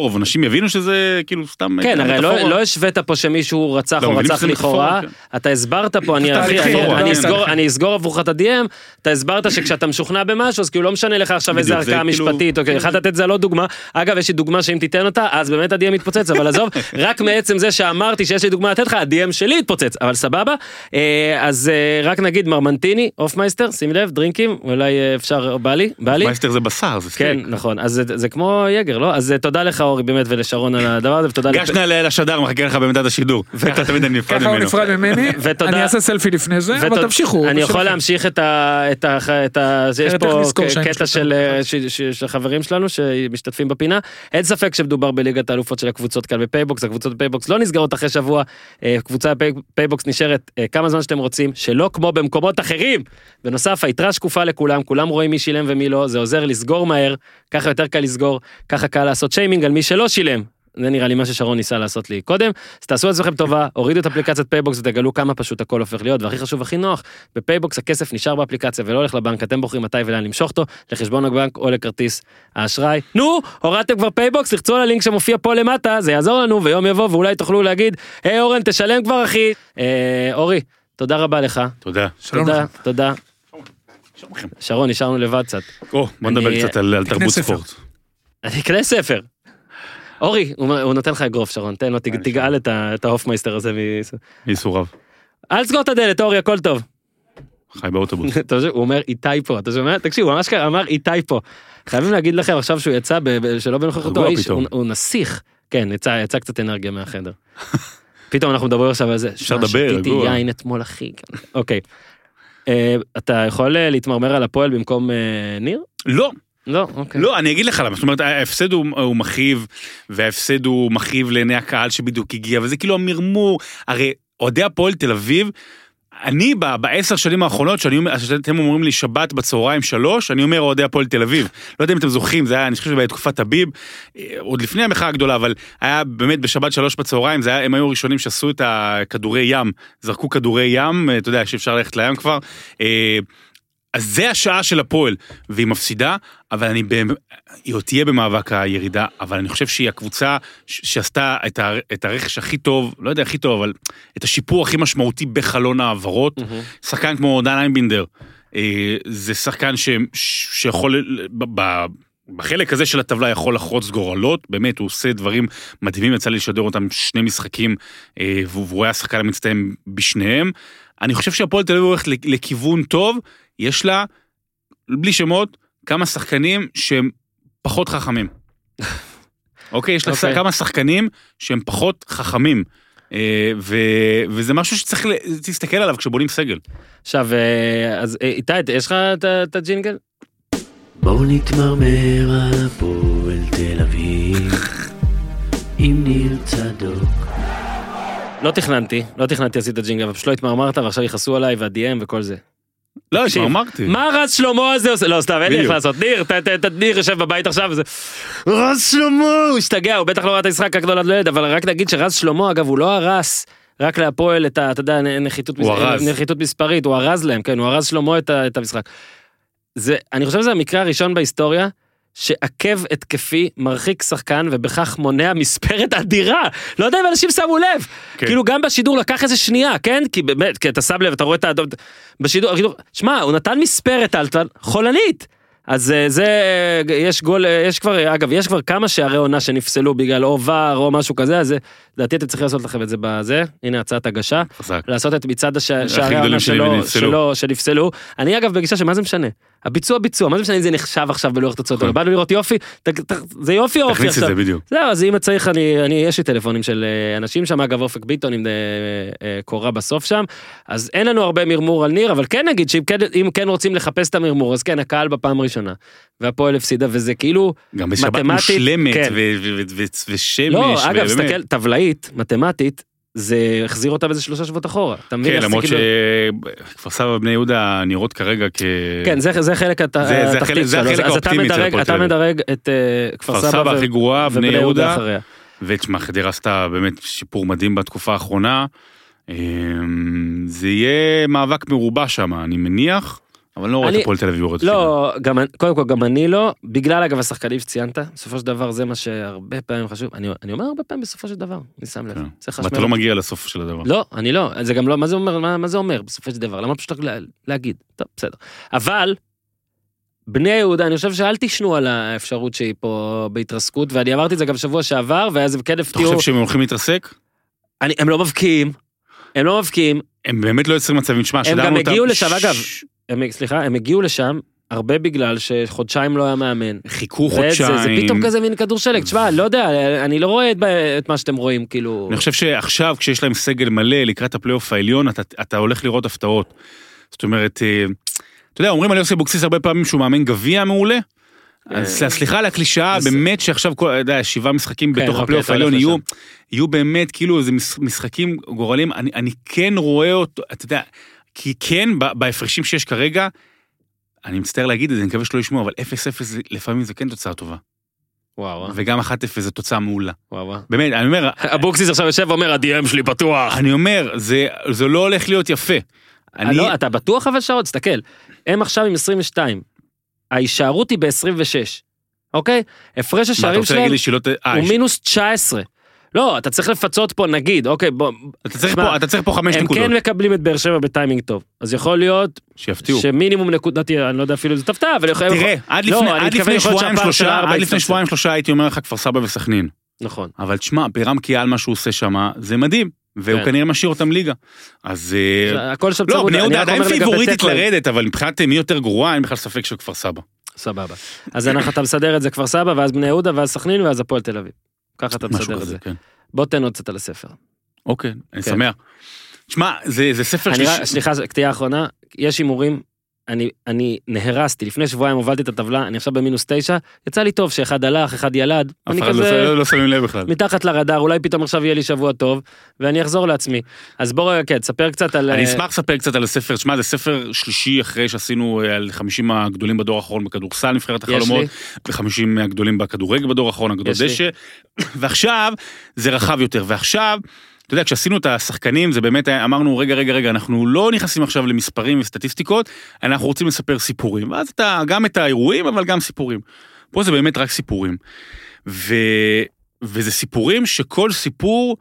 הבינו שזה כאילו סתם... כן, הרי לא השווית פה שמישהו רצח או רצח לכאורה, אתה הסברת פה, אני אסגור עבורך את ה-די אם, אתה הסברת שכשאתה משוכנע במשהו, אז כאילו לא משנה לך עכשיו איזה ערכאה משפטית, יכולת לתת זה לא דוגמה, אגב יש לי דוגמה שאם תיתן אותה, אז באמת ה-די אם מתפוצץ, אבל עזוב, רק מעצם זה שאמרתי שיש לי דוגמה לתת לך, ה-די אם שלי התפוצץ, אבל סבבה, אז רק נגיד מרמנטיני, אופמייסטר, שים לב, דרינקים, אולי אפשר, בא לי, בא לי. אופמייסטר זה בשר, זה סטייק. כן, נכון, אז זה כמו יגר, לא? אז תודה לך אורי באמת ולשרון על הדבר הזה, ותודה לך. גשנה לשדר, מחכה לך במדד השידור. ככה תמיד אני נפרד ממנו. ככה הוא נפרד ממני, אני אעשה סלפי לפני זה, אבל תמשיכו. אני יכול להמשיך את ה... יש פה קטע של החברים שלנו שמשתתפים בפינה. אין ספק שמדובר בליגת האלופות של הקבוצות כאן בפייבוקס, הקבוצות בפייבוקס לא נסגרות אחרי שבוע, קבוצה בפייבוקס נשארת כמה זמן שאתם רוצים, שלא כמו במקומות אחרים. בנוסף, היתרה שקופה לכולם, כולם רואים מי שילם ומי לא, זה עוזר לסגור מהר, ככה יותר קל לסגור, ככה קל לעשות שיימינג על מי שלא שילם. זה נראה לי מה ששרון ניסה לעשות לי קודם. אז תעשו את עצמכם טובה, הורידו את אפליקציית פייבוקס ותגלו כמה פשוט הכל הופך להיות, והכי חשוב, הכי נוח, בפייבוקס הכסף נשאר באפליקציה ולא הולך לבנק, אתם בוחרים מתי ולאן למשוך אותו, לחשבון הבנק או לכרטיס האשראי. נו, הורדתם כבר פייבוקס, לחצו על הלינק שמופיע פה למטה, זה יעזור לנו, ויום יבוא ואולי תוכלו להגיד, היי אורן, תשלם כבר אחי. אה, אורי, תודה רבה לך. תודה. תודה, תודה. שרון, נשארנו לבד קצת. או, בוא נדבר קצת על תרבות ספורט. אני אקנה ספר. אורי, הוא נותן לך אגרוף, שרון, תן לו, תגאל את ההופמייסטר הזה מייסוריו. אל תסגור את הדלת, אורי, הכל טוב. חי באוטובוס. הוא אומר איתי פה, אתה שומע? תקשיב, הוא ממש אמר איתי פה. חייבים להגיד לכם עכשיו שהוא יצא, שלא בנוכחותו, הוא נסיך. כן, יצא קצת אנרגיה מהחדר. פתאום אנחנו מדברים עכשיו על זה. אפשר לדבר, שתיתי יין אתמול אחי. אוקיי. אתה יכול להתמרמר על הפועל במקום ניר? לא. לא, אוקיי. לא, אני אגיד לך למה, זאת אומרת, ההפסד הוא, הוא מכאיב, וההפסד הוא מכאיב לעיני הקהל שבדיוק הגיע, וזה כאילו המרמור, הרי אוהדי הפועל תל אביב, אני בעשר שנים האחרונות, שאתם אומרים לי שבת בצהריים שלוש, אני אומר אוהדי הפועל תל אביב, לא יודע אם אתם זוכרים, זה היה, אני חושב שבתקופת הביב, עוד לפני המחאה הגדולה, אבל היה באמת בשבת שלוש בצהריים, זה היה, הם היו הראשונים שעשו את הכדורי ים, זרקו כדורי ים, אתה יודע שאפשר ללכת לים כבר, אז זה השעה של הפועל, והיא מפסידה, אבל אני, היא עוד תהיה במאבק הירידה, אבל אני חושב שהיא הקבוצה שעשתה את, ה, את הרכש הכי טוב, לא יודע הכי טוב, אבל את השיפור הכי משמעותי בחלון העברות, mm-hmm. שחקן כמו דן איינבינדר, זה שחקן ש, שיכול, ב, בחלק הזה של הטבלה יכול לחרוץ גורלות, באמת הוא עושה דברים מדהימים, יצא לי לשדר אותם שני משחקים, והוא היה שחקן המצטיים בשניהם, אני חושב שהפועל תל אביב הולכת לכיוון טוב, יש לה, בלי שמות, כמה שחקנים שהם פחות חכמים. אוקיי, יש לה okay. כמה שחקנים שהם פחות חכמים, ו- וזה משהו שצריך להסתכל עליו כשבונים סגל. עכשיו, אז איתי, יש לך את הג'ינגל? בואו נתמרמר על הפועל תל אביב, עם ניר צדוק. לא תכננתי, לא תכננתי עשית ג'ינגל, אבל פשוט לא התמרמרת, ועכשיו יכעסו עליי, וה-די אם וכל זה. לא, התמרמרתי. מה רז שלמה הזה עושה? לא, סתם, אין לי איך לעשות. ניר, ניר יושב בבית עכשיו, וזה... רז שלמה! הוא השתגע, הוא בטח לא ראה את המשחק הגדול עד לא יודע, אבל רק נגיד שרז שלמה, אגב, הוא לא הרס, רק להפועל את ה... אתה יודע, נחיתות מספרית, הוא הרז להם, כן, הוא הרז שלמה את המשחק. אני חושב שזה המקרה הראשון בהיסטוריה, שעקב התקפי מרחיק שחקן ובכך מונע מספרת אדירה. לא יודע אם אנשים שמו לב. כן. כאילו גם בשידור לקח איזה שנייה, כן? כי באמת, כי אתה שם לב, אתה רואה את האדום. בשידור, שמה, הוא נתן מספרת על חולנית. אז זה, יש גול, יש כבר, אגב, יש כבר כמה שערי עונה שנפסלו בגלל או ור או משהו כזה, אז לדעתי אתם צריכים לעשות לכם את זה בזה, הנה הצעת הגשה, חזק. לעשות את מצד השערי העונה שלו, שלו, שנפסלו. אני אגב בגישה שמה זה משנה? הביצוע ביצוע, מה זה משנה אם זה נחשב עכשיו בלוח תוצאות, באנו לראות יופי, זה יופי או אופי עכשיו. זה בדיוק. זהו, אז אם צריך, אני, אני, יש לי טלפונים של אנשים שם, אגב אופק ביטון, אם קורה בסוף שם, אז אין לנו הרבה מרמור על ניר, אבל כן נגיד שאם כן, אם כן רוצים לחפש את המרמור, אז כן, הקהל בפעם הראשונה, והפועל הפסידה, וזה כאילו גם בשבת מושלמת, ושמש. לא, אגב, סתכל, טבלאית, מתמטית, זה החזיר אותה באיזה שלושה שבועות אחורה. כן, למרות שכפר סבא בני יהודה נראות כרגע כ... כן, זה חלק התחתית שלו. אז אתה מדרג את כפר סבא הכי גרועה, בני יהודה, ותשמע, חדרה עשתה באמת שיפור מדהים בתקופה האחרונה. זה יהיה מאבק מרובה שם, אני מניח, אבל אני לא רואה את הפועל תל אביב יורד. לא, קודם כל גם אני לא, בגלל אגב השחקנים שציינת, בסופו של דבר זה מה שהרבה פעמים חשוב, אני אומר הרבה פעמים בסופו של דבר, אני שם לב. ואתה לא מגיע לסוף של הדבר. לא, אני לא, זה גם לא, מה זה אומר, מה זה אומר בסופו של דבר, למה פשוט להגיד, טוב, בסדר. אבל, בני יהודה, אני חושב שאל תשנו על האפשרות שהיא פה בהתרסקות, ואני אמרתי את זה גם שבוע שעבר, ואז הם כן הפתיעו. אתה חושב שהם הולכים להתרסק? הם לא מבקיעים, הם לא מבקיעים. הם באמת לא יוצרים מצבים, שמה, הם גם הגיעו לשם, אגב, הם, סליחה, הם הגיעו לשם, הרבה בגלל שחודשיים לא היה מאמן. חיכו חודשיים. זה, זה פתאום כזה מין כדור שלג, תשמע, לא יודע, אני לא רואה את, את מה שאתם רואים, כאילו... אני חושב שעכשיו, כשיש להם סגל מלא לקראת הפלייאוף העליון, אתה, אתה הולך לראות הפתעות. זאת אומרת, אתה יודע, אומרים על יוסי אבוקסיס הרבה פעמים שהוא מאמן גביע מעולה, אז סליחה על הקלישאה, באמת שעכשיו, שבעה משחקים בתוך הפלייאוף העליון יהיו, יהיו באמת כאילו איזה משחקים גורלים, אני, אני כן רואה אותו, אתה יודע, כי כן, בהפרשים שיש כרגע, אני מצטער להגיד את זה, אני מקווה שלא ישמעו, אבל אפס אפס לפעמים זה כן תוצאה טובה. וואו. וגם אחת אפס זה תוצאה מעולה. וואו. באמת, אני אומר... אבוקסיס עכשיו יושב ואומר, ה-די אם שלי פתוח. אני אומר, זה, זה לא הולך להיות יפה. אני... לא, אתה בטוח אבל שעות, תסתכל. הם עכשיו עם עשרים ושתיים. ההישארות היא ב-עשרים ושש. אוקיי? הפרש השערים שלהם הוא מינוס תשע עשרה. לא, אתה צריך לפצות פה, נגיד, אוקיי, בוא... אתה צריך פה, אתה צריך פה חמש הם נקודות. כן מקבלים את באר שבע בטיימינג טוב. אז יכול להיות... שיפתיעו. שמינימום נקודת, אני לא יודע אפילו זה תפתע, אבל יכול... תראה, עד לפני, עד לפני שבועיים שלושה, עד לפני שבועיים שלושה הייתי אומר לך כפר סבא וסכנין. נכון. אבל תשמע, ברם קיאל מה שהוא עושה שם, זה מדהים. והוא כנראה משאיר אותם ליגה. אז... הכל שם לא, צרוד. בני יהודה עדיין פיבוריטית לרדת, אבל מבחינת מי יותר גרועה, אין בכלל ספק של כפר סבא. סבבה. אז אנחנו אתה מסדר את זה כפר סבא, ואז בני יהודה, ואז סכנין, ואז הפועל תל אביב. ככה אתה מסדר את זה. בוא תן עוד קצת על הספר. אוקיי, אני שמח. תשמע, זה ספר שלישי. סליחה, קטיעה האחרונה, יש הימורים, אני, אני נהרסתי, לפני שבועיים הובלתי את הטבלה, אני עכשיו במינוס תשע, יצא לי טוב שאחד הלך, אחד ילד, אני כזה, לא, לא שמים לב בכלל. מתחת לרדאר, אולי פתאום עכשיו יהיה לי שבוע טוב, ואני אחזור לעצמי. אז בוא רגע, כן, תספר קצת על... אני אשמח לספר קצת על הספר, תשמע, זה ספר שלישי אחרי שעשינו על חמישים הגדולים בדור האחרון בכדורסל, נבחרת החלומות, ו-חמישים הגדולים בכדורגל בדור האחרון, אגדות דשא, ועכשיו זה רחב יותר, ועכשיו אתה יודע, כשעשינו את השחקנים, זה באמת, אמרנו, רגע, רגע, רגע, אנחנו לא נכנסים עכשיו למספרים וסטטיסטיקות, אנחנו רוצים לספר סיפורים, ואז אתה, גם את האירועים, אבל גם סיפורים. פה זה באמת רק סיפורים. ו... וזה סיפורים שכל סיפור,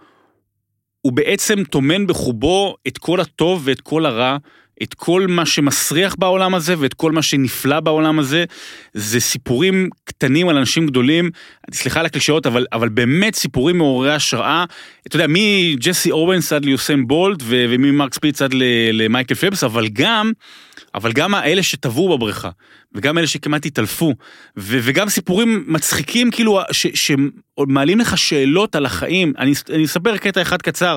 הוא בעצם תומן בחובו את כל הטוב ואת כל הרע, את כל מה שמסריח בעולם הזה, ואת כל מה שנפלא בעולם הזה, זה סיפורים קטנים על אנשים גדולים, סליחה על הקלישאות, אבל, אבל באמת סיפורים מעוררי השראה, אתה יודע, מג'סי אורנס עד ליוסם בולט, וממרק ספיץ עד למייקל פלפס, אבל גם, אבל גם האלה שטבעו בבריכה, וגם אלה שכמעט התעלפו, ו, וגם סיפורים מצחיקים, כאילו, ש, שמעלים לך שאלות על החיים, אני, אני אספר קטע אחד קצר,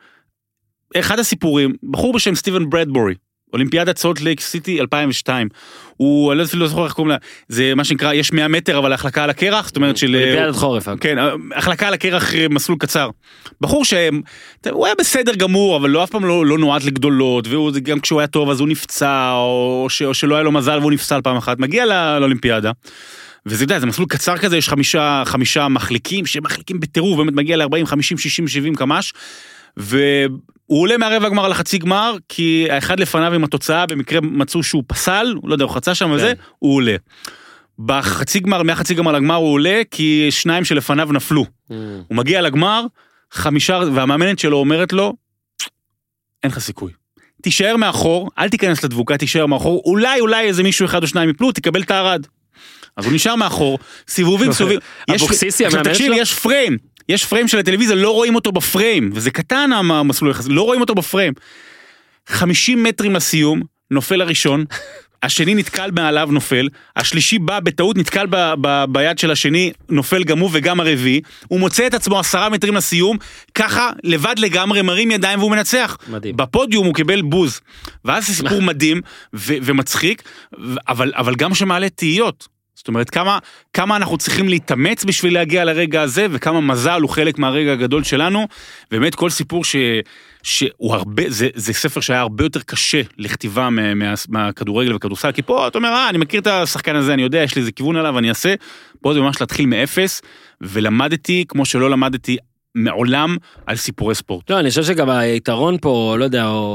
אחד הסיפורים, בחור בשם סטיבן ברדבורי, אולימפיאדת סולט לייק סיטי אלפיים ושתיים, הוא, אני לא זוכר איך קוראים לה, זה מה שנקרא, יש מאה מטר, אבל החלקה על הקרח, זאת אומרת של... אולימפיאדת חורף. כן, החלקה על הקרח מסלול קצר. בחור שהוא היה בסדר גמור, אבל לא אף פעם לא, לא נועד לגדולות, וגם כשהוא היה טוב אז הוא נפצע, או, ש, או שלא היה לו מזל והוא נפסל פעם אחת, מגיע לאולימפיאדה, וזה יודע, זה מסלול קצר כזה, יש חמישה, חמישה מחליקים, שמחליקים בטירוף, באמת מגיע ל-ארבעים, חמישים, שישים, שבעים קמ"ש, והוא עולה מהרבע הגמר לחצי גמר, כי האחד לפניו עם התוצאה, במקרה מצאו שהוא פסל, הוא לא יודע, הוא חצה שם וזה, הוא עולה. בחצי גמר, מהחצי גמר לגמר הוא עולה, כי שניים שלפניו נפלו. הוא מגיע לגמר, חמישה, והמאמנת שלו אומרת לו, אין לך סיכוי. תישאר מאחור, אל תיכנס לדבוקה, תישאר מאחור, אולי, אולי איזה מישהו אחד או שניים יפלו, תקבל את הערד. אז הוא נשאר מאחור, סיבובים, סיבובים. אבוקסיסי, המאמנת שלו? יש פריים. יש פריים של הטלוויזיה, לא רואים אותו בפריים, וזה קטן המסלול יחסי, לא רואים אותו בפריים. חמישים מטרים לסיום, נופל הראשון, השני נתקל מעליו, נופל, השלישי בא בטעות, נתקל ב- ב- ביד של השני, נופל גם הוא וגם הרביעי, הוא מוצא את עצמו עשרה מטרים לסיום, ככה לבד לגמרי מרים ידיים והוא מנצח. מדהים. בפודיום הוא קיבל בוז, ואז זה סיפור מדהים ו- ומצחיק, אבל, אבל גם שמעלה תהיות. זאת אומרת, כמה, כמה אנחנו צריכים להתאמץ בשביל להגיע לרגע הזה, וכמה מזל הוא חלק מהרגע הגדול שלנו, באמת כל סיפור ש, שהוא הרבה, זה, זה ספר שהיה הרבה יותר קשה לכתיבה מה, מה, מהכדורגל וכדורסל, כי פה אתה אומר, אה, אני מכיר את השחקן הזה, אני יודע, יש לי איזה כיוון עליו, אני אעשה, פה זה ממש להתחיל מאפס, ולמדתי כמו שלא למדתי מעולם על סיפורי ספורט. לא, אני חושב שגם היתרון פה, לא יודע, או...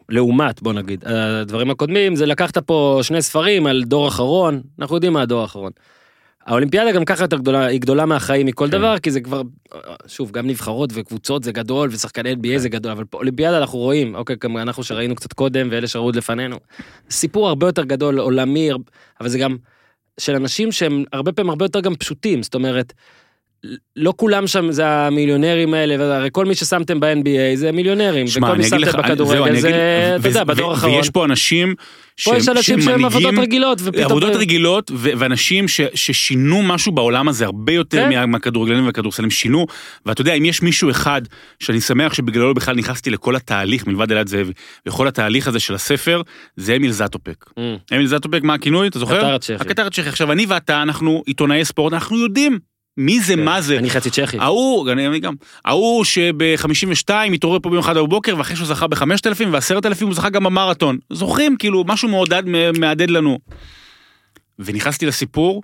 לעומת, בוא נגיד, הדברים הקודמים, זה לקחת פה שני ספרים על דור אחרון, אנחנו יודעים מה הדור האחרון. האולימפיאדה גם ככה יותר גדולה, היא גדולה מהחיים מכל כן. דבר, כי זה כבר, שוב, גם נבחרות וקבוצות זה גדול, ושחקני אן בי איי כן. זה גדול, אבל אולימפיאדה אנחנו רואים, אוקיי, גם אנחנו שראינו קצת קודם, ואלה שראו עוד לפנינו, סיפור הרבה יותר גדול, עולמי, אבל זה גם של אנשים שהם הרבה פעמים הרבה יותר גם פשוטים, זאת אומרת, לא כולם שם זה המיליונרים האלה, הרי כל מי ששמתם ב-אן בי איי זה מיליונרים, וכל מי ששמתם בכדורגל זה, אתה יודע, בדור האחרון. ויש פה אנשים פה יש אנשים שהם עבודות רגילות. עבודות רגילות, ואנשים ששינו משהו בעולם הזה, הרבה יותר מהכדורגלנים והכדורסלים שינו, ואתה יודע, אם יש מישהו אחד, שאני שמח שבגללו בכלל נכנסתי לכל התהליך, מלבד אלעד זאבי, וכל התהליך הזה של הספר, זה אמיל זאטופק. אמיל זאטופק, מה הכינוי, אתה זוכר? הקטר הצ'כי. הקטר הצ'כי. עכשיו, אני ואתה, אנחנו עיתונאי ספורט, אנחנו יודעים מי זה, מה זה. אני חצי צ'כי. ההוא, אני גם, ההוא שב-חמישים ושתיים התעורר פה ביום אחד בבוקר, ואחרי שהוא זכה ב-חמשת אלפים ו-עשרת אלפים הוא זכה גם במרתון. זוכרים, כאילו, משהו מעודד, מעדד לנו. ונכנסתי לסיפור,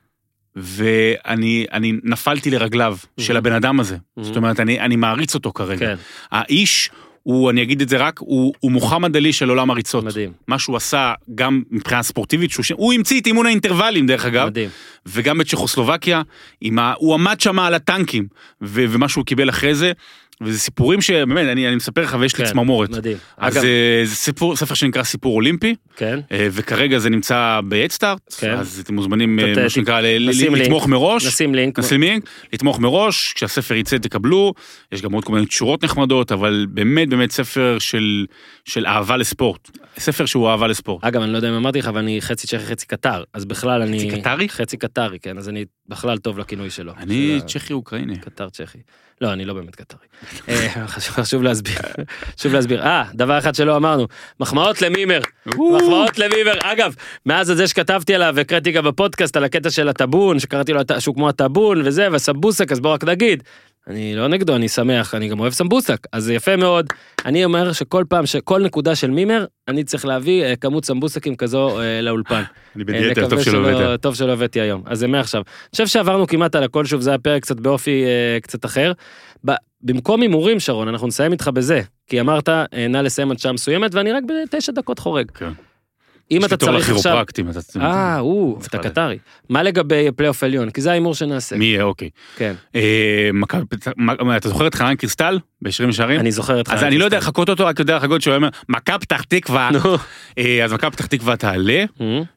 ואני אני נפלתי לרגליו של הבן אדם הזה. זאת אומרת, אני, אני מעריץ אותו כרגע. האיש, הוא, אני אגיד את זה רק, הוא, הוא מוחמד עלי של עולם הריצות. מדהים. מה שהוא עשה גם מבחינה ספורטיבית, שהוא, הוא המציא את אימון האינטרוולים דרך אגב. מדהים. וגם בצ'כוסלובקיה, ה, הוא עמד שם על הטנקים, ו, ומה שהוא קיבל אחרי זה, וזה סיפורים שבאמת, אני, אני מספר לך ויש לי צמרמורת. מדהים. אז אגב, זה סיפור, ספר שנקרא סיפור אולימפי, כן. וכרגע זה נמצא ב-Headstarts, כן. אז אתם מוזמנים, מה שנקרא, לתמוך מראש. נשים לינק. נשים לינק, לתמוך מראש, כשהספר יצא תקבלו, יש גם עוד כל מיני תשורות נחמדות, אבל באמת באמת ספר של, של אהבה לספורט. ספר שהוא אהבה לספורט. אגב, אני לא יודע אם אמרתי לך, אבל אני חצי צ'כי, חצי קטר, אז בכלל אני... חצי קטרי? חצי קטרי, כן, אז אני בכלל טוב לכינוי שלו. אני צ'כי אוקראיני. קטר צ'כי. לא, אני לא באמת קטרי. חשוב להסביר. חשוב להסביר. אה, דבר אחד שלא אמרנו. מחמאות למימר. מחמאות למימר. אגב, מאז זה שכתבתי עליו, וקראתי גם בפודקאסט על הקטע של הטאבון, שקראתי לו שהוא כמו הטאבון וזה, והסמבוסק, אז בוא רק נגיד. אני לא נגדו, אני שמח, אני גם אוהב סמבוסק. אז זה יפה מאוד. אני אומר שכל פעם, שכל נקודה של מימר, אני צריך להביא כמות סמבוסקים כזו לאולפן. אני בדיאטה, טוב שלא הבאתי. טוב שלא הבאתי היום. אז זה מעכשיו. אני חושב שעברנו כמעט על הכל, שוב, זה הפרק קצת באופי קצת אחר. במקום הימורים, שרון, אנחנו נסיים איתך בזה, כי אמרת, נא לסיים עד שעה מסוימת, ואני רק בתשע דקות חורג. כן. אם אתה צריך עכשיו... אה, הוא, אתה קטרי. מה לגבי פלייאוף עליון? כי זה האימור שנעשה. מי יהיה, אוקיי. כן. אתה זוכר את חנן קריסטל? בישרים שערים? אני זוכר את חנן קריסטל. אז אני לא יודע לחכות אותו, רק יודע לחכות שהוא אומר, מכבי פתח תקווה. אז מכבי פתח תקווה תעלה.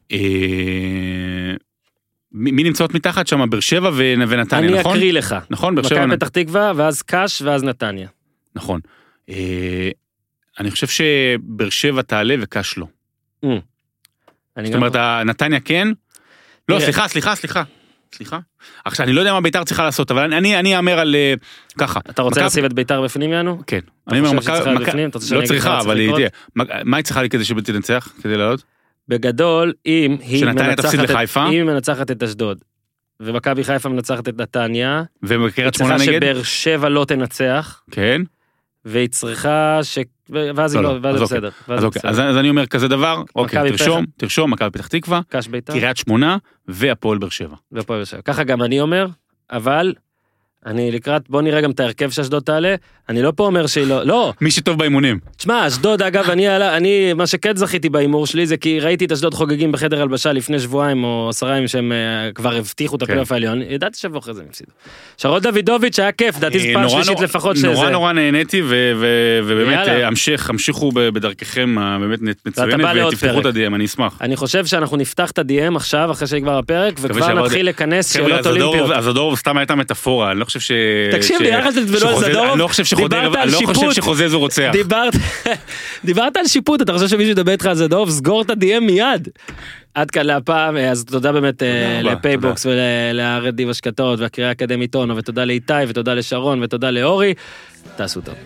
מי נמצאות מתחת שם? באר שבע ונתניה, נכון? אני אקריא לך. נכון, באר שבע. מכבי פתח תקווה, ואז קש, ואז נתניה. נכון. אני חושב שבאר שבע תעלה וקש לא. זאת אומרת, נתניה כן? לא, סליחה, סליחה, סליחה. סליחה. עכשיו, אני לא יודע מה ביתר צריכה לעשות, אבל אני אאמר על ככה. אתה רוצה לשים את ביתר בפנים יענו? כן. אני אומר, לא צריכה, אבל היא תהיה. מה היא צריכה לי כדי שתנצח? כדי לעלות? בגדול, אם היא מנצחת את אשדוד, ומכבי חיפה מנצחת את נתניה, ובקריית שמונה נגד? צריכה שבאר שבע לא תנצח. כן. והיא צריכה ש... ואז היא לא, ואז זה בסדר. אז אני אומר כזה דבר, אוקיי, תרשום, תרשום, מכבי פתח תקווה, קריית שמונה, והפועל באר שבע. והפועל באר שבע. ככה גם אני אומר, אבל אני לקראת, בוא נראה גם את ההרכב שאשדוד תעלה, אני לא פה אומר שהיא לא, לא. מי שטוב באימונים. תשמע, אשדוד, אגב, אני, אני, מה שכן זכיתי באימור שלי, זה כי ראיתי את אשדוד חוגגים בחדר הלבשה לפני שבועיים או עשרה ימים שהם כבר הבטיחו את הפלייאוף העליון, ידעתי שבוע אחרי זה הם הפסידו. שרון דוידוביץ' היה כיף, דעתי זה פעם שלישית לפחות שזה. נורא נורא נהניתי, ובאמת המשיכו בדרככם באמת מצוינת, ותפתחו את ה-די אם, אני אשמח. אני חושב שאנחנו נפתח את ה-די אם עכשיו, אחרי שיגבר הפרק, וכבר נתחיל לכנס שאלות אולימפיות. אז הדור סתם הייתה מטאפורה, אני לא חושב ש... תקשיב לי, יחד לדבלו על זדורוב, אני לא חושב שחוזה זו רוצח. דיברת על שיפוט, אתה חושב שמישהו ידבר איתך על זדורוב, סגור את ה-די אם מיד. עד כאן להפעם, אז תודה באמת לפייבוקס ולארד דיב השקטות, והקריאה האקדמית אונו, ותודה לאיתי, ותודה לשרון, ותודה לאורי. תעשו טוב.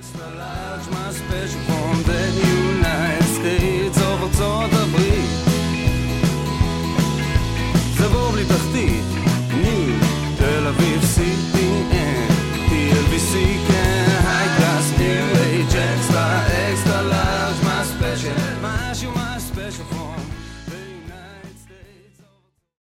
Extra, extra large, my special, my, my special form.